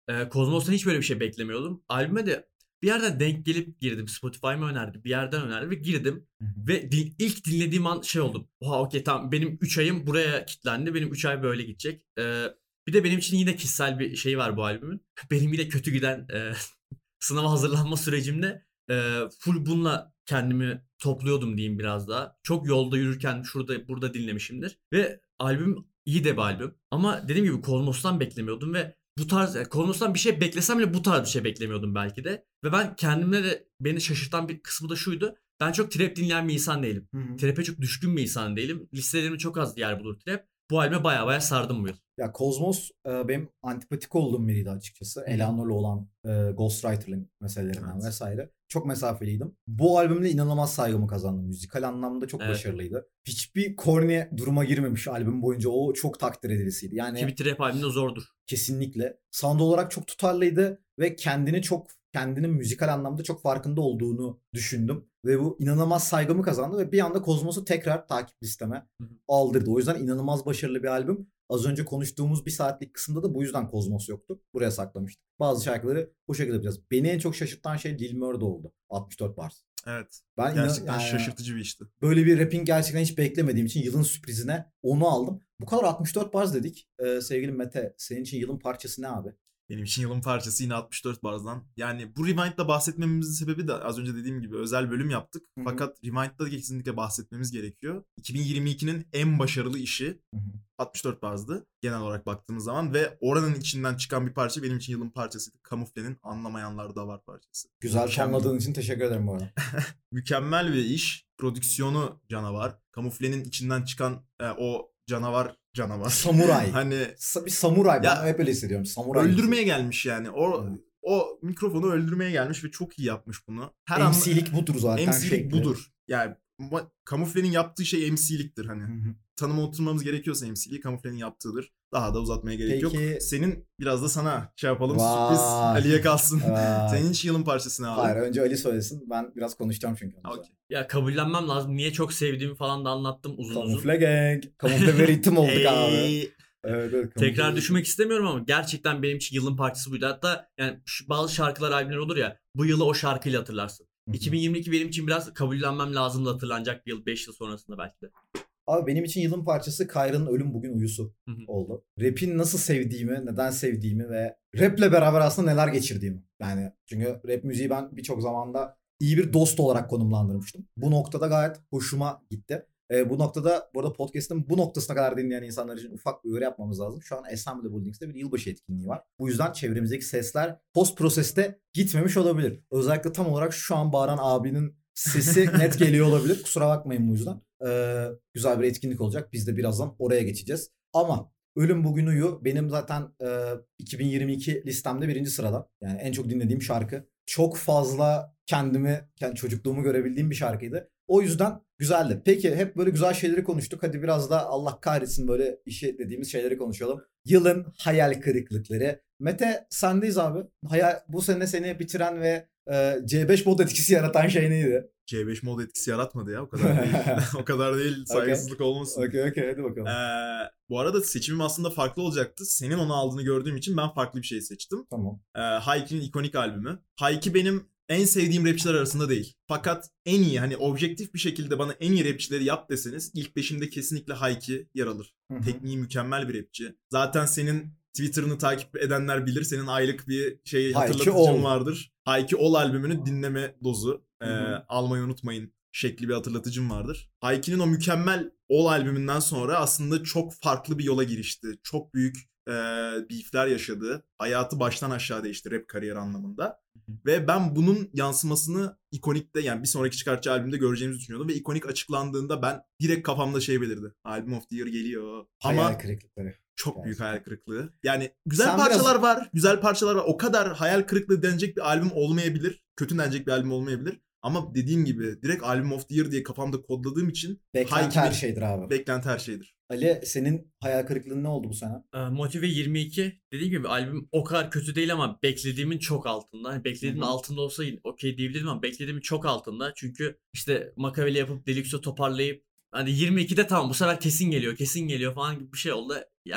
e, Kozmos'tan hiç böyle bir şey beklemiyordum. Albüme de bir yerden denk gelip girdim. Spotify mı önerdi, bir yerden önerdi ve girdim. Ve din, ilk dinlediğim an şey oldum. Oha okey tamam, benim üç ayım buraya kilitlendi. Benim üç ay böyle gidecek. Ee, bir de benim için yine kişisel bir şey var bu albümün. Benim yine kötü giden e, sınava hazırlanma sürecimde e, full bununla kendimi topluyordum diyeyim biraz daha. Çok yolda yürürken şurada burada dinlemişimdir. Ve albüm iyi de bir albüm. Ama dediğim gibi Kozmos'tan beklemiyordum ve bu tarz yani Kozmos'tan bir şey beklesem bile bu tarz bir şey beklemiyordum belki de. Ve ben kendimle de beni şaşırtan bir kısmı da şuydu. Ben çok trap dinleyen bir insan değilim. Hı hı. Trap'e çok düşkün bir insan değilim. Listelerimde çok az yer bulur trap. Bu albüme baya baya sardım bu yıl. Ya Kozmos e, benim antipatik olduğum biriydi açıkçası. Eleanor'la olan e, Ghostwriter'ın meselelerinden Evet. vesaire. Çok mesafeliydim. Bu albümle inanılmaz saygımı kazandım. Müzikal anlamda çok Evet. başarılıydı. Hiçbir corny duruma girmemiş albüm boyunca. O çok takdir edilisiydi. Yani Ki bir trap albümde zordur. kesinlikle. Sound olarak çok tutarlıydı ve kendini çok kendinin müzikal anlamda çok farkında olduğunu düşündüm. Ve bu inanılmaz saygımı kazandı ve bir anda Kozmos'u tekrar takip listeme Hı hı. aldırdı. O yüzden inanılmaz başarılı bir albüm. Az önce konuştuğumuz bir saatlik kısımda da bu yüzden Kozmos yoktu. Buraya saklamıştık. Bazı şarkıları bu şekilde yapacağız. Beni en çok şaşırtan şey Lil Murda oldu. altmış dört bars. Evet. Ben inan- Gerçekten yani şaşırtıcı bir işti. böyle bir rapping gerçekten hiç beklemediğim için yılın sürprizine onu aldım. Bu kadar altmış dört bars dedik. Ee, sevgili Mete, senin için yılın parçası ne abi? Benim için yılın parçası yine altmış dört barzdan. Yani bu Rewind'da bahsetmemizin sebebi de az önce dediğim gibi özel bölüm yaptık. Hı hı. Fakat Rewind'da kesinlikle bahsetmemiz gerekiyor. iki bin yirmi ikinin en başarılı işi Hı hı. altmış dört barzdı genel olarak baktığımız zaman ve oranın içinden çıkan bir parça benim için yılın parçasıydı. Kamufle'nin Anlamayanlar da Var parçası. Güzel Mükemmel. tonladığın için teşekkür ederim bu arada. Mükemmel bir iş. Prodüksiyonu canavar. Kamuflenin içinden çıkan e, o canavar canavar. Samuray. Hani Sa- bir samuray. Ya, Ben hep öyle hissediyorum. Samuray. öldürmeye gelmiş yani. O Evet. o mikrofonu öldürmeye gelmiş ve çok iyi yapmış bunu. Her an- M C'lik budur zaten. M C'lik şekli. budur. Yani ma- Kamuflenin yaptığı şey M C'liktir hani. Hı hı. Tanıma oturmamız gerekiyorsa M C'liği Kamuflenin yaptığıdır. Daha da uzatmaya gerek Peki- yok. Senin biraz da sana şey yapalım. Vay. Sürpriz Ali'ye kalsın. Vay. Senin hiç yılın parçası ne abi? Hayır, önce Ali söylesin. Ben biraz konuşacağım çünkü. Ha, okey. Ya kabullenmem lazım. Niye çok sevdiğimi falan da anlattım uzun uzun. Kamufle gang. Kamufle ve ritim olduk abi. Ey, Evet, evet, kamufle Tekrar ve düşmek istemiyorum ama gerçekten benim için yılın parçası buydu. Hatta yani şu bazı şarkılar, albümler olur ya, bu yılı o şarkıyla hatırlarsın. Hı hı. iki bin yirmi iki benim için biraz kabullenmem lazımdı, hatırlanacak bir yıl, beş yıl sonrasında belki de. Abi benim için yılın parçası Kayra'nın Ölüm Bugün Uyusu Hı hı. oldu. Rap'in nasıl sevdiğimi, neden sevdiğimi ve rap'le beraber aslında neler geçirdiğimi. Yani çünkü rap müziği ben birçok zamanda iyi bir dost olarak konumlandırmıştım. Bu noktada gayet hoşuma gitti. Ee, bu noktada bu arada podcast'ın bu noktasına kadar dinleyen insanlar için ufak bir uyarı yapmamız lazım. Şu an Assembly Buildings'te bir yılbaşı etkinliği var. Bu yüzden çevremizdeki sesler post proseste gitmemiş olabilir. Özellikle tam olarak şu an bağıran abinin sesi net geliyor olabilir. Kusura bakmayın bu yüzden. Ee, güzel bir etkinlik olacak. Biz de birazdan oraya geçeceğiz. Ama Ölüm Bugün Uyu benim zaten e, iki bin yirmi iki listemde birinci sırada. Yani en çok dinlediğim şarkı. Çok fazla kendimi, kendi çocukluğumu görebildiğim bir şarkıydı. O yüzden güzeldi. Peki hep böyle güzel şeyleri konuştuk. Hadi biraz da Allah kahretsin böyle işi dediğimiz şeyleri konuşalım. Yılın hayal kırıklıkları. Mete sendeyiz abi. Hayal, bu sene seni bitiren ve e, C beş mod etkisi yaratan şey neydi? C beş mod etkisi yaratmadı ya o kadar değil. o kadar değil, saygısızlık olmasın. Okey okey hadi bakalım. Ee, bu arada seçimim aslında farklı olacaktı. Senin onu aldığını gördüğüm için ben farklı bir şey seçtim. Tamam. Ee, Hayki'nin ikonik albümü. Hayki benim en sevdiğim rapçiler arasında değil. Fakat en iyi, hani objektif bir şekilde bana en iyi rapçileri yap deseniz ilk beşimde kesinlikle Hayki yer alır. Hı hı. Tekniği mükemmel bir rapçi. Zaten senin Twitter'ını takip edenler bilir. Senin aylık bir şey Hayki hatırlatıcın Ol. vardır. Hayki Ol albümünü dinleme dozu. Ee, Hı hı. almayı unutmayın şekli bir hatırlatıcım vardır. Hayki'nin o mükemmel Ol albümünden sonra aslında çok farklı bir yola girişti. Çok büyük e, beefler yaşadı. Hayatı baştan aşağı değişti rap kariyeri anlamında. Ve ben bunun yansımasını ikonikte, yani bir sonraki çıkartacağı albümde göreceğimizi düşünüyordum. Ve ikonik açıklandığında ben direkt kafamda şey belirdi. Album of the Year geliyor. Hayal Ama kırıklıkları. çok büyük Gerçekten. hayal kırıklığı. Yani güzel Sen parçalar biraz- var. Güzel parçalar var. O kadar hayal kırıklığı denecek bir albüm olmayabilir. Kötü denecek bir albüm olmayabilir. Ama dediğim gibi direkt Album of the Year diye kafamda kodladığım için Beklenti Hayki'nin her şeydir abi. beklenti her şeydir. Ali senin hayal kırıklığın ne oldu bu sene? Ee, Motive yirmi iki, dediğim gibi albüm o kadar kötü değil ama beklediğimin çok altında. Hani beklediğimin Hı hı. altında olsa yine okey diyebilirim ama beklediğimin çok altında. Çünkü işte Makaveli yapıp Deluxe'u toparlayıp hani yirmi ikide tamam bu sefer kesin geliyor kesin geliyor falan gibi bir şey oldu. Yani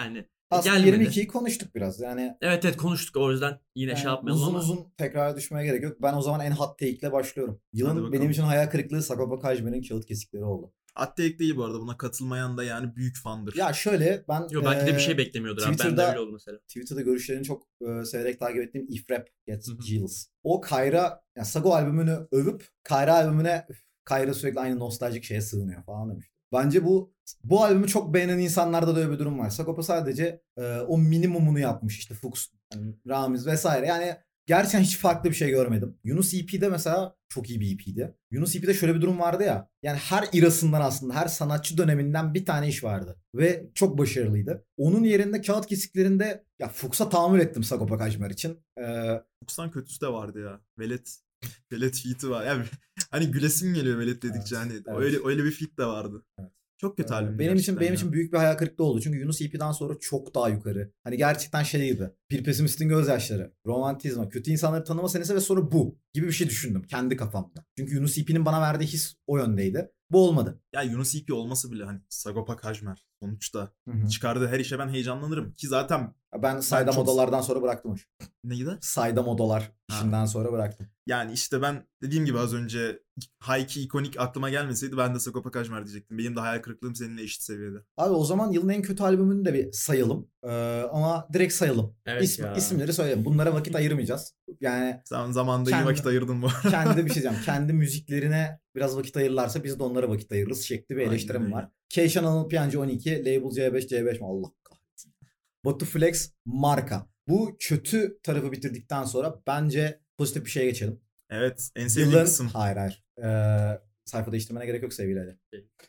Aslında gelmedi. yirmi ikiyi konuştuk biraz. Yani Evet evet konuştuk o yüzden yine yani şey yapmayalım uzun ama. uzun tekrar düşmeye gerek yok. Ben o zaman en hot take'le başlıyorum. Hadi Yılın bakalım. benim için hayal kırıklığı Sagopa Kajmer'in kağıt kesikleri oldu. Atletik değil bu arada. Buna katılmayan da yani büyük fandır. Ya şöyle ben Yo belki de bir eee, şey beklemiyordur abi. Ben de Twitter'da öyle oldu mesela. Twitter'da görüşlerini çok e, severek takip ettiğim Ifrap Gets Hı hı. Jealous. O Kayra, yani Sago albümünü övüp Kayra albümüne "Üf, Kayra sürekli aynı nostaljik şeye sığınıyor falan demiş. Bence bu bu albümü çok beğenen insanlarda da öyle bir durum var. Sagopa sadece e, o minimumunu yapmış işte Fuchs, yani Ramiz vesaire. Yani gerçekten hiç farklı bir şey görmedim. Yunus E P'de mesela çok iyi bir E P'di. Yunus E P'de şöyle bir durum vardı ya. Yani her irasından aslında her sanatçı döneminden bir tane iş vardı. Ve çok başarılıydı. Onun yerinde kağıt kesiklerinde ya Fuchs'a tahammül ettim Sagopa Kajmer için. Ee, Fuchs'tan kötüsü de vardı ya. Velet Velet feat'i var. Yani hani gülesim geliyor Velet dedikçe Evet, hani evet. öyle öyle bir feat de vardı. Evet. Çok kötü Ee, albümdü benim için gerçekten benim ya. için büyük bir hayal kırıklığı oldu. Çünkü Yunus E P'den sonra çok daha yukarı. Hani gerçekten şey gibi. Bir pesimistin gözyaşları, romantizma, kötü insanları tanıma senesi ve sonra bu gibi bir şey düşündüm kendi kafamda. Çünkü Yunus E P'nin bana verdiği his o yöndeydi. Bu olmadı. Ya Yunus E P olması bile hani Sagopa Kajmer sonuçta Hı hı. çıkardığı her işe ben heyecanlanırım. Ki zaten Ben saydam çok- odalardan sonra bıraktım o işi. neydi? Saydam odalar Ha. işinden sonra bıraktım. Yani işte ben dediğim gibi az önce Hayki ikonik aklıma gelmeseydi ben de Sagopa Kajmer diyecektim. Benim de hayal kırıklığım seninle eşit seviyede. Abi o zaman yılın en kötü albümünü de bir sayalım. Ee, ama direkt sayalım. Evet İsmi, ya. isimleri söyleyelim. Bunlara vakit ayırmayacağız. Yani Sen zamanında iyi Kendi- vakit ayırdın bu. kendi de bir şey diyeceğim. Kendi müziklerine biraz vakit ayırırlarsa biz de onlara vakit ayırırız şekli bir Aynen eleştirim öyle. var. Keşan Anıl Piyancı on iki, Label C beş, C beş mi? Allah kahretsin. Batu Flex, Marka. Bu kötü tarafı bitirdikten sonra bence pozitif bir şeye geçelim. Evet, en sevdiğim Yılın... kısım. Hayır hayır. Ee, sayfa değiştirmene gerek yok sevgili Ali.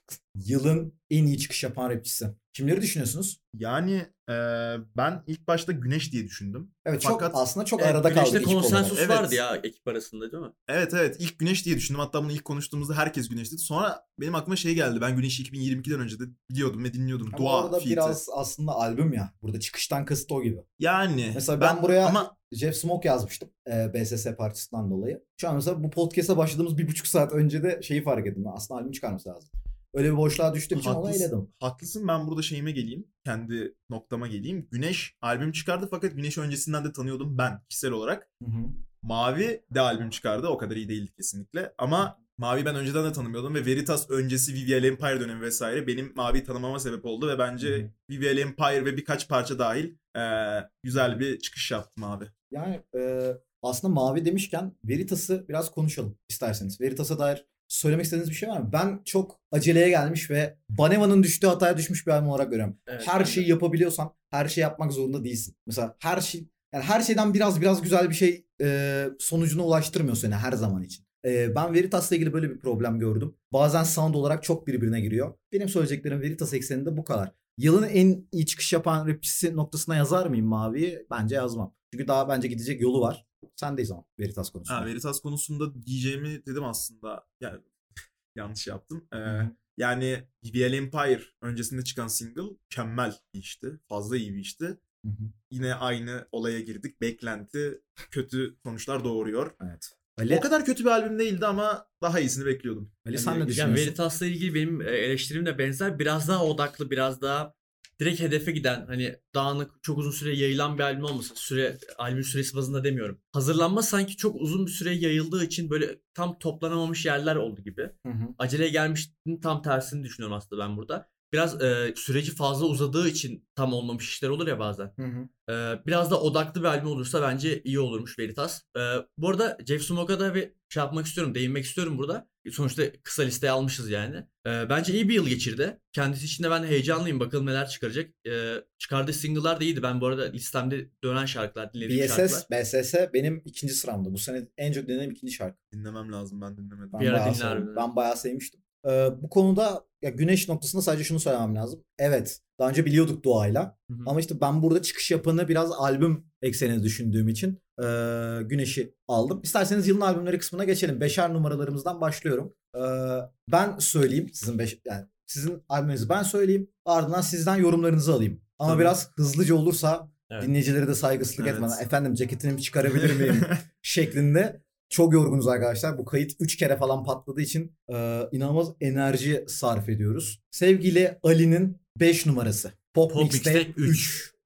Yılın en iyi çıkış yapan rapçisi. Kimleri düşünüyorsunuz? Yani e, ben ilk başta Güneş diye düşündüm. Evet Fakat çok aslında çok Evet, arada Güneş'te kaldık ekip olarak. konsensus Evet. vardı ya ekip arasında değil mi? evet evet ilk Güneş diye düşündüm. Hatta bunu ilk konuştuğumuzda herkes Güneş dedi. Sonra benim aklıma şey geldi. Ben Güneş'i iki bin yirmi ikiden önce de biliyordum ve dinliyordum. Ama Dua orada feat'i. biraz aslında albüm ya. Burada çıkıştan kasıt o gibi. Yani. Mesela ben, buraya Ama Jeff Smoke yazmıştım e, B S S partisinden dolayı. Şu an mesela bu podcast'a başladığımız bir buçuk saat önce de şeyi fark ettim. Aslında albüm çıkarması lazım. Öyle bir boşluğa düştüğüm için onu haklısın, eledim. haklısın. Ben burada şeyime geleyim. Kendi noktama geleyim. Güneş albüm çıkardı fakat Güneş'i öncesinden de tanıyordum ben kişisel olarak. Hı hı. Mavi de albüm çıkardı. O kadar iyi değildi kesinlikle. Ama Mavi ben önceden de tanımıyordum ve Veritas öncesi V V L Empire dönemi vesaire benim Mavi'yi tanımama sebep oldu ve bence Hı hı. V V L Empire ve birkaç parça dahil eee, güzel bir çıkış yaptı Mavi. Yani e, aslında Mavi demişken Veritas'ı biraz konuşalım isterseniz. Veritas'a dair söylemek istediğiniz bir şey var mı? Ben çok aceleye gelmiş ve Baneva'nın düştüğü hataya düşmüş bir albüm olarak görüyorum. Evet, her ben de. şeyi yapabiliyorsan her şey yapmak zorunda değilsin. Mesela her şey yani her şeyden biraz biraz güzel bir şey e, sonucuna ulaştırmıyor seni her zaman için. E, ben Veritas'la ilgili böyle bir problem gördüm. Bazen sound olarak çok birbirine giriyor. Benim söyleyeceklerim Veritas ekseninde bu kadar. Yılın en iyi çıkış yapan rapçisi noktasına yazar mıyım Mavi'yi? Bence yazmam. Çünkü daha bence gidecek yolu var. Sendeyiz ama Veritas konusunda. Ha, Veritas konusunda diyeceğimi dedim aslında. Yani yanlış yaptım. Ee, Hı hı. yani V V L Empire öncesinde çıkan single mükemmel bir işti. Fazla iyi bir işti. Hı hı. Yine aynı olaya girdik. Beklenti kötü sonuçlar doğuruyor. Evet. Ali, O kadar kötü bir albüm değildi ama daha iyisini bekliyordum. Ali Yani sen ne yani Yani düşünüyorsun? Veritas'la ilgili benim e, eleştirim de benzer. Biraz daha odaklı, biraz daha direkt hedefe giden, hani dağınık, çok uzun süre yayılan bir albüm olmasın. Süre, albüm süresi bazında demiyorum. Hazırlanma sanki çok uzun bir süre yayıldığı için böyle tam toplanamamış yerler oldu gibi. Hı hı. Aceleye gelmiştin, tam tersini düşünüyorum aslında ben burada. Biraz e, süreci fazla uzadığı için tam olmamış işler olur ya bazen. Hı hı. Ee, biraz da odaklı bir albüm olursa bence iyi olurmuş Veritas. Ee, bu arada Jeff Smoke'a da bir şey yapmak istiyorum, değinmek istiyorum burada. Sonuçta kısa listeye almışız yani. Ee, bence iyi bir yıl geçirdi. Kendisi için de ben heyecanlıyım. Bakalım neler çıkaracak. Ee, çıkardığı single'lar da iyiydi. Ben bu arada listemde dönen şarkılar, dinlediğim B S şarkılar. S, B S S benim ikinci sıramda. Bu sene en çok dinlediğim ikinci şarkı. Dinlemem lazım, ben dinlemedim. Ben Bir ara bayağı dinler sevdim. mi? Ben bayağı sevmiştim. Ee, bu konuda ya Güneş noktasında sadece şunu söylemem lazım. Evet, daha önce biliyorduk Doğa'yla. Hı hı. Ama işte ben burada çıkış yapanı biraz albüm eksenini düşündüğüm için e, Güneş'i aldım. İsterseniz yılın albümleri kısmına geçelim. Beşer numaralarımızdan başlıyorum. E, ben söyleyeyim sizin beş, yani sizin albümünüzü ben söyleyeyim. Ardından sizden yorumlarınızı alayım. Ama Tabii. biraz hızlıca olursa Evet. dinleyicilere de saygısızlık Evet. etmeden efendim ceketini bir çıkarabilir miyim şeklinde. Çok yorgunuz arkadaşlar. Bu kayıt üç kere falan patladığı için e, inanılmaz enerji sarf ediyoruz. Sevgili Ali'nin beş numarası. Pop, Pop Mixtape Mixtape üç. üç.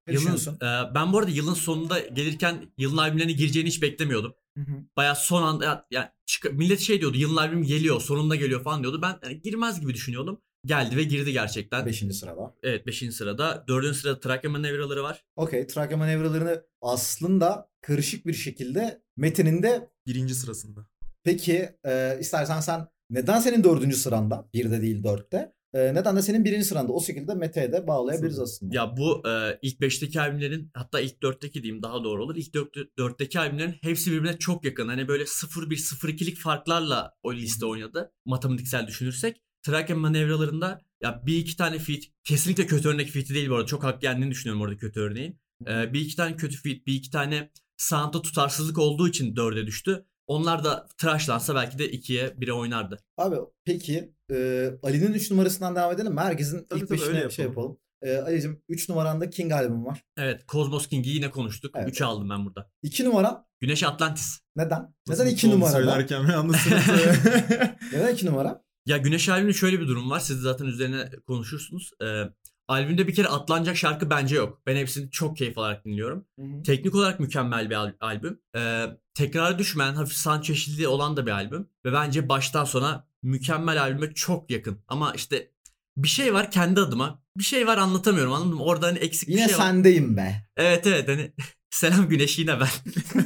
Ne Yılın, düşünüyorsun? e, ben bu arada yılın sonunda gelirken yılın albümlerine gireceğini hiç beklemiyordum. Hı hı. Bayağı son anda ya, ya çık- millet şey diyordu, yılın albüm geliyor, sonunda geliyor falan diyordu. Ben yani girmez gibi düşünüyordum. Geldi ve girdi gerçekten. Beşinci sırada. Evet, beşinci sırada. dördüncü sırada Trakya Manevraları var. Okey. Trakya manevralarını aslında karışık bir şekilde Mete'nin de Birinci sırasında. peki e, istersen sen neden senin dördüncü sıranda? Birde değil dörtte. E, neden de senin birinci sıranda? O şekilde Mete'ye de bağlayabiliriz aslında. Ya bu e, ilk beşteki albümlerin, hatta ilk dörtteki diyeyim daha doğru olur. İlk dört, dörtteki albümlerin hepsi birbirine çok yakın. Hani böyle sıfır bir sıfır ikilik farklarla o liste oynadı. Matematiksel düşünürsek. Trakya manevralarında ya bir iki tane feat, kesinlikle kötü örnek feat'i değil bu arada. Çok hak yendiğini düşünüyorum orada kötü örneğin. E, bir iki tane kötü feat, bir iki tane sound'da tutarsızlık olduğu için dörde düştü. Onlar da trashlansa belki de ikiye bire oynardı. Abi peki e, Ali'nin üç numarasından devam edelim mi? Herkesin Tabii, ilk tabii, öyle beşine şey yapalım. yapalım. E, Ali'cim üç numaranda King albüm var. Evet, Cosmos King'i yine konuştuk. Evet. üçe aldım ben burada. iki numara Güneş Atlantis. neden? Nasıl Neden iki mutlu oldu numarada? Söylerken ve yalnız sırası. Neden iki numara? Ya Güneş albümünde şöyle bir durum var. Siz zaten üzerine konuşursunuz. Ee, albümde bir kere atlanacak şarkı bence yok. Ben hepsini çok keyif alarak dinliyorum. Hı hı. Teknik olarak mükemmel bir al- albüm. Ee, tekrara düşmeyen, hafif sound çeşitliliği olan da bir albüm. Ve bence baştan sona mükemmel albüme çok yakın. Ama işte bir şey var kendi adıma. Bir şey var anlatamıyorum, anladın mı? Orada hani eksik Yine bir şey var. sendeyim be. Evet evet hani selam Güneş yine ben.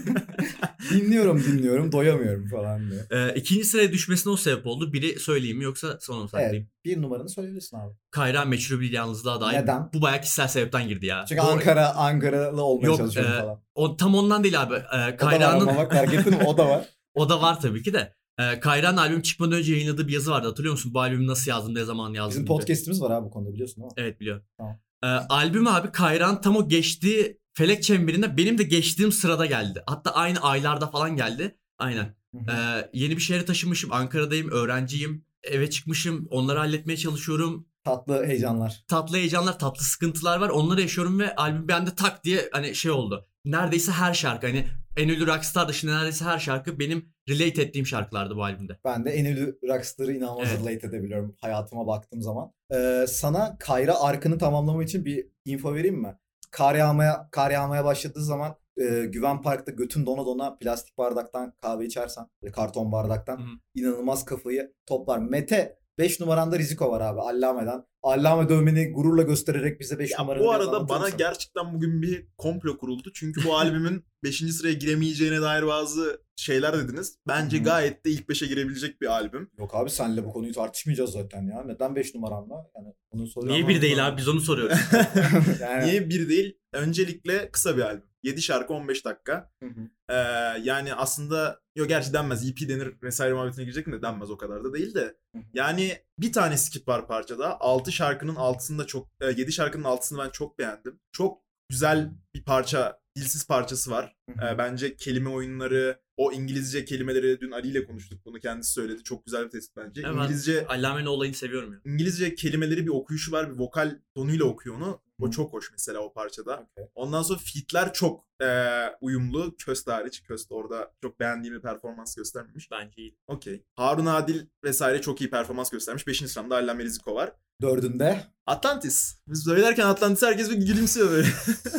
Dinliyorum dinliyorum doyamıyorum falan diye. Ee, ikinci sıraya düşmesine o sebep oldu. Biri söyleyeyim mi yoksa sona mı saklayayım? Evet, bir numaranı söyleyebilirsin abi. Kayra meçhul bir yalnızlığa dair. Neden? Bu bayağı kişisel sebepten girdi ya. Çünkü Bu- Ankara Ankaralı olmaya Yok, çalışıyorum e, falan. O tam ondan değil abi. Ee, O da var Kayra'nın ama bak fark ettin mi? O da var. o da var tabii ki de. Ee, Kayra'nın albüm çıkmadan önce yayınladığı bir yazı vardı. Hatırlıyor musun? Bu albümü nasıl yazdım, ne zaman yazdım Bizim gibi. podcast'imiz var abi bu konuda biliyorsun değil mi? Evet biliyorum. Tamam. Ee, albüm abi Kayra'nın tam o geçtiği felek çemberinde benim de geçtiğim sırada geldi. Hatta aynı aylarda falan geldi. Aynen. Hı hı. Ee, yeni bir şehre taşınmışım. Ankara'dayım. Öğrenciyim. Eve çıkmışım. Onları halletmeye çalışıyorum. Tatlı heyecanlar. Tatlı heyecanlar, tatlı sıkıntılar var. Onları yaşıyorum ve albüm bende tak diye hani şey oldu. Neredeyse her şarkı, hani En Ünlü Rockstar dışında neredeyse her şarkı benim relate ettiğim şarkılardı bu albümde. Ben de en ünlü Rockstar'ı inanılmaz Evet. relate edebiliyorum hayatıma baktığım zaman. Ee, sana Kayra arkını tamamlama için bir info vereyim mi? Kar yağmaya, kar yağmaya başladığı zaman e, Güven Park'ta götün dona dona plastik bardaktan kahve içersen, böyle karton bardaktan Hı hı. inanılmaz kafayı toplar. Mete beş numaranda Riziko var abi Allame'den. Allame dövmeni gururla göstererek bize beş Ya numara bu diye arada anlatır bana mısın? gerçekten bugün bir komplo kuruldu. Çünkü bu albümün beşinci sıraya giremeyeceğine dair bazı şeyler dediniz. Bence Hı hı. gayet de ilk beşe girebilecek bir albüm. Yok abi senle bu konuyu tartışmayacağız zaten ya. Neden beş numaramda? Yani onu soruyorum. Niye bir değil abi, biz onu soruyoruz. yani... Niye bir değil? Öncelikle kısa bir albüm. yedi şarkı on beş dakika. Hı hı. Ee, yani aslında yok gerçi denmez. E P denir vesaire muhabbetine girecek de denmez, o kadar da değil de. Hı hı. Yani bir tane skit var parçada. altı şarkının altısında çok yedi şarkının altısını ben çok beğendim. Çok güzel bir parça, dilsiz parçası var. Hı hı. Ee, bence kelime oyunları, o İngilizce kelimeleri dün Ali ile konuştuk. Bunu kendisi söyledi. Çok güzel bir tespit bence. Evet, İngilizce Allame'nin olayını seviyorum ya. İngilizce kelimeleri bir okuyuşu var. Bir vokal tonuyla okuyor onu. O Hı. çok hoş mesela o parçada. Okay. Ondan sonra feat'ler çok eee, uyumlu. Köst hariç. Köst orada çok beğendiğim bir performans göstermemiş. Bence iyi. Okey. Harun Adil vesaire çok iyi performans göstermiş. Beşinci sıramda Allame Riziko var. Dördünde Atlantis. Biz söylerken Atlantis herkes bir gülümsüyor böyle.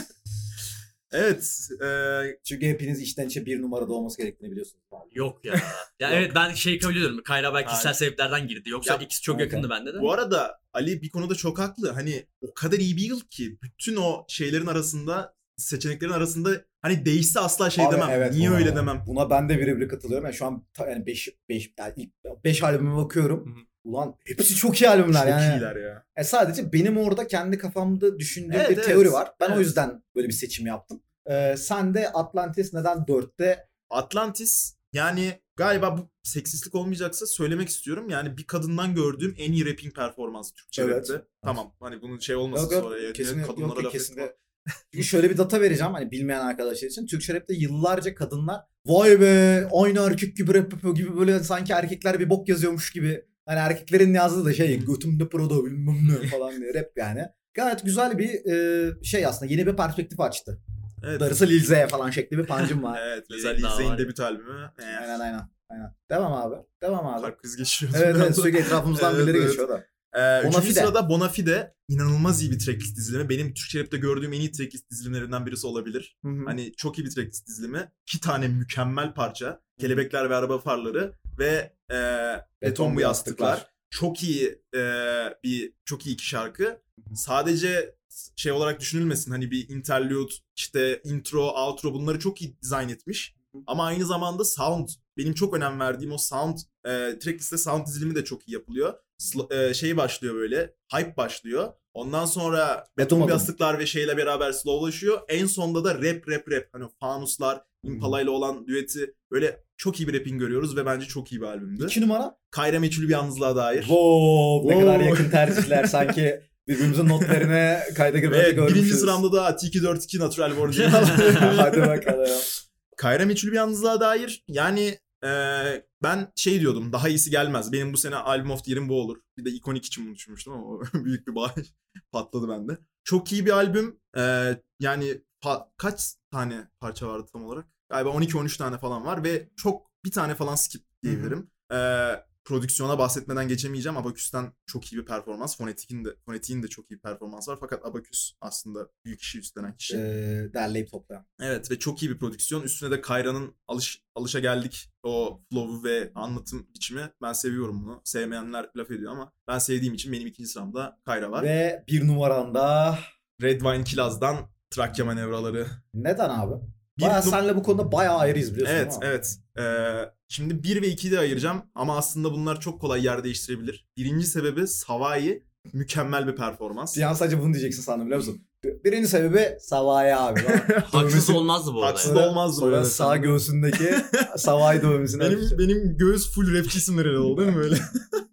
Evet. eee, çünkü hepiniz içten içe bir numarada olması gerektiğini biliyorsunuz. Yok ya. Ya Yok. evet, ben şey kabul ediyorum. Kayra belki kişisel Hayır. sebeplerden girdi. Yoksa Ya, ikisi çok okey. yakındı bende de. bu arada Ali bir konuda çok haklı. Hani o kadar iyi bir yıl ki bütün o şeylerin arasında, seçeneklerin arasında hani değişse asla şey Abi demem. evet, Niye buna- öyle demem? Buna ben de birebir katılıyorum. Yani şu an ta- yani beş beş yani ilk beş albüme bakıyorum. Hı hı. Ulan hepsi çok iyi albümler Çok yani. iyiler ya. E sadece benim orada kendi kafamda düşündüğüm Evet, bir evet. teori var. Ben o Evet. yüzden böyle bir seçim yaptım. Ee, sen de Atlantis neden dörtte? Atlantis yani galiba bu seksistlik olmayacaksa söylemek istiyorum. Yani bir kadından gördüğüm en iyi rapping performansı Türkçe Evet. rapte. Tamam hani bunun şey olmasın Yok, yok, sonra. ya, kesinlikle- kadınlara yok, yok, laf kesinlikle. etme. Çünkü şöyle bir data vereceğim hani bilmeyen arkadaşlar için. Türkçe rapte yıllarca kadınlar vay be aynı erkek gibi rap yapıyor gibi böyle sanki erkekler bir bok yazıyormuş gibi. Hani erkeklerin yazdığı da şey götümde Prada bilmem ne falan diye rap yani. Gayet güzel bir e, şey aslında yeni bir perspektif açtı. Evet. Darısı Lil Z'ye falan şekli bir pancım var. Evet. Bir Mesela renk daha Lizey'in var. debüt albümü. Ee, Aynen aynen. Aynen. Devam abi. Devam abi. Kalp krizi geçiriyordu. Evet bir evet anda. sürekli etrafımızdan Evet, birileri evet. geçiyor da. Ee, üçüncü Bonafide. sırada Bonafide. İnanılmaz iyi bir tracklist dizilimi. Benim Türkçe rapte gördüğüm en iyi tracklist dizilimlerinden birisi olabilir. Hı hı. Hani çok iyi bir tracklist dizilimi. İki tane mükemmel parça. Kelebekler ve Araba Farları ve e, Beton Bu Yastıklar. Çok iyi e, bir çok iyi iki şarkı. Sadece şey olarak düşünülmesin, hani bir interlude, işte intro, outro, bunları çok iyi dizayn etmiş. Ama aynı zamanda sound, benim çok önem verdiğim o sound, e, tracklist'te sound dizilimi de çok iyi yapılıyor. Sl- e, şey başlıyor böyle, hype başlıyor. Ondan sonra Beton Bu Yastıklar ve şeyle beraber slowlaşıyor. En sonda da rap rap rap. Hani Fanuslar, Impala ile olan düeti, böyle çok iyi bir rapping görüyoruz ve bence çok iyi bir albümdü. İki numara. Kayra Meçhul Bir Yalnızlığa Dair. Wow, ne Wow. kadar yakın tercihler sanki birbirimizin notlarını kayda girmede Ve görmüşüz. birinci sıramda da T iki dört iki Natural Born. Hadi bakalım. Kayra Meçhul Bir Yalnızlığa Dair, yani e, ben şey diyordum, daha iyisi gelmez. Benim bu sene Album of the Year'im bu olur. Bir de ikonik için bunu düşünmüştüm ama o büyük bir bağış patladı bende. Çok iyi bir albüm. E, yani pa- kaç tane parça vardı tam olarak? Galiba on iki on üç tane falan var ve çok bir tane falan skip diyebilirim. E, prodüksiyona bahsetmeden geçemeyeceğim. Abaküs'ten çok iyi bir performans. Fonetik'in de, Fonetik'in de çok iyi bir performans var. Fakat Abaküs aslında büyük işi üstlenen kişi. Ee, derleyip toplayan. Evet ve çok iyi bir prodüksiyon. Üstüne de Kayra'nın alış, alışa geldik o flow'u ve anlatım biçimi. Ben seviyorum bunu. Sevmeyenler laf ediyor ama ben sevdiğim için benim ikinci sıramda Kayra var. Ve bir numaranda... Red Wine Kilaz'dan Trakya Manevraları. Neden abi? Bir Baya num- senle bu konuda bayağı ayrıyız biliyorsun Evet, ama. evet. Ee, şimdi bir ve ikiyi de ayıracağım ama aslında bunlar çok kolay yer değiştirebilir. Birinci sebebi Savai, mükemmel bir performans. Bir an sadece bunu diyeceksin sandım biliyor musun? Birinci sebebi Savai abi. Haksız olmazdı bu arada. Haksız yani. olmazdı Sonra böyle. sağ göğsündeki Savai dövmesini Benim, yapacak. benim göğüs full rapçi isimleri oldu değil mi böyle?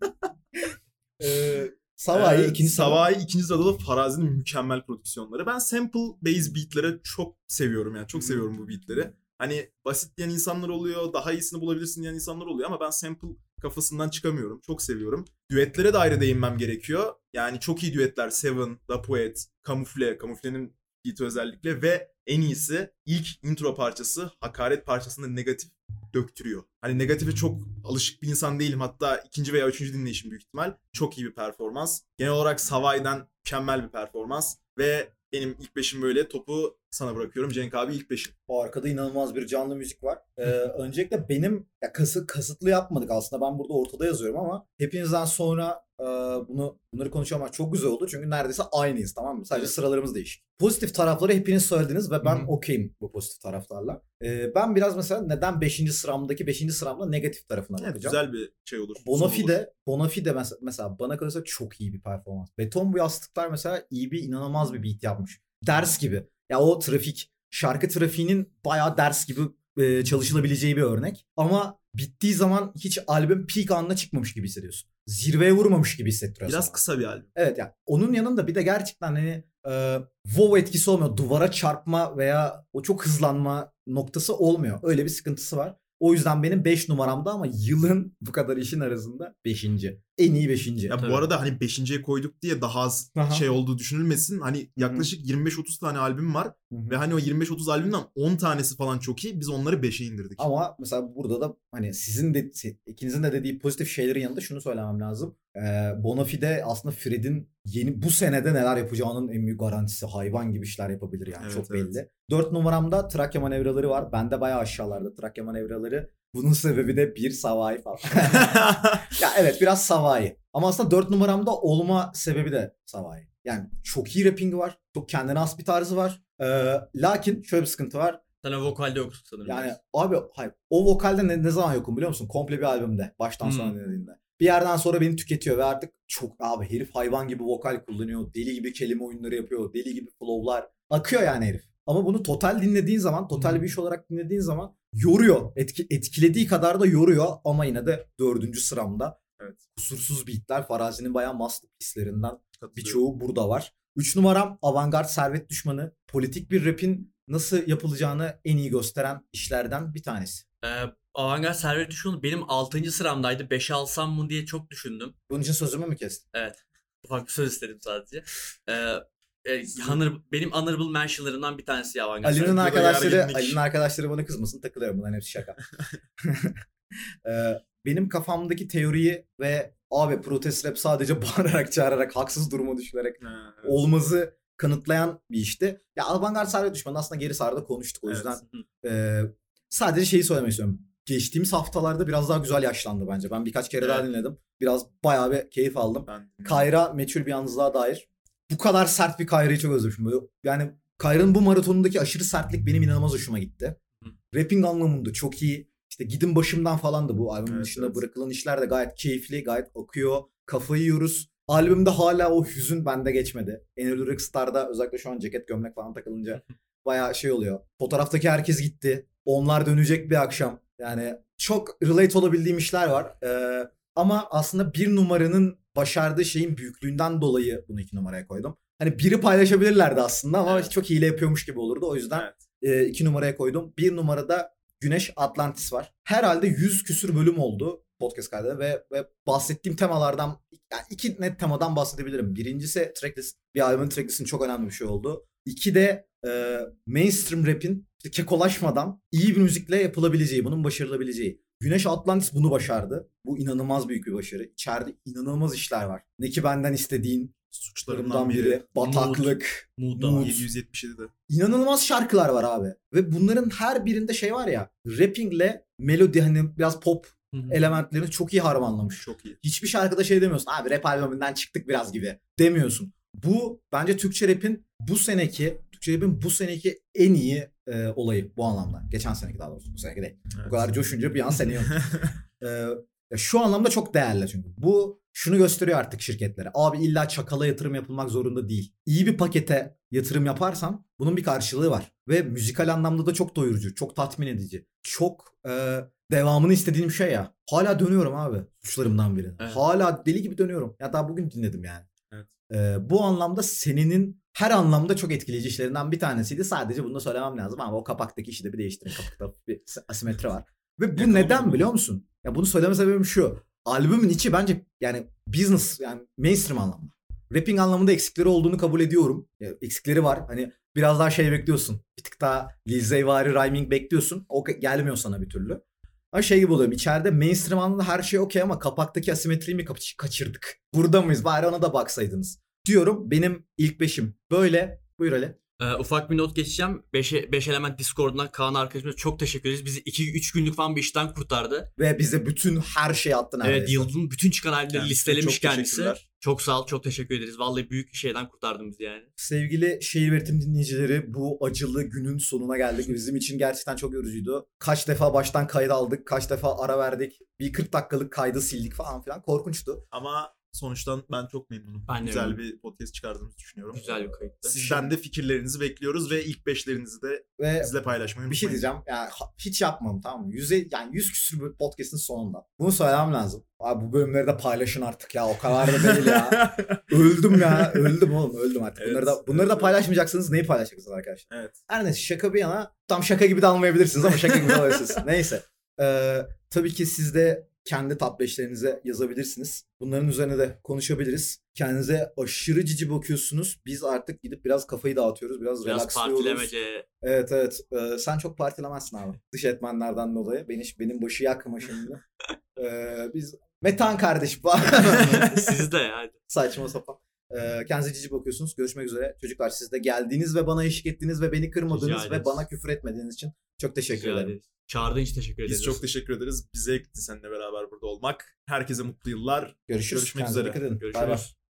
Ee, Savai Ee, ikinci sırada. Savai ikinci sırada da Farazi'nin mükemmel prodüksiyonları. Ben sample based beatlere çok seviyorum yani. Çok seviyorum bu beatleri. Hani basit diyen insanlar oluyor, daha iyisini bulabilirsin diyen insanlar oluyor ama ben sample kafasından çıkamıyorum. Çok seviyorum. Düetlere de ayrı değinmem gerekiyor. Yani çok iyi düetler. Seven, Da Poet, Kamufle, Kamufle'nin beat'i özellikle ve en iyisi ilk intro parçası, hakaret parçasında negatif döktürüyor. Hani negatife çok alışık bir insan değilim. Hatta ikinci veya üçüncü dinleyişim büyük ihtimal. Çok iyi bir performans. Genel olarak Savai'den mükemmel bir performans. Ve benim ilk beşim böyle. Topu sana bırakıyorum. Cenk abi ilk beşim. O arkada inanılmaz bir canlı müzik var. Ee, öncelikle benim ya kası, kasıtlı yapmadık aslında. Ben burada ortada yazıyorum ama hepinizden sonra e, bunu bunları konuşuyorum. Çok güzel oldu çünkü neredeyse aynıyız, tamam mı? Sadece Evet. sıralarımız değişik. Pozitif tarafları hepiniz söylediniz ve ben Hı hı. okeyim bu pozitif taraflarla. Ee, ben biraz mesela neden beşinci sıramdaki beşinci sıramda negatif tarafına Evet, bakacağım. güzel bir şey olur. son olur. Bonafide, Bonafide mesela, mesela bana kalırsa çok iyi bir performans. Beton Bu Yastıklar mesela iyi bir, inanılmaz bir beat yapmış. Ders gibi. Ya o trafik, şarkı trafiğinin bayağı ders gibi e, çalışılabileceği bir örnek. Ama bittiği zaman hiç albüm peak anına çıkmamış gibi hissediyorsun. Zirveye vurmamış gibi hissettiriyor Biraz sana. kısa bir albüm. Evet yani onun yanında bir de gerçekten hani e, wow etkisi olmuyor. Duvara çarpma veya o çok hızlanma noktası olmuyor. Öyle bir sıkıntısı var. O yüzden benim beş numaramda ama yılın bu kadar işin arasında beşinci. En iyi beşinci. Ya Tabii. bu arada hani beşinciye koyduk diye daha az Aha. şey olduğu düşünülmesin. Hani yaklaşık yirmi beş otuz tane albüm var. Hı hı. Ve hani o yirmi beş otuz albümden on tanesi falan çok iyi. Biz onları beşe indirdik. Ama mesela burada da hani sizin de ikinizin de dediği pozitif şeylerin yanında şunu söylemem lazım. Ee, Bonafide aslında Fred'in yeni bu senede neler yapacağının en büyük garantisi. Hayvan gibi işler yapabilir yani, Evet, çok evet. belli. Dört numaramda Trakya Manevraları var. Bende bayağı aşağılarda Trakya Manevraları. Bunun sebebi de bir Savai falan. Ya evet, biraz Savai. Ama aslında dört numaramda olma sebebi de Savai. Yani çok iyi rappingi var. Çok kendine has bir tarzı var. Ee, lakin şöyle bir sıkıntı var. Sana vokalde yoksun sanırım. Yani abi hayır, o vokalde ne, ne zaman yokum biliyor musun? Komple bir albümde. Baştan Hmm. sona dinlediğinde. Bir yerden sonra beni tüketiyor ve artık çok abi herif hayvan gibi vokal kullanıyor. Deli gibi kelime oyunları yapıyor. Deli gibi flow'lar. Akıyor yani herif. Ama bunu total dinlediğin zaman, total Hmm. bir iş olarak dinlediğin zaman yoruyor. Etki, etkilediği kadar da yoruyor ama yine de dördüncü sıramda. Evet. Kusursuz beatler. Farazi'nin bayağı masterpiece'lerinden Katılıyorum. birçoğu burada var. Üç numaram Avantgard Servet Düşmanı. Politik bir rapin nasıl yapılacağını en iyi gösteren işlerden bir tanesi. Ee, Avantgard Servet Düşmanı benim altıncı sıramdaydı. beşe alsam mı diye çok düşündüm. Bunun için sözümü mü kestin? Evet. Ufak bir söz istedim sadece. Ee, e, honor- benim honorable mentionlarımdan bir tanesi Avantgard Ali'nin Servet. arkadaşları, gerginlik. Ali'nin arkadaşları bana kızmasın, takılıyorum, bunların hepsi şaka. Ee, benim kafamdaki teoriyi ve abi protest rap sadece bağırarak çağırarak haksız duruma düşülerek Ha, evet. olmazı kanıtlayan bir işti. Ya avantgard servet düşmanı aslında geri sarıda konuştuk. O Evet. yüzden e, sadece şeyi söylemek istiyorum. Geçtiğimiz haftalarda biraz daha güzel yaşlandı bence. Ben birkaç kere daha Evet. dinledim. Biraz bayağı bir keyif aldım. Ben Kayra meçhul bir yalnızlığa dair. Bu kadar sert bir Kayra'yı çok özlemişim. Böyle, yani Kayra'nın bu maratonundaki aşırı sertlik benim inanılmaz hoşuma gitti. Hı. Rapping anlamında çok iyi. İşte Gidin Başımdan falan da bu albümün Evet, dışında evet. bırakılan işler de gayet keyifli, gayet akıyor. Kafayı yiyoruz. Albümde hala o hüzün bende geçmedi. Enel Rockstar'da özellikle şu an ceket gömlek falan takılınca bayağı şey oluyor. Fotoğraftaki herkes gitti. Onlar dönecek bir akşam. Yani çok relate olabildiğim işler var. Ee, ama aslında bir numaranın başardığı şeyin büyüklüğünden dolayı bunu iki numaraya koydum. Hani biri paylaşabilirlerdi aslında ama Evet. çok hile yapıyormuş gibi olurdu. O yüzden Evet. e, iki numaraya koydum. Bir numarada Güneş Atlantis var. Herhalde yüz küsür bölüm oldu podcast kaydı ve, ve bahsettiğim temalardan yani iki net temadan bahsedebilirim. Birincisi tracklist. Bir albümün tracklist'in çok önemli bir şey oldu. İki de e, mainstream rap'in işte kekolaşmadan iyi bir müzikle yapılabileceği, bunun başarılabileceği. Güneş Atlantis bunu başardı. Bu inanılmaz büyük bir başarı. İçeride inanılmaz işler var. Ne ki benden istediğin Suçlarımdan biri. bataklık, Mood'da. Mood. yedi yüz yetmiş yedide. İnanılmaz şarkılar var abi. Ve bunların her birinde şey var ya, rappingle melodi hani biraz pop Hı hı. elementlerini çok iyi harmanlamış. Çok iyi. Hiçbir şarkıda şey demiyorsun. Abi rap albümünden çıktık biraz gibi demiyorsun. Bu bence Türkçe rap'in bu seneki Türkçe rap'in bu seneki en iyi e, olayı bu anlamda. Geçen seneki daha doğrusu. Bu seneki değil. Evet. Bu kadar coşunca bir an seneye. e, ya şu anlamda çok değerli çünkü. Bu şunu gösteriyor artık şirketlere. Abi illa çakala yatırım yapılmak zorunda değil. İyi bir pakete yatırım yaparsan bunun bir karşılığı var. Ve müzikal anlamda da çok doyurucu, çok tatmin edici. Çok e, devamını istediğim şey ya. Hala dönüyorum abi suçlarımdan birine. Evet. Hala deli gibi dönüyorum. Ya daha bugün dinledim yani. Evet. E, bu anlamda senenin her anlamda çok etkileyici işlerinden bir tanesiydi. Sadece bunu da söylemem lazım ama o kapaktaki işi de bir değiştirin. Kapakta bir asimetri var. Ve bu Yakaladım neden bunu. biliyor musun? Ya bunu söyleme sebebim şu. Albümün içi bence yani business yani mainstream anlamda. Rapping anlamında eksikleri olduğunu kabul ediyorum. Ya, eksikleri var. Hani biraz daha şey bekliyorsun. Bir tık daha Lil Zeyvari rhyming bekliyorsun. O gelmiyor sana bir türlü. Ama şey gibi oluyorum. İçeride mainstream anlamda her şey okey ama kapaktaki asimetriyi mi kaç- kaçırdık? Burada mıyız? Bari ona da baksaydınız. Diyorum benim ilk beşim. Böyle. Buyur Ali. Ee, ufak bir not geçeceğim. beş Element Discord'dan Kaan arkadaşımıza çok teşekkür ederiz. Bizi iki üç günlük falan bir işten kurtardı. Ve bize bütün her şeyi attı neredeyse. Evet, Yıldız'ın bütün çıkan albümleri Kendisine listelemiş çok kendisi. teşekkürler. Çok sağ ol, çok teşekkür ederiz. Vallahi büyük şeyden kurtardın bizi yani. Sevgili Şehir Üretim dinleyicileri, bu acılı günün sonuna geldik. Bizim için gerçekten çok yorucuydu. Kaç defa baştan kaydı aldık, kaç defa ara verdik. Bir kırk dakikalık kaydı sildik falan filan. Korkunçtu. Ama sonuçtan ben çok memnunum. Ben de Güzel memnunum. bir podcast çıkardığımızı düşünüyorum. Güzel bir kayıttı. Sizden de fikirlerinizi bekliyoruz ve ilk beşlerinizi de Ve bizle paylaşmayı bir şey unutmayın. diyeceğim. Yani ha- hiç yapmam, tamam mı? Yüze, yani yüz küsür bir podcast'in sonunda. Bunu söylemem lazım. Abi bu bölümleri de paylaşın artık ya. O kadar da değil ya. Öldüm ya. Öldüm oğlum. Öldüm artık. Evet, bunları da, bunları evet, da evet. paylaşmayacaksınız. Neyi paylaşacaksınız arkadaşlar? Evet. Her neyse, şaka bir yana tam şaka gibi de almayabilirsiniz ama şaka gibi de alabilirsiniz. Neyse. Ee, tabii ki siz de kendi top beşlerinize yazabilirsiniz. Bunların üzerine de konuşabiliriz. Kendinize aşırı cici bakıyorsunuz. Biz artık gidip biraz kafayı dağıtıyoruz. Biraz, Biraz relakslıyoruz. partilemece. Evet evet. Ee, sen çok partilemezsin abi. Dış etmenlerden dolayı. Benim, benim başı yakma şimdi. Ee, biz Metan kardeş falan. Siz de yani. Saçma sapan. Ee, kendinize cici bakıyorsunuz. Görüşmek üzere. Çocuklar, siz de geldiğiniz ve bana eşlik ettiğiniz ve beni Rica kırmadığınız ve ederiz. bana küfür etmediğiniz için çok teşekkür Rica ederim. ederiz. Çağırdığın için teşekkür ederiz. Biz çok teşekkür ederiz. Bize ekti seninle beraber burada olmak. Herkese mutlu yıllar. Görüşürüz. Görüşmek Kendinize üzere. dikkat edin. Görüşürüz. Bay bay.